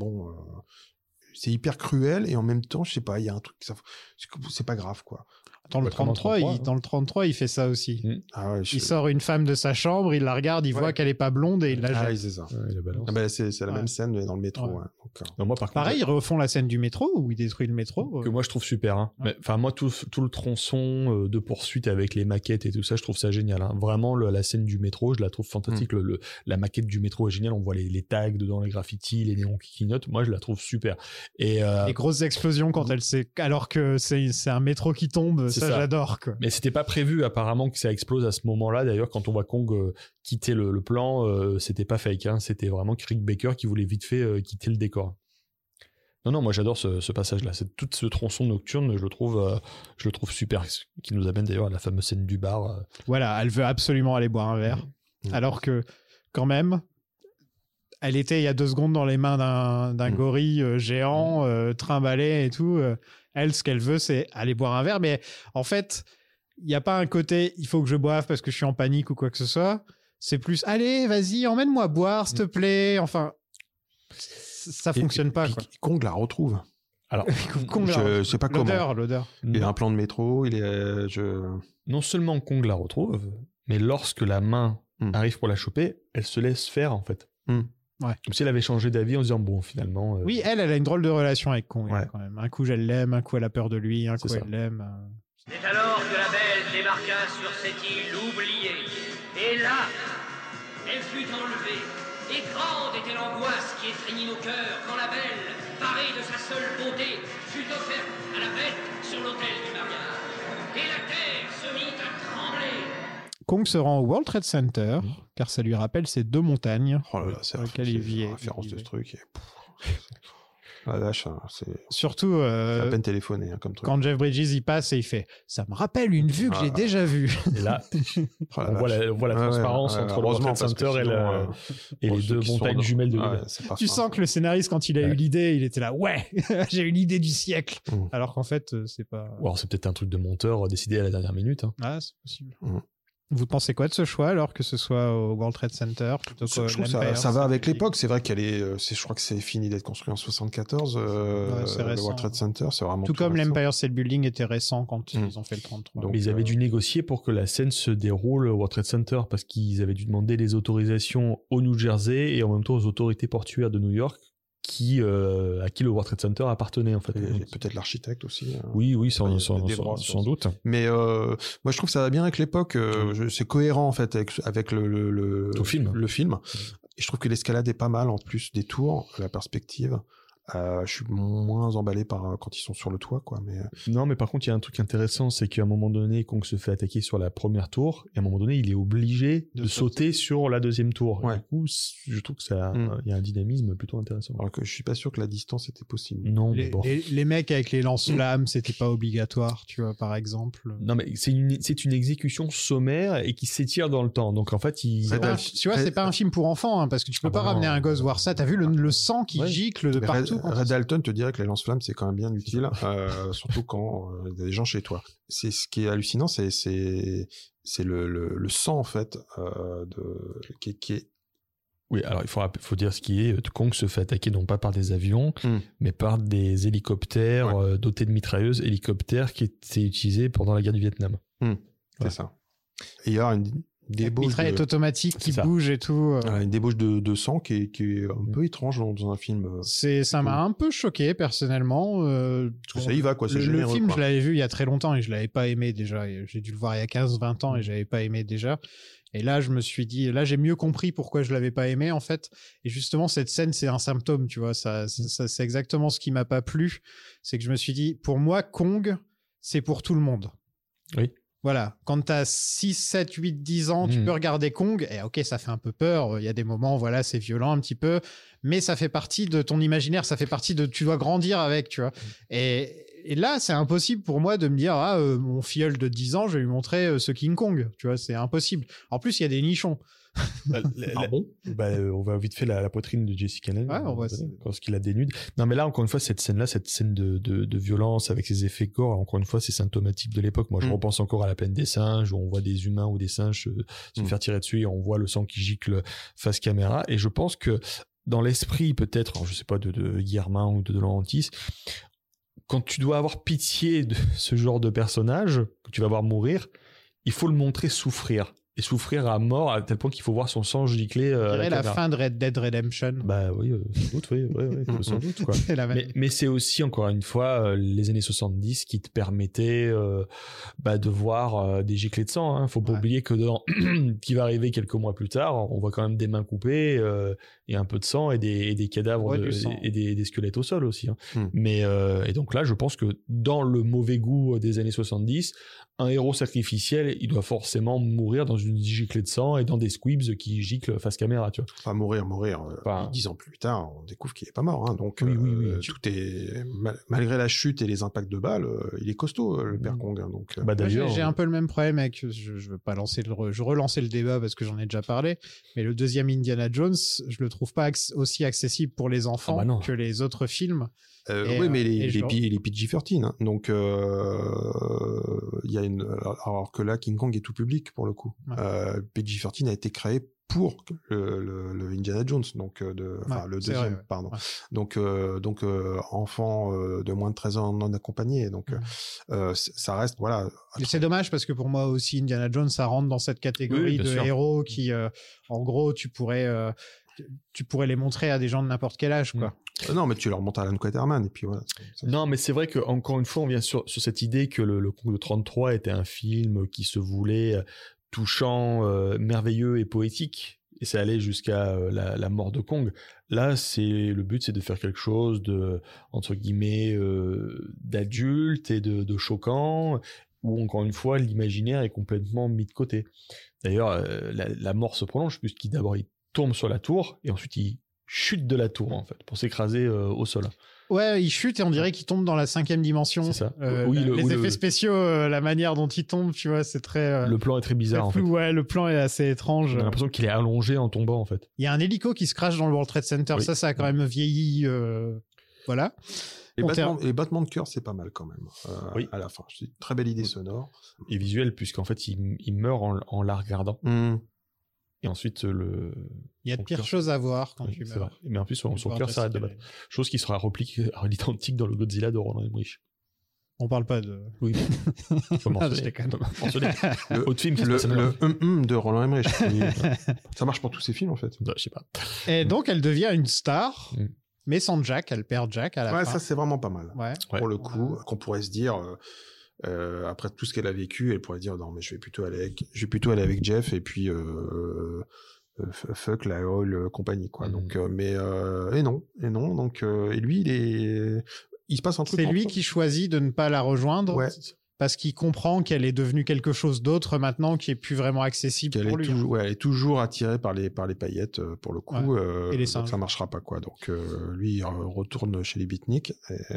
c'est hyper cruel, et en même temps, je sais pas, il y a un truc, c'est pas grave, quoi. Dans le 33, il fait ça aussi. Ah ouais, il sort une femme de sa chambre, il la regarde, il voit qu'elle est pas blonde et il la jette. Ah oui, c'est ça. Ouais, c'est la même scène, mais dans le métro. Ouais. l'époque. Non, moi, par contre, Pareil, ils refont la scène du métro où ils détruisent le métro. que moi je trouve super. Hein. Ouais. Enfin, moi, tout le tronçon de poursuite avec les maquettes et tout ça, je trouve ça génial. Hein. Vraiment, la scène du métro, je la trouve fantastique. La maquette du métro est géniale. On voit les tags dedans, les graffitis, les néons qui clignotent. Moi, je la trouve super. Et Les grosses explosions quand alors que c'est un métro qui tombe, ça j'adore. Quoi. Mais c'était pas prévu apparemment que ça explose à ce moment-là. D'ailleurs, quand on voit Kong quitter le plan, c'était pas fake. Hein. C'était vraiment Rick Baker qui voulait vite fait quitter le décor. Non, moi j'adore ce passage-là. C'est tout ce tronçon nocturne, je le trouve super. Qui nous amène d'ailleurs à la fameuse scène du bar. Voilà, elle veut absolument aller boire un verre, alors que quand même, elle était il y a 2 secondes dans les mains d'un gorille géant, trimballé et tout. Elle, ce qu'elle veut, c'est aller boire un verre, mais en fait, il n'y a pas un côté il faut que je boive parce que je suis en panique ou quoi que ce soit. C'est plus allez, vas-y, emmène-moi boire, s'il te plaît. Enfin, ça fonctionne pas. Quoi. Kong la retrouve. Alors, je sais pas comment. L'odeur. Il a un plan de métro. Non seulement Kong la retrouve, mais lorsque la main arrive pour la choper, elle se laisse faire en fait. Ouais. Comme si elle avait changé d'avis en disant bon, finalement. Oui, elle a une drôle de relation avec Kong quand même. Un coup, elle l'aime, un coup, elle a peur de lui, un coup, elle l'aime. C'est alors que la Belle débarqua sur cette île oubliée. Et là, elle fut enlevée. Et grande était l'angoisse qui étreignit nos cœurs quand la Belle, parée de sa seule beauté, fut offerte à la bête sur l'autel du mariage. Et la terre se mit à trembler. Kong se rend au World Trade Center, car ça lui rappelle ces 2 montagnes sur lesquelles il vit. Référence de ce truc. La vache, c'est surtout à peine téléphoné comme truc. Quand Jeff Bridges y passe et il fait ça me rappelle une vue que j'ai déjà vue. Et là on voit la transparence entre le World Trade Center et les 2 montagnes jumelles de l'hiver. Tu sens que le scénariste, quand il a eu l'idée, il était là j'ai eu l'idée du siècle, alors qu'en fait c'est pas. Ou alors c'est peut-être un truc de monteur décidé à la dernière minute. Hein. Ah, c'est possible. Vous pensez quoi de ce choix, alors que ce soit au World Trade Center plutôt que je trouve ça va avec l'époque. C'est vrai qu'elle je crois que c'est fini d'être construit en 74. Le World Trade Center, c'est vraiment tout comme l'Empire State Building était récent quand ils ont fait le 33. Donc, mais ils avaient dû négocier pour que la scène se déroule au World Trade Center parce qu'ils avaient dû demander les autorisations au New Jersey et en même temps aux autorités portuaires de New York. À qui le World Trade Center appartenait en fait. Et peut-être l'architecte aussi. Oui, sans doute. Mais moi je trouve que ça va bien avec l'époque. C'est cohérent en fait avec le film. Et je trouve que l'escalade est pas mal en plus des tours, la perspective. Je suis moins emballé quand ils sont sur le toit, quoi. Mais non, mais par contre, il y a un truc intéressant, c'est qu'à un moment donné, Kong se fait attaquer sur la première tour, et à un moment donné, il est obligé de sauter sur la deuxième tour. Ouais. Du coup, je trouve que ça, il y a un dynamisme plutôt intéressant. Alors que je suis pas sûr que la distance était possible. Non, mais bon. Les mecs avec les lance-flammes, c'était pas obligatoire, tu vois, par exemple. Non, mais c'est une exécution sommaire et qui s'étire dans le temps. Donc en fait, tu vois, c'est pas un film pour enfants, hein, parce que tu peux pas ramener un gosse voir ça. T'as vu le sang qui gicle de partout. Red Dalton te dirait que les lance-flammes c'est quand même bien utile, surtout quand il y a des gens chez toi. C'est ce qui est hallucinant, c'est le sang en fait qui est. Oui, alors il faut dire ce qui est. Kong se fait attaquer non pas par des avions, mais par des hélicoptères dotés de mitrailleuses, hélicoptères qui étaient utilisés pendant la guerre du Vietnam. C'est ça. Et il y a une mitraillette automatique qui bouge et tout. Une débauche de sang qui est un peu étrange dans un film. Ça m'a un peu choqué personnellement. Ça y va quoi, c'est généreux. Le film, quoi. je l'avais vu il y a très longtemps et je l'avais pas aimé déjà. J'ai dû le voir il y a 15-20 ans et j'avais pas aimé déjà. Et là, je me suis dit, là, j'ai mieux compris pourquoi je l'avais pas aimé, en fait. Et justement, cette scène, c'est un symptôme, tu vois. Ça, c'est exactement ce qui m'a pas plu. C'est que je me suis dit, pour moi, Kong, c'est pour tout le monde. Oui. Voilà, quand t'as 6, 7, 8, 10 ans, tu peux regarder Kong, et ok, ça fait un peu peur, il y a des moments, voilà, c'est violent un petit peu, mais ça fait partie de ton imaginaire, ça fait partie de... Tu dois grandir avec, tu vois. Et là, c'est impossible pour moi de me dire, mon filleul de 10 ans, je vais lui montrer ce King Kong, tu vois, c'est impossible. En plus, il y a des nichons. Bon on va vite fait la poitrine de Jessica Lange quand il la dénude. Non mais là encore une fois cette scène de violence avec ses effets gore, encore une fois c'est symptomatique de l'époque. Moi je repense encore à La Plaine des singes où on voit des humains ou des singes se faire tirer dessus et on voit le sang qui gicle face caméra, et je pense que dans l'esprit peut-être, alors, je sais pas, de Guillermin ou de Laurentiis, quand tu dois avoir pitié de ce genre de personnage que tu vas voir mourir, il faut le montrer souffrir. et souffrir à mort à tel point qu'il faut voir son sang gicler On à dirait la la caméra. fin de Red Dead Redemption. Bah oui, sans doute, oui, sans doute, quoi. C'est la même. Mais c'est aussi, encore une fois, les années 70 qui te permettaient de voir des giclées de sang. Faut pas oublier que dans qui va arriver quelques mois plus tard, on voit quand même des mains coupées et un peu de sang et des cadavres et des squelettes au sol aussi. Mais et donc là, je pense que dans le mauvais goût des années 70, un héros sacrificiel, il doit forcément mourir dans une giclée de sang et dans des squibs qui giclent face caméra, tu vois. Enfin, mourir. 10 ans plus tard, on découvre qu'il est pas mort. Donc, oui. Tout est malgré la chute et les impacts de balles, il est costaud, le père Kong. Donc, d'ailleurs, j'ai un peu le même problème avec. Je veux pas relancer le débat parce que j'en ai déjà parlé. Mais le deuxième Indiana Jones, je le trouve pas aussi accessible pour les enfants que les autres films. Mais les PG-13, hein. Donc il y a alors que là King Kong est tout public pour le coup. PG-13 a été créé pour le Indiana Jones, donc le deuxième, vrai, pardon. Donc enfant de moins de 13 ans non accompagné, donc ça reste voilà. Et c'est dommage parce que pour moi aussi Indiana Jones ça rentre dans cette catégorie de héros qui en gros tu pourrais les montrer à des gens de n'importe quel âge, quoi. Non, mais tu leur montres Alan Quaterman et puis voilà. Non, mais c'est vrai que encore une fois, on vient sur cette idée que le Kong de 33 était un film qui se voulait touchant, merveilleux et poétique, et ça allait jusqu'à la mort de Kong. Là, le but, c'est de faire quelque chose de entre guillemets d'adulte et de choquant, où encore une fois l'imaginaire est complètement mis de côté. D'ailleurs, la mort se prolonge puisqu'il d'abord il tombe sur la tour et ensuite il chute de la tour en fait pour s'écraser au sol. Ouais, il chute et on dirait qu'il tombe dans la 5e dimension. C'est ça. Les effets spéciaux, la manière dont il tombe, tu vois, c'est très. Le plan est très bizarre en fait. Ouais, le plan est assez étrange. On a l'impression qu'il est allongé en tombant en fait. Il y a un hélico qui se crache dans le World Trade Center. Oui. Ça a quand même vieilli. Voilà. Les battements de cœur, c'est pas mal quand même. À la fin, c'est une très belle idée sonore et visuelle puisqu'en fait il meurt en la regardant. Et ensuite, il y a de pires choses à voir quand tu meurs. Mais en plus, son cœur s'arrête de battre. Chose qui sera répliquée à l'identique dans le Godzilla de Roland Emmerich. On parle pas de... Oui. Faut mentionner. Autre film, le de Roland Emmerich. Ça marche pour tous ses films, en fait. Je sais pas. Et donc, elle devient une star, mais sans Jack. Elle perd Jack à la fin. Ouais, ça, c'est vraiment pas mal. Ouais. Pour le coup, qu'on pourrait se dire... après tout ce qu'elle a vécu, elle pourrait dire non mais je vais plutôt aller avec Jeff et puis fuck la whole compagnie quoi. Donc et non donc et lui il se passe un truc. C'est lui qui choisit de ne pas la rejoindre parce qu'il comprend qu'elle est devenue quelque chose d'autre maintenant qui est plus vraiment accessible pour lui. Elle est toujours attirée par les paillettes pour le coup et les donc ça marchera pas quoi. Donc lui il retourne chez les beatniks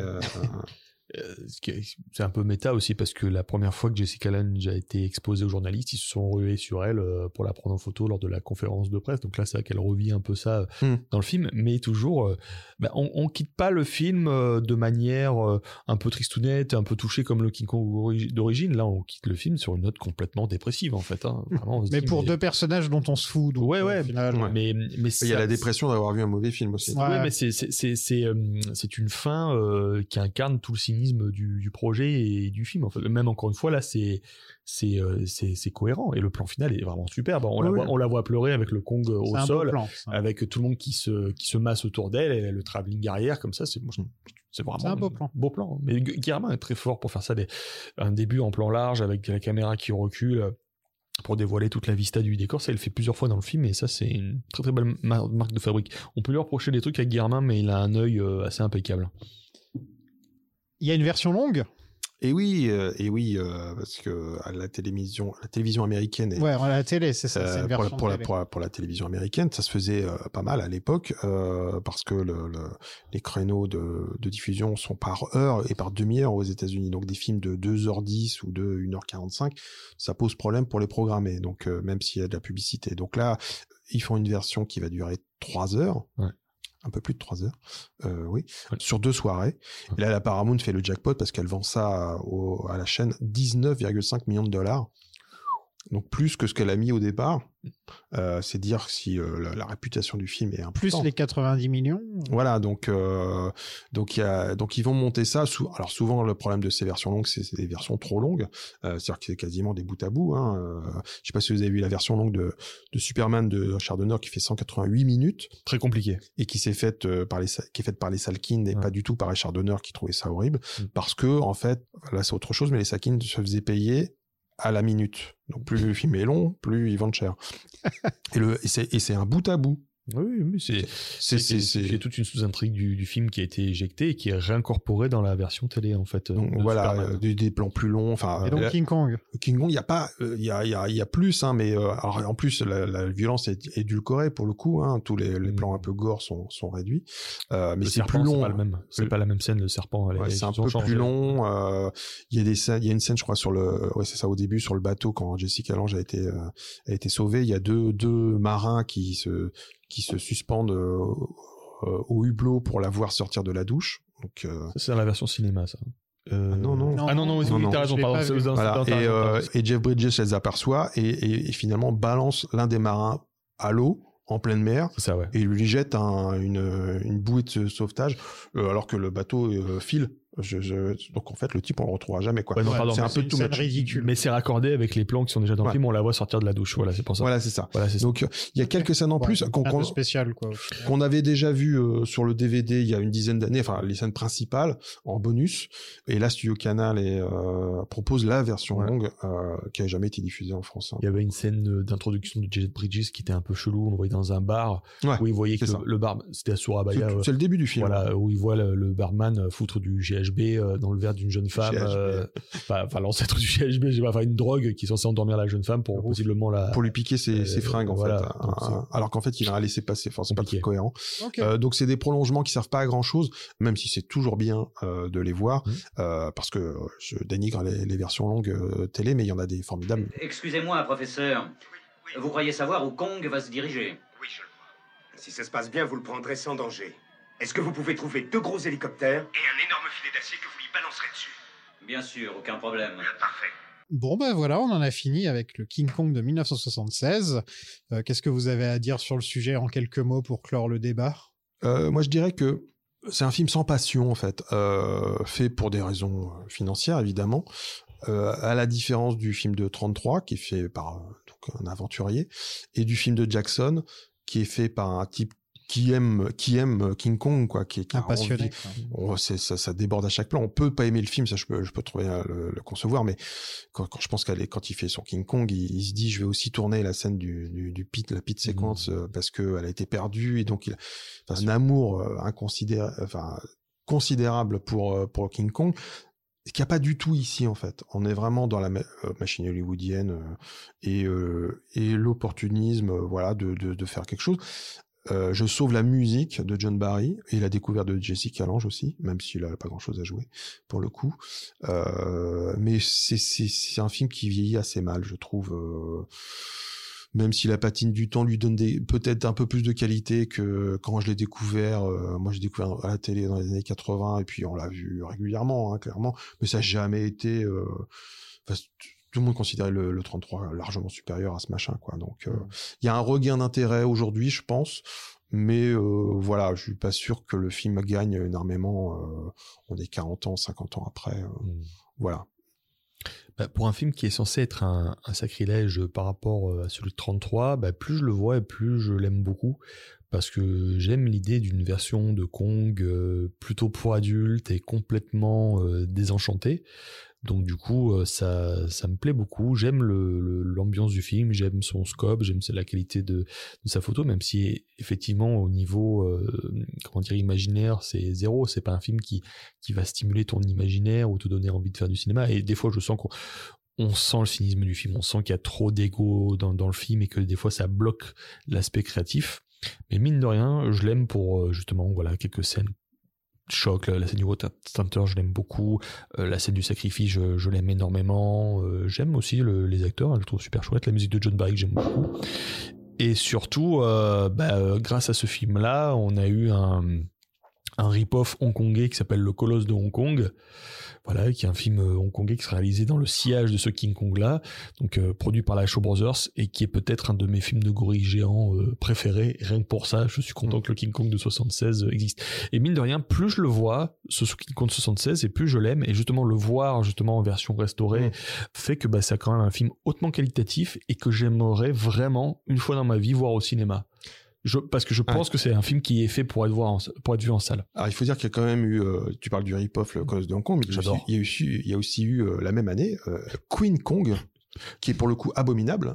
c'est un peu méta aussi parce que la première fois que Jessica Lange a été exposée aux journalistes, ils se sont rués sur elle pour la prendre en photo lors de la conférence de presse. Donc là, c'est vrai qu'elle revit un peu ça dans le film, mais toujours, on quitte pas le film de manière un peu tristounette, un peu touchée comme le King Kong d'origine. Là, on quitte le film sur une note complètement dépressive en fait. Hein. Vraiment, mais pour deux personnages dont on se fout. Donc, au final, mais il y a la dépression d'avoir vu un mauvais film aussi. Mais c'est une fin qui incarne tout le cynisme du projet et du film. En fait. Même encore une fois là, c'est cohérent et le plan final est vraiment superbe. On la voit pleurer avec le Kong au sol, avec tout le monde qui se masse autour d'elle et le travelling arrière comme ça. C'est vraiment un beau plan. Mais Guillermin est très fort pour faire ça. Un début en plan large avec la caméra qui recule pour dévoiler toute la vista du décor. Ça, il le fait plusieurs fois dans le film et ça, c'est une très très belle marque de fabrique. On peut lui reprocher des trucs avec Guillermin, mais il a un œil assez impeccable. Il y a une version longue. Et oui, parce que à la télévision américaine. Ouais, à la télé, c'est ça. C'est une version pour la télévision américaine, ça se faisait pas mal à l'époque, parce que les créneaux de diffusion sont par heure et par demi-heure aux États-Unis. Donc des films de 2h10 ou de 1h45, ça pose problème pour les programmer. Donc même s'il y a de la publicité. Donc là, ils font une version qui va durer 3 heures. Ouais. Un peu plus de 3 heures, sur 2 soirées. Et là, la Paramount fait le jackpot parce qu'elle vend ça à la chaîne $19,5 millions. Donc plus que ce qu'elle a mis au départ. C'est dire si la réputation du film est importante. Plus les 90 millions. Voilà, donc ils vont monter ça. Alors souvent le problème de ces versions longues, c'est des versions trop longues. C'est-à-dire que c'est quasiment des bouts à bout. Je sais pas si vous avez vu la version longue de Superman de Richard Donner qui fait 188 minutes. Très compliqué. Et qui est faite par les Salkind et pas du tout par Richard Donner qui trouvait ça horrible. Parce que en fait, là c'est autre chose, mais les Salkind se faisaient payer à la minute. Donc plus le film est long, plus ils vendent cher. et c'est un bout à bout. Oui, mais c'est toute une sous-intrigue du film qui a été éjectée et qui est réincorporée dans la version télé en fait. Donc voilà, des plans plus longs. Enfin, et donc King Kong. King Kong, il y a pas, il y a plus, hein, mais alors en plus la violence est édulcorée pour le coup. Hein, tous les plans un peu gore sont réduits. Mais c'est plus long. C'est pas la même scène, le serpent. C'est un peu plus long. Il y a des scènes, il y a une scène, je crois, c'est ça au début sur le bateau quand Jessica Lange a été sauvée. Il y a deux marins qui se suspendent au hublot pour la voir sortir de la douche. Donc, ça, c'est dans la version cinéma, ça. Non. Ah non, t'as raison, pardon. Voilà. Et Jeff Bridges les aperçoit et finalement balance l'un des marins à l'eau en pleine mer. C'est ça, ouais. Et il lui jette une bouée de sauvetage alors que le bateau file. Donc en fait le type on le retrouvera jamais quoi. Ouais, c'est un peu tout ridicule. Mais c'est raccordé avec les plans qui sont déjà dans le film, on la voit sortir de la douche. Voilà, c'est pour ça. Voilà, c'est ça. Donc il y a quelques scènes en plus qu'on spécial quoi. Qu'on avait déjà vu sur le DVD il y a une dizaine d'années, enfin les scènes principales en bonus. Et là Studio Canal propose la version longue qui a jamais été diffusée en France. Il y avait une scène d'introduction de Jeff Bridges qui était un peu chelou. On le voyait dans un bar où il voyait que le bar, c'était à Surabaya. C'est le début du film. Voilà, où il voit le barman foutre du GHB dans le verre d'une jeune femme, enfin l'ancêtre du GHB, une drogue qui est censée endormir la jeune femme pour possiblement pour lui piquer ses fringues en fait, alors qu'en fait il a laissé passer, enfin c'est pas très cohérent. Donc c'est des prolongements qui servent pas à grand chose, même si c'est toujours bien de les voir, parce que je dénigre les versions longues télé, mais il y en a des formidables. Excusez-moi professeur, vous croyez savoir où Kong va se diriger? Oui, je le vois. Si ça se passe bien, vous le prendrez sans danger. Est-ce que vous pouvez trouver 2 gros hélicoptères et un énorme filet d'acier que vous lui balancerez dessus? Bien sûr, aucun problème. Parfait. Bon ben voilà, on en a fini avec le King Kong de 1976. Qu'est-ce que vous avez à dire sur le sujet en quelques mots pour clore le débat? Moi je dirais que c'est un film sans passion en fait, fait pour des raisons financières évidemment, à la différence du film de 33 qui est fait par donc un aventurier, et du film de Jackson qui est fait par un type qui aime King Kong quoi, qui un passionné. Ça déborde à chaque plan. On peut pas aimer le film, ça je peux trouver le concevoir, mais quand je pense quand il fait son King Kong, il se dit je vais aussi tourner la scène du pit, la pit séquence parce que elle a été perdue et donc un amour considérable pour King Kong. Ce qu'il n'y a pas du tout ici en fait. On est vraiment dans la machine hollywoodienne et l'opportunisme de faire quelque chose. Je sauve la musique de John Barry et la découverte de Jessica Lange aussi, même s'il a pas grand chose à jouer pour le coup. Mais c'est un film qui vieillit assez mal, je trouve. Même si la patine du temps lui donne peut-être un peu plus de qualité que quand je l'ai découvert. Moi, j'ai découvert à la télé dans les années 80 et puis on l'a vu régulièrement, clairement. Mais ça n'a jamais été... tout le monde considérait le 33 largement supérieur à ce machin, quoi. Donc, il y a un regain d'intérêt aujourd'hui, je pense. Mais je suis pas sûr que le film gagne énormément. On est 40 ans, 50 ans après. Voilà. Pour un film qui est censé être un sacrilège par rapport à celui de 33, plus je le vois et plus je l'aime beaucoup. Parce que j'aime l'idée d'une version de Kong plutôt pour adultes et complètement désenchantée. Donc du coup, ça me plaît beaucoup. J'aime l'ambiance du film, j'aime son scope, j'aime la qualité de sa photo, même si effectivement au niveau imaginaire, c'est zéro. C'est pas un film qui va stimuler ton imaginaire ou te donner envie de faire du cinéma. Et des fois, je sens qu'on sent le cynisme du film, on sent qu'il y a trop d'ego dans le film et que des fois ça bloque l'aspect créatif. Mais mine de rien, je l'aime pour justement quelques scènes choc, la scène du Water Center, je l'aime beaucoup, la scène du sacrifice, je l'aime énormément, j'aime aussi les acteurs, je le trouve super chouette, la musique de John Barry que j'aime beaucoup, et surtout grâce à ce film là on a eu un rip-off hongkongais qui s'appelle Le Colosse de Hong Kong, voilà, qui est un film hongkongais qui sera réalisé dans le sillage de ce King Kong là, donc produit par la Shaw Brothers, et qui est peut-être un de mes films de gorilles géants préférés. Et rien que pour ça, je suis content que le King Kong de 76 existe. Et mine de rien, plus je le vois, ce King Kong de 76, et plus je l'aime, et justement le voir justement en version restaurée fait que c'est quand même un film hautement qualitatif et que j'aimerais vraiment une fois dans ma vie voir au cinéma. Parce que je pense que c'est un film qui est fait pour être vu en salle. Alors il faut dire qu'il y a quand même eu, tu parles du rip-off, le Colosse de Hong Kong, mais il y a aussi eu la même année Queen Kong, qui est pour le coup abominable,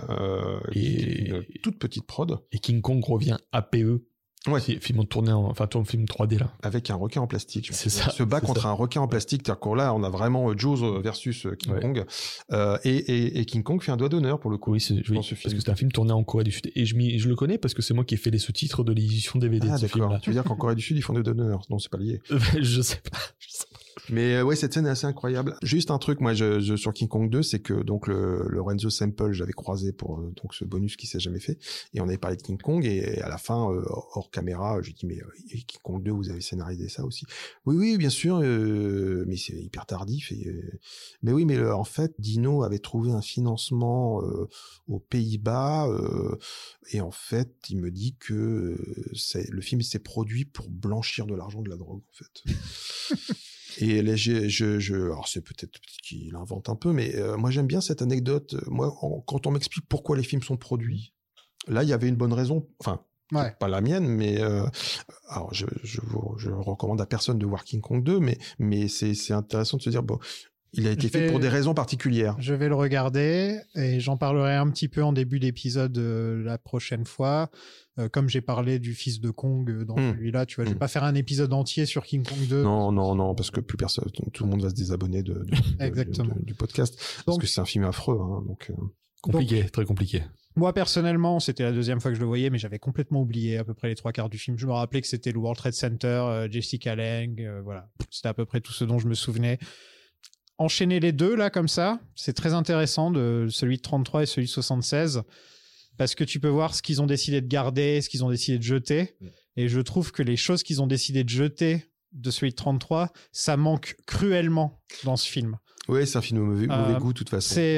et une toute petite prod. Et King Kong revient APE. Ouais. Film tourné film 3D là. Avec un requin en plastique. C'est ça. Se bat contre un requin en plastique. C'est-à-dire que là, on a vraiment Jaws versus King Kong. Et King Kong fait un doigt d'honneur pour le coup. Oui, parce que c'est un film tourné en Corée du Sud. Et je le connais parce que c'est moi qui ai fait les sous-titres de l'édition DVD de ce film-là. Tu veux dire qu'en Corée du Sud, ils font des doigts d'honneur? Non, c'est pas lié. Je sais pas. Mais ouais, cette scène est assez incroyable. Juste un truc, moi, sur King Kong 2, c'est que donc le Lorenzo Semple, j'avais croisé pour donc ce bonus qui s'est jamais fait, et on avait parlé de King Kong, et à la fin, hors caméra, j'ai dit mais King Kong 2, vous avez scénarisé ça aussi? Oui, bien sûr, mais c'est hyper tardif. Mais oui, mais en fait, Dino avait trouvé un financement aux Pays-Bas, et en fait, il me dit que le film s'est produit pour blanchir de l'argent de la drogue, en fait. Et alors c'est peut-être qu'il invente un peu, mais moi j'aime bien cette anecdote. Moi, quand on m'explique pourquoi les films sont produits, là il y avait une bonne raison. Enfin, pas la mienne, mais alors je recommande à personne de voir King Kong 2, mais c'est intéressant de se dire bon, il a été fait pour des raisons particulières. Je vais le regarder et j'en parlerai un petit peu en début d'épisode la prochaine fois. Comme j'ai parlé du fils de Kong dans celui-là, tu vois, je vais pas faire un épisode entier sur King Kong 2. Non, parce que plus personne, tout le monde va se désabonner du podcast. Parce que c'est un film affreux, hein, donc. Compliqué, très compliqué. Moi, personnellement, c'était la deuxième fois que je le voyais, mais j'avais complètement oublié à peu près les 3/4 du film. Je me rappelais que c'était le World Trade Center, Jessica Lange, voilà. C'était à peu près tout ce dont je me souvenais. Enchaîner les deux, là, comme ça, c'est très intéressant, de celui de 33 et celui de 76. Parce que tu peux voir ce qu'ils ont décidé de garder, ce qu'ils ont décidé de jeter. Et je trouve que les choses qu'ils ont décidé de jeter de celui de 33, ça manque cruellement dans ce film. Oui, c'est un film au mauvais goût, de toute façon. C'est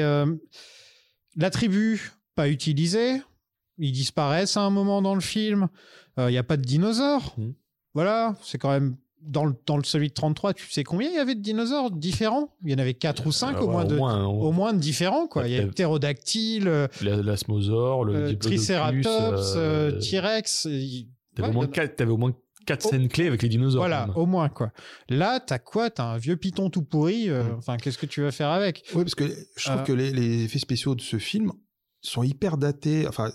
la tribu, pas utilisée. Ils disparaissent à un moment dans le film. Il n'y a pas de dinosaures. Voilà, c'est quand même... Dans celui de 33, tu sais combien il y avait de dinosaures différents? Il y en avait 4 ou 5 au moins de différents, quoi. Il y a le ptérodactyle, l'asmosaure, le tricératops, T-Rex. T'avais au moins 4 scènes clés avec les dinosaures. Voilà, au moins, quoi. Là, t'as quoi? T'as un vieux python tout pourri. Enfin, qu'est-ce que tu vas faire avec? Oui, parce que je trouve que les effets spéciaux de ce film sont hyper datés, enfin,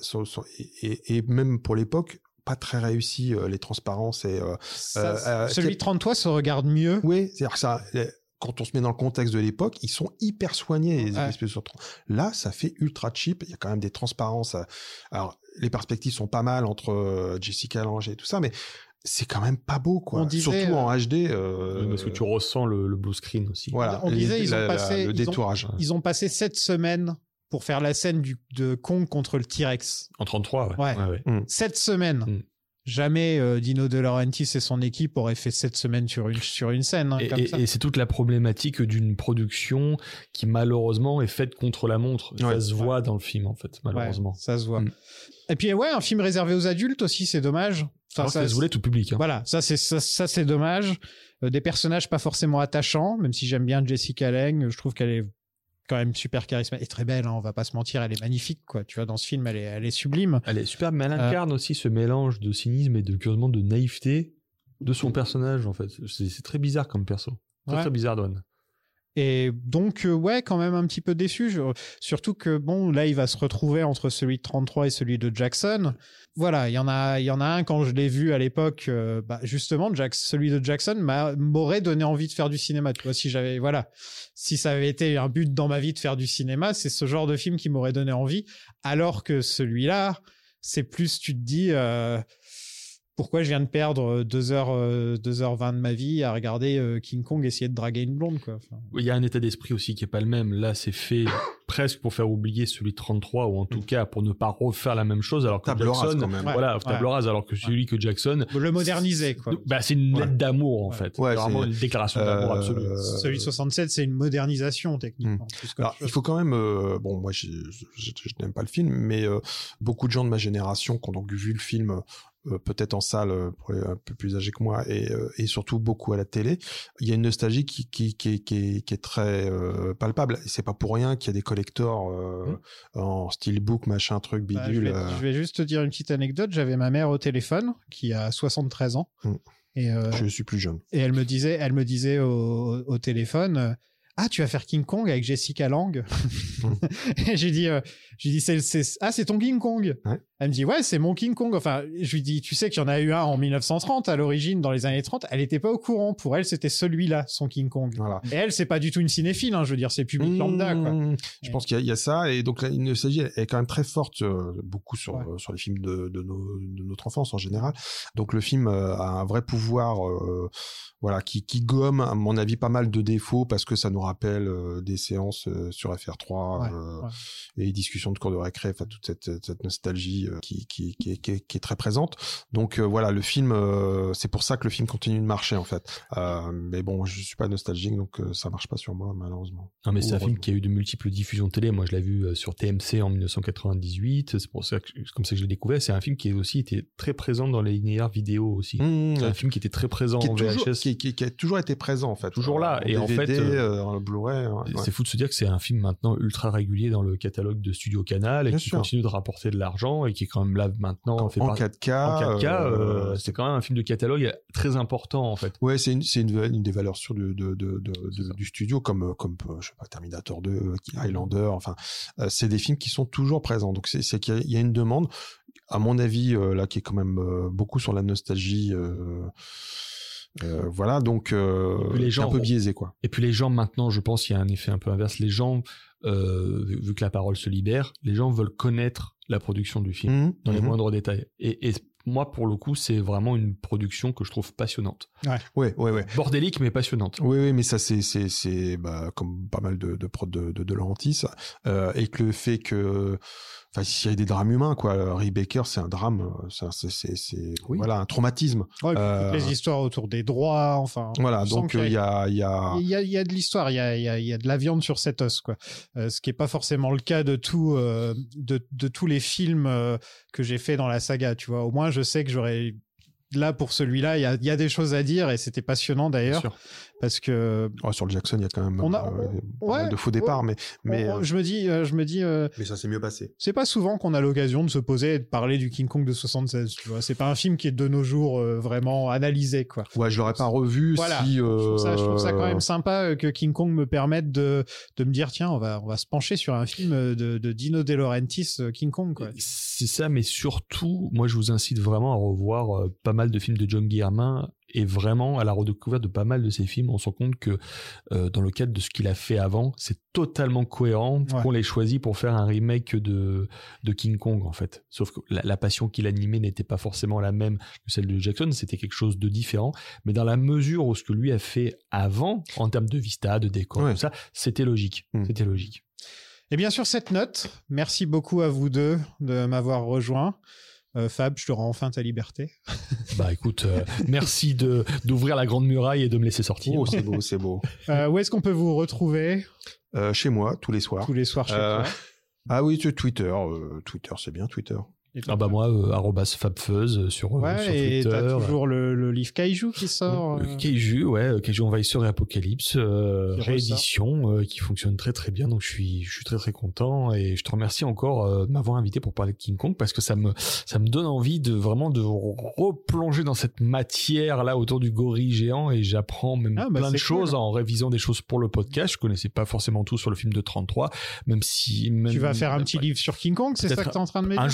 et même pour l'époque, pas très réussi, les transparences et celui de 33 se regarde mieux. Oui, c'est-à-dire ça, quand on se met dans le contexte de l'époque, ils sont hyper soignés, les effets spéciaux. Là, ça fait ultra cheap, il y a quand même des transparences. Alors, les perspectives sont pas mal entre Jessica Lange et tout ça, mais c'est quand même pas beau, quoi. Surtout en HD. Parce que tu ressens le blue screen aussi. Voilà. On disait, le détourage. Ils ont passé 7 semaines pour faire la scène de Kong contre le T-Rex. En 33, ouais. 7 semaines. Jamais Dino De Laurentiis et son équipe auraient fait 7 semaines sur une scène. Et c'est toute la problématique d'une production qui malheureusement est faite contre la montre. Ça se voit dans le film, en fait, malheureusement. Ouais, ça se voit. Et puis un film réservé aux adultes aussi, c'est dommage. Enfin, ça se voulait tout public. Hein. Voilà, ça c'est dommage. Des personnages pas forcément attachants, même si j'aime bien Jessica Lange, je trouve qu'elle est quand même super charismatique et très belle, hein, on va pas se mentir, elle est magnifique, quoi. Tu vois, dans ce film, elle est sublime. Elle est super, mais elle incarne aussi ce mélange de cynisme et curieusement de naïveté de son personnage, en fait. C'est très bizarre comme perso. Très bizarre, Dawn. Et donc, quand même un petit peu déçu. Surtout que, bon, là, il va se retrouver entre celui de 33 et celui de Jackson. Voilà, il y en a un, quand je l'ai vu à l'époque, justement, celui de Jackson m'aurait donné envie de faire du cinéma. Tu vois, si ça avait été un but dans ma vie de faire du cinéma, c'est ce genre de film qui m'aurait donné envie. Alors que celui-là, c'est plus, tu te dis... pourquoi je viens de perdre 2h20 de ma vie à regarder King Kong essayer de draguer une blonde, quoi. Enfin... Il y a un état d'esprit aussi qui est pas le même. Là, c'est fait presque pour faire oublier celui de 33, ou en tout cas pour ne pas refaire la même chose, alors que Table rase, Jackson, quand même. voilà, table rase, alors que celui que Jackson le moderniser, quoi. Bah, c'est une lettre d'amour, en fait. Ouais, c'est vraiment une déclaration d'amour absolue. Celui de 67, c'est une modernisation, techniquement. Alors, il faut quand même, bon, moi, je n'aime pas le film, mais beaucoup de gens de ma génération qui ont donc vu le film peut-être en salle pour les un peu plus âgés que moi et surtout beaucoup à la télé, il y a une nostalgie qui est très palpable, et c'est pas pour rien qu'il y a des collectors en steelbook machin truc bidule. Je vais juste te dire une petite anecdote. J'avais ma mère au téléphone qui a 73 ans et je suis plus jeune, et elle me disait au téléphone ah, tu vas faire King Kong avec Jessica Lange. Et j'ai dit c'est ton King Kong. Ouais. Elle me dit ouais, c'est mon King Kong. Enfin, je lui dis tu sais qu'il y en a eu un en 1930 à l'origine, dans les années 30. Elle était pas au courant. Pour elle, c'était celui-là, son King Kong. Voilà. Et elle, c'est pas du tout une cinéphile, hein, je veux dire, c'est public lambda, quoi. Je pense qu'il y a ça, et donc là, une nostalgie est quand même très forte, beaucoup sur les films de notre enfance en général. Donc le film a un vrai pouvoir, voilà, qui gomme, à mon avis, pas mal de défauts, parce que ça nous rappelle des séances sur FR3 et les discussions de cours de récré, enfin toute cette nostalgie qui est très présente. Donc voilà, le film, c'est pour ça que le film continue de marcher, en fait. Mais bon, je suis pas nostalgique, donc ça marche pas sur moi, malheureusement. Non, mais c'est un film qui a eu de multiples diffusions télé. Moi, je l'ai vu sur TMC en 1998. C'est pour ça que, comme ça que je l'ai découvert. C'est un film qui a aussi été très présent dans les linéaires vidéo aussi. C'est un film qui était très présent en VHS. Qui a toujours été présent, en fait. Toujours là. En et DVD, en fait, en Blu-ray. C'est fou de se dire que c'est un film maintenant ultra régulier dans le catalogue de Studio Canal, et qui continue de rapporter de l'argent, et qui est quand même là maintenant. En 4K. En 4K, c'est quand même un film de catalogue très important, en fait. Ouais, c'est une des valeurs sûres du studio, comme je sais pas, Terminator 2, Highlander, enfin, c'est des films qui sont toujours présents. Donc c'est qu'il y a une demande, à mon avis, là, qui est quand même beaucoup sur la nostalgie. Voilà, donc les gens, un peu biaisé, quoi. Et puis les gens maintenant, je pense qu'il y a un effet un peu inverse. Les gens, vu que la parole se libère, les gens veulent connaître la production du film dans les moindres détails. Et moi, pour le coup, c'est vraiment une production que je trouve passionnante. Ouais. Bordélique, mais passionnante. Oui, mais ça, c'est comme pas mal de prod de Laurentiis, et que le fait que, enfin, s'il y a des drames humains, quoi. Ray Baker, c'est un drame, voilà, un traumatisme. Ouais, toutes les histoires autour des droits, enfin. Voilà, donc il y a de l'histoire, il y a de la viande sur cet os, quoi. Ce qui est pas forcément le cas de tous les films que j'ai fait dans la saga, tu vois. Au moins, je sais que j'aurais, là, pour celui-là, il y a des choses à dire, et c'était passionnant d'ailleurs. Parce que sur le Jackson, il y a quand même pas mal de faux départs, mais je me dis mais ça s'est mieux passé. C'est pas souvent qu'on a l'occasion de se poser et de parler du King Kong de 76, tu vois. C'est pas un film qui est de nos jours vraiment analysé, quoi. Ouais, je l'aurais pas revu. Voilà. Si je trouve ça quand même sympa que King Kong me permette de me dire tiens, on va se pencher sur un film de Dino De Laurentiis, King Kong, quoi. C'est ça, mais surtout, moi je vous incite vraiment à revoir pas mal de films de John Guillermin, et vraiment à la redécouverte de pas mal de ses films, on se rend compte que dans le cadre de ce qu'il a fait avant, c'est totalement cohérent qu'on l'ait choisi pour faire un remake de King Kong, en fait. Sauf que la passion qu'il animait n'était pas forcément la même que celle de Jackson, c'était quelque chose de différent, mais dans la mesure où ce que lui a fait avant, en termes de vista, de décor, tout ça, c'était logique. C'était logique. Et bien sur cette note, merci beaucoup à vous deux de m'avoir rejoint. Fab, je te rends enfin ta liberté. Bah écoute, merci d'ouvrir la grande muraille et de me laisser sortir. Oh, c'est beau, c'est beau. Où est-ce qu'on peut vous retrouver ? Chez moi, tous les soirs. Tous les soirs chez toi. Ah oui, Twitter. Twitter, c'est bien, Twitter. Ah bah moi, @fabfuzz sur Twitter. Et t'as toujours le livre Kaiju qui sort. Kaiju Envahisseur et Apocalypse, réédition qui fonctionne très très bien. Donc je suis très très content, et je te remercie encore de m'avoir invité pour parler de King Kong, parce que ça me donne envie de vraiment de replonger dans cette matière là autour du gorille géant, et j'apprends même plein de choses en révisant des choses pour le podcast. Je connaissais pas forcément tout sur le film de 33, même si tu vas faire un petit livre sur King Kong, c'est ça que t'es en train de me dire? Un jour peut-être.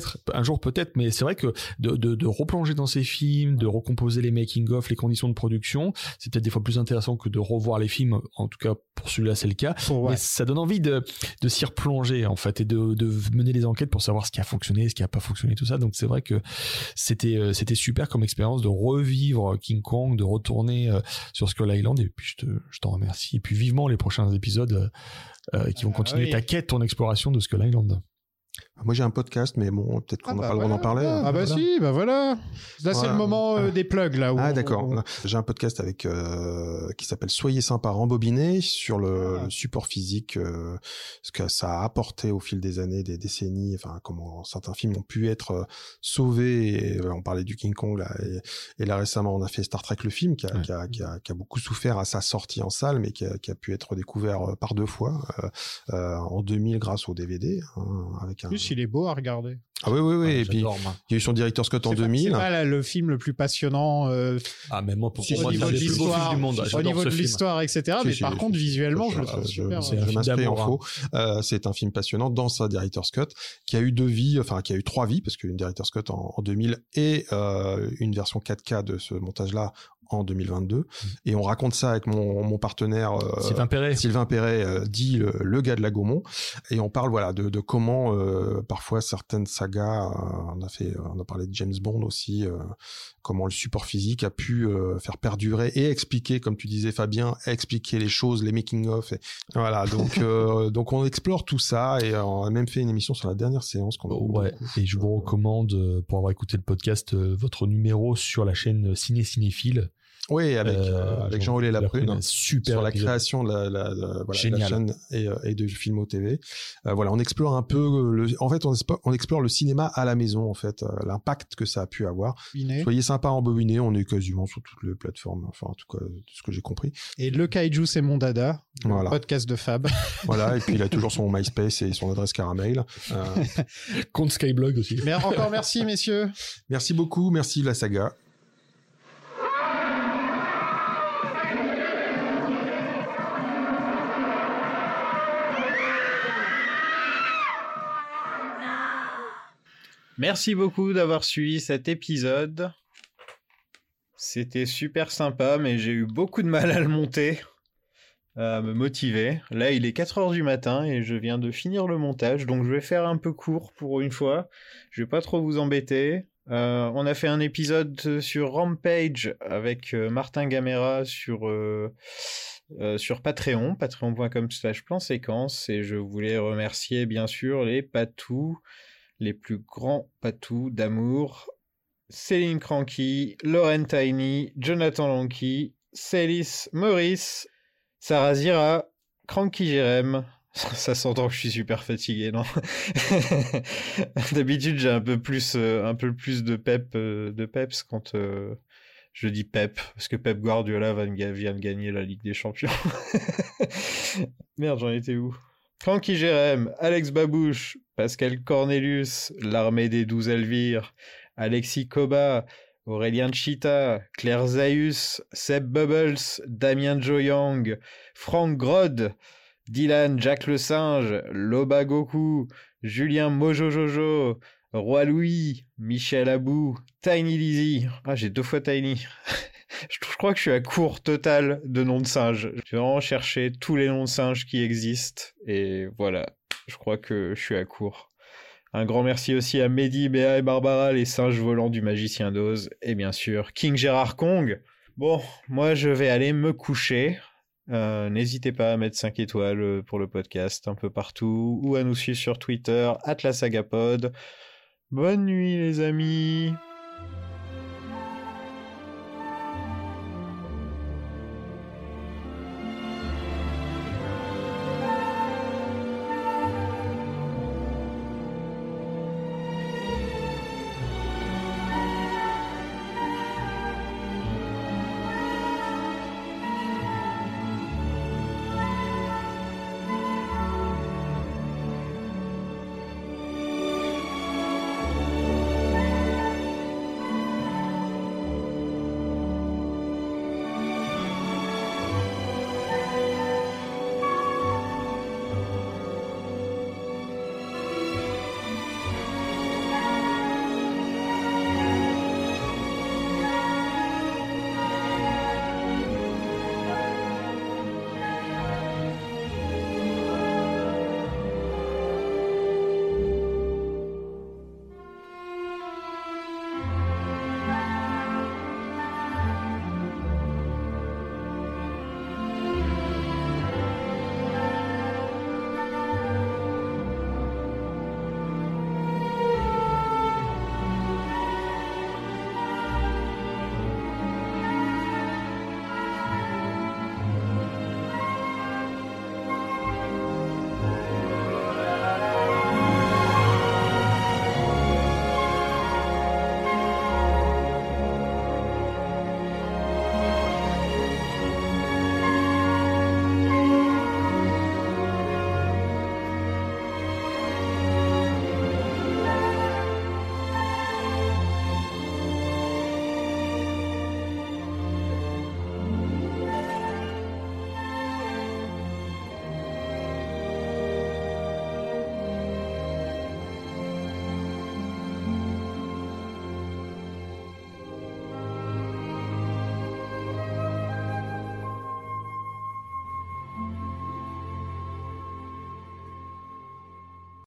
un jour peut-être, mais c'est vrai que de replonger dans ces films, de recomposer les making-of, les conditions de production, c'est peut-être des fois plus intéressant que de revoir les films, en tout cas pour celui-là c'est le cas, mais ça donne envie de s'y replonger en fait et de mener les enquêtes pour savoir ce qui a fonctionné, ce qui a pas fonctionné, tout ça. Donc c'est vrai que c'était super comme expérience de revivre King Kong, de retourner sur Skull Island, et puis je t'en remercie, et puis vivement les prochains épisodes qui vont continuer ta quête, ton exploration de Skull Island. Moi j'ai un podcast, mais bon, peut-être qu'on n'a pas le droit d'en parler. Si, voilà. Là c'est le moment des plugs là. D'accord. J'ai un podcast avec qui s'appelle Soyez sympa rembobiné sur le support physique, ce que ça a apporté au fil des années, des décennies, enfin comment certains films ont pu être sauvés. Et, on parlait du King Kong là, et là récemment on a fait Star Trek le film qui a beaucoup souffert à sa sortie en salle, mais qui a pu être découvert par 2 fois en 2000 grâce au DVD avec un. Il est beau à regarder. Ah oui. Et puis, il y a eu son director's cut en 2000. C'est pas le film le plus passionnant. Mais moi, pour moi, au niveau de l'histoire, du monde. Au niveau de l'histoire, etc. Mais par contre, visuellement, je le trouve super. Je m'inscris en faux. C'est un film passionnant dans sa director's cut, qui a eu 2 vies, enfin, qui a eu 3 vies, parce qu'une director's cut en 2000 et une version 4K de ce montage-là en 2022. Et on raconte ça avec mon partenaire Sylvain Perret, dit le gars de la Gaumont, et on parle de comment parfois certaines sagas, on a parlé de James Bond aussi, comment le support physique a pu faire perdurer et expliquer, comme tu disais Fabien, expliquer les choses, les making of, et voilà, donc on explore tout ça, et on a même fait une émission sur la dernière séance qu'on a et je vous recommande, pour avoir écouté le podcast, votre numéro sur la chaîne Cinéphile. Oui, avec Jean-Olé Laprune, super sur la épisode. création de la chaîne et de Filmo TV. On explore un peu on explore le cinéma à la maison, en fait, l'impact que ça a pu avoir. Soyez sympa en bobiné, on est quasiment sur toutes les plateformes, enfin en tout cas ce que j'ai compris. Et le kaiju c'est mon dada, le podcast de Fab. Voilà, et puis il a toujours son MySpace et son adresse Caramel. Compte Skyblog aussi. Mais encore merci messieurs. Merci beaucoup, merci la saga. Merci beaucoup d'avoir suivi cet épisode. C'était super sympa, mais j'ai eu beaucoup de mal à le monter, à me motiver. Là, il est 4h du matin et je viens de finir le montage, donc je vais faire un peu court pour une fois. Je vais pas trop vous embêter. On a fait un épisode sur Rampage avec Martin Gamera sur Patreon, patreon.com/plan-séquence, et je voulais remercier bien sûr les patous, les plus grands patous d'amour: Céline Cranky, Lauren Tiny, Jonathan Lanky, Célis Maurice, Sarah Zira, Cranky Jérém. Ça s'entend que je suis super fatigué, non? D'habitude, j'ai un peu plus de peps quand je dis Pep, parce que Pep Guardiola vient de gagner la Ligue des Champions. Merde, j'en étais où? Cranky Jérém, Alex Babouche, Pascal Cornelius, l'Armée des 12 Elvire, Alexis Koba, Aurélien Chita, Claire Zaius, Seb Bubbles, Damien Joyang, Franck Grod, Dylan Jack le Singe, Loba Goku, Julien Mojojojo, Roi Louis, Michel Abou, Tiny Lizzy. Ah, j'ai 2 fois Tiny. Je crois que je suis à court total de noms de singes. Je vais vraiment chercher tous les noms de singes qui existent. Et voilà, je crois que je suis à court. Un grand merci aussi à Mehdi, Béa et Barbara, les singes volants du Magicien d'Oz. Et bien sûr, King Gérard Kong. Bon, moi je vais aller me coucher. N'hésitez pas à mettre 5 étoiles pour le podcast un peu partout, ou à nous suivre sur Twitter, @lasagapod. Bonne nuit les amis.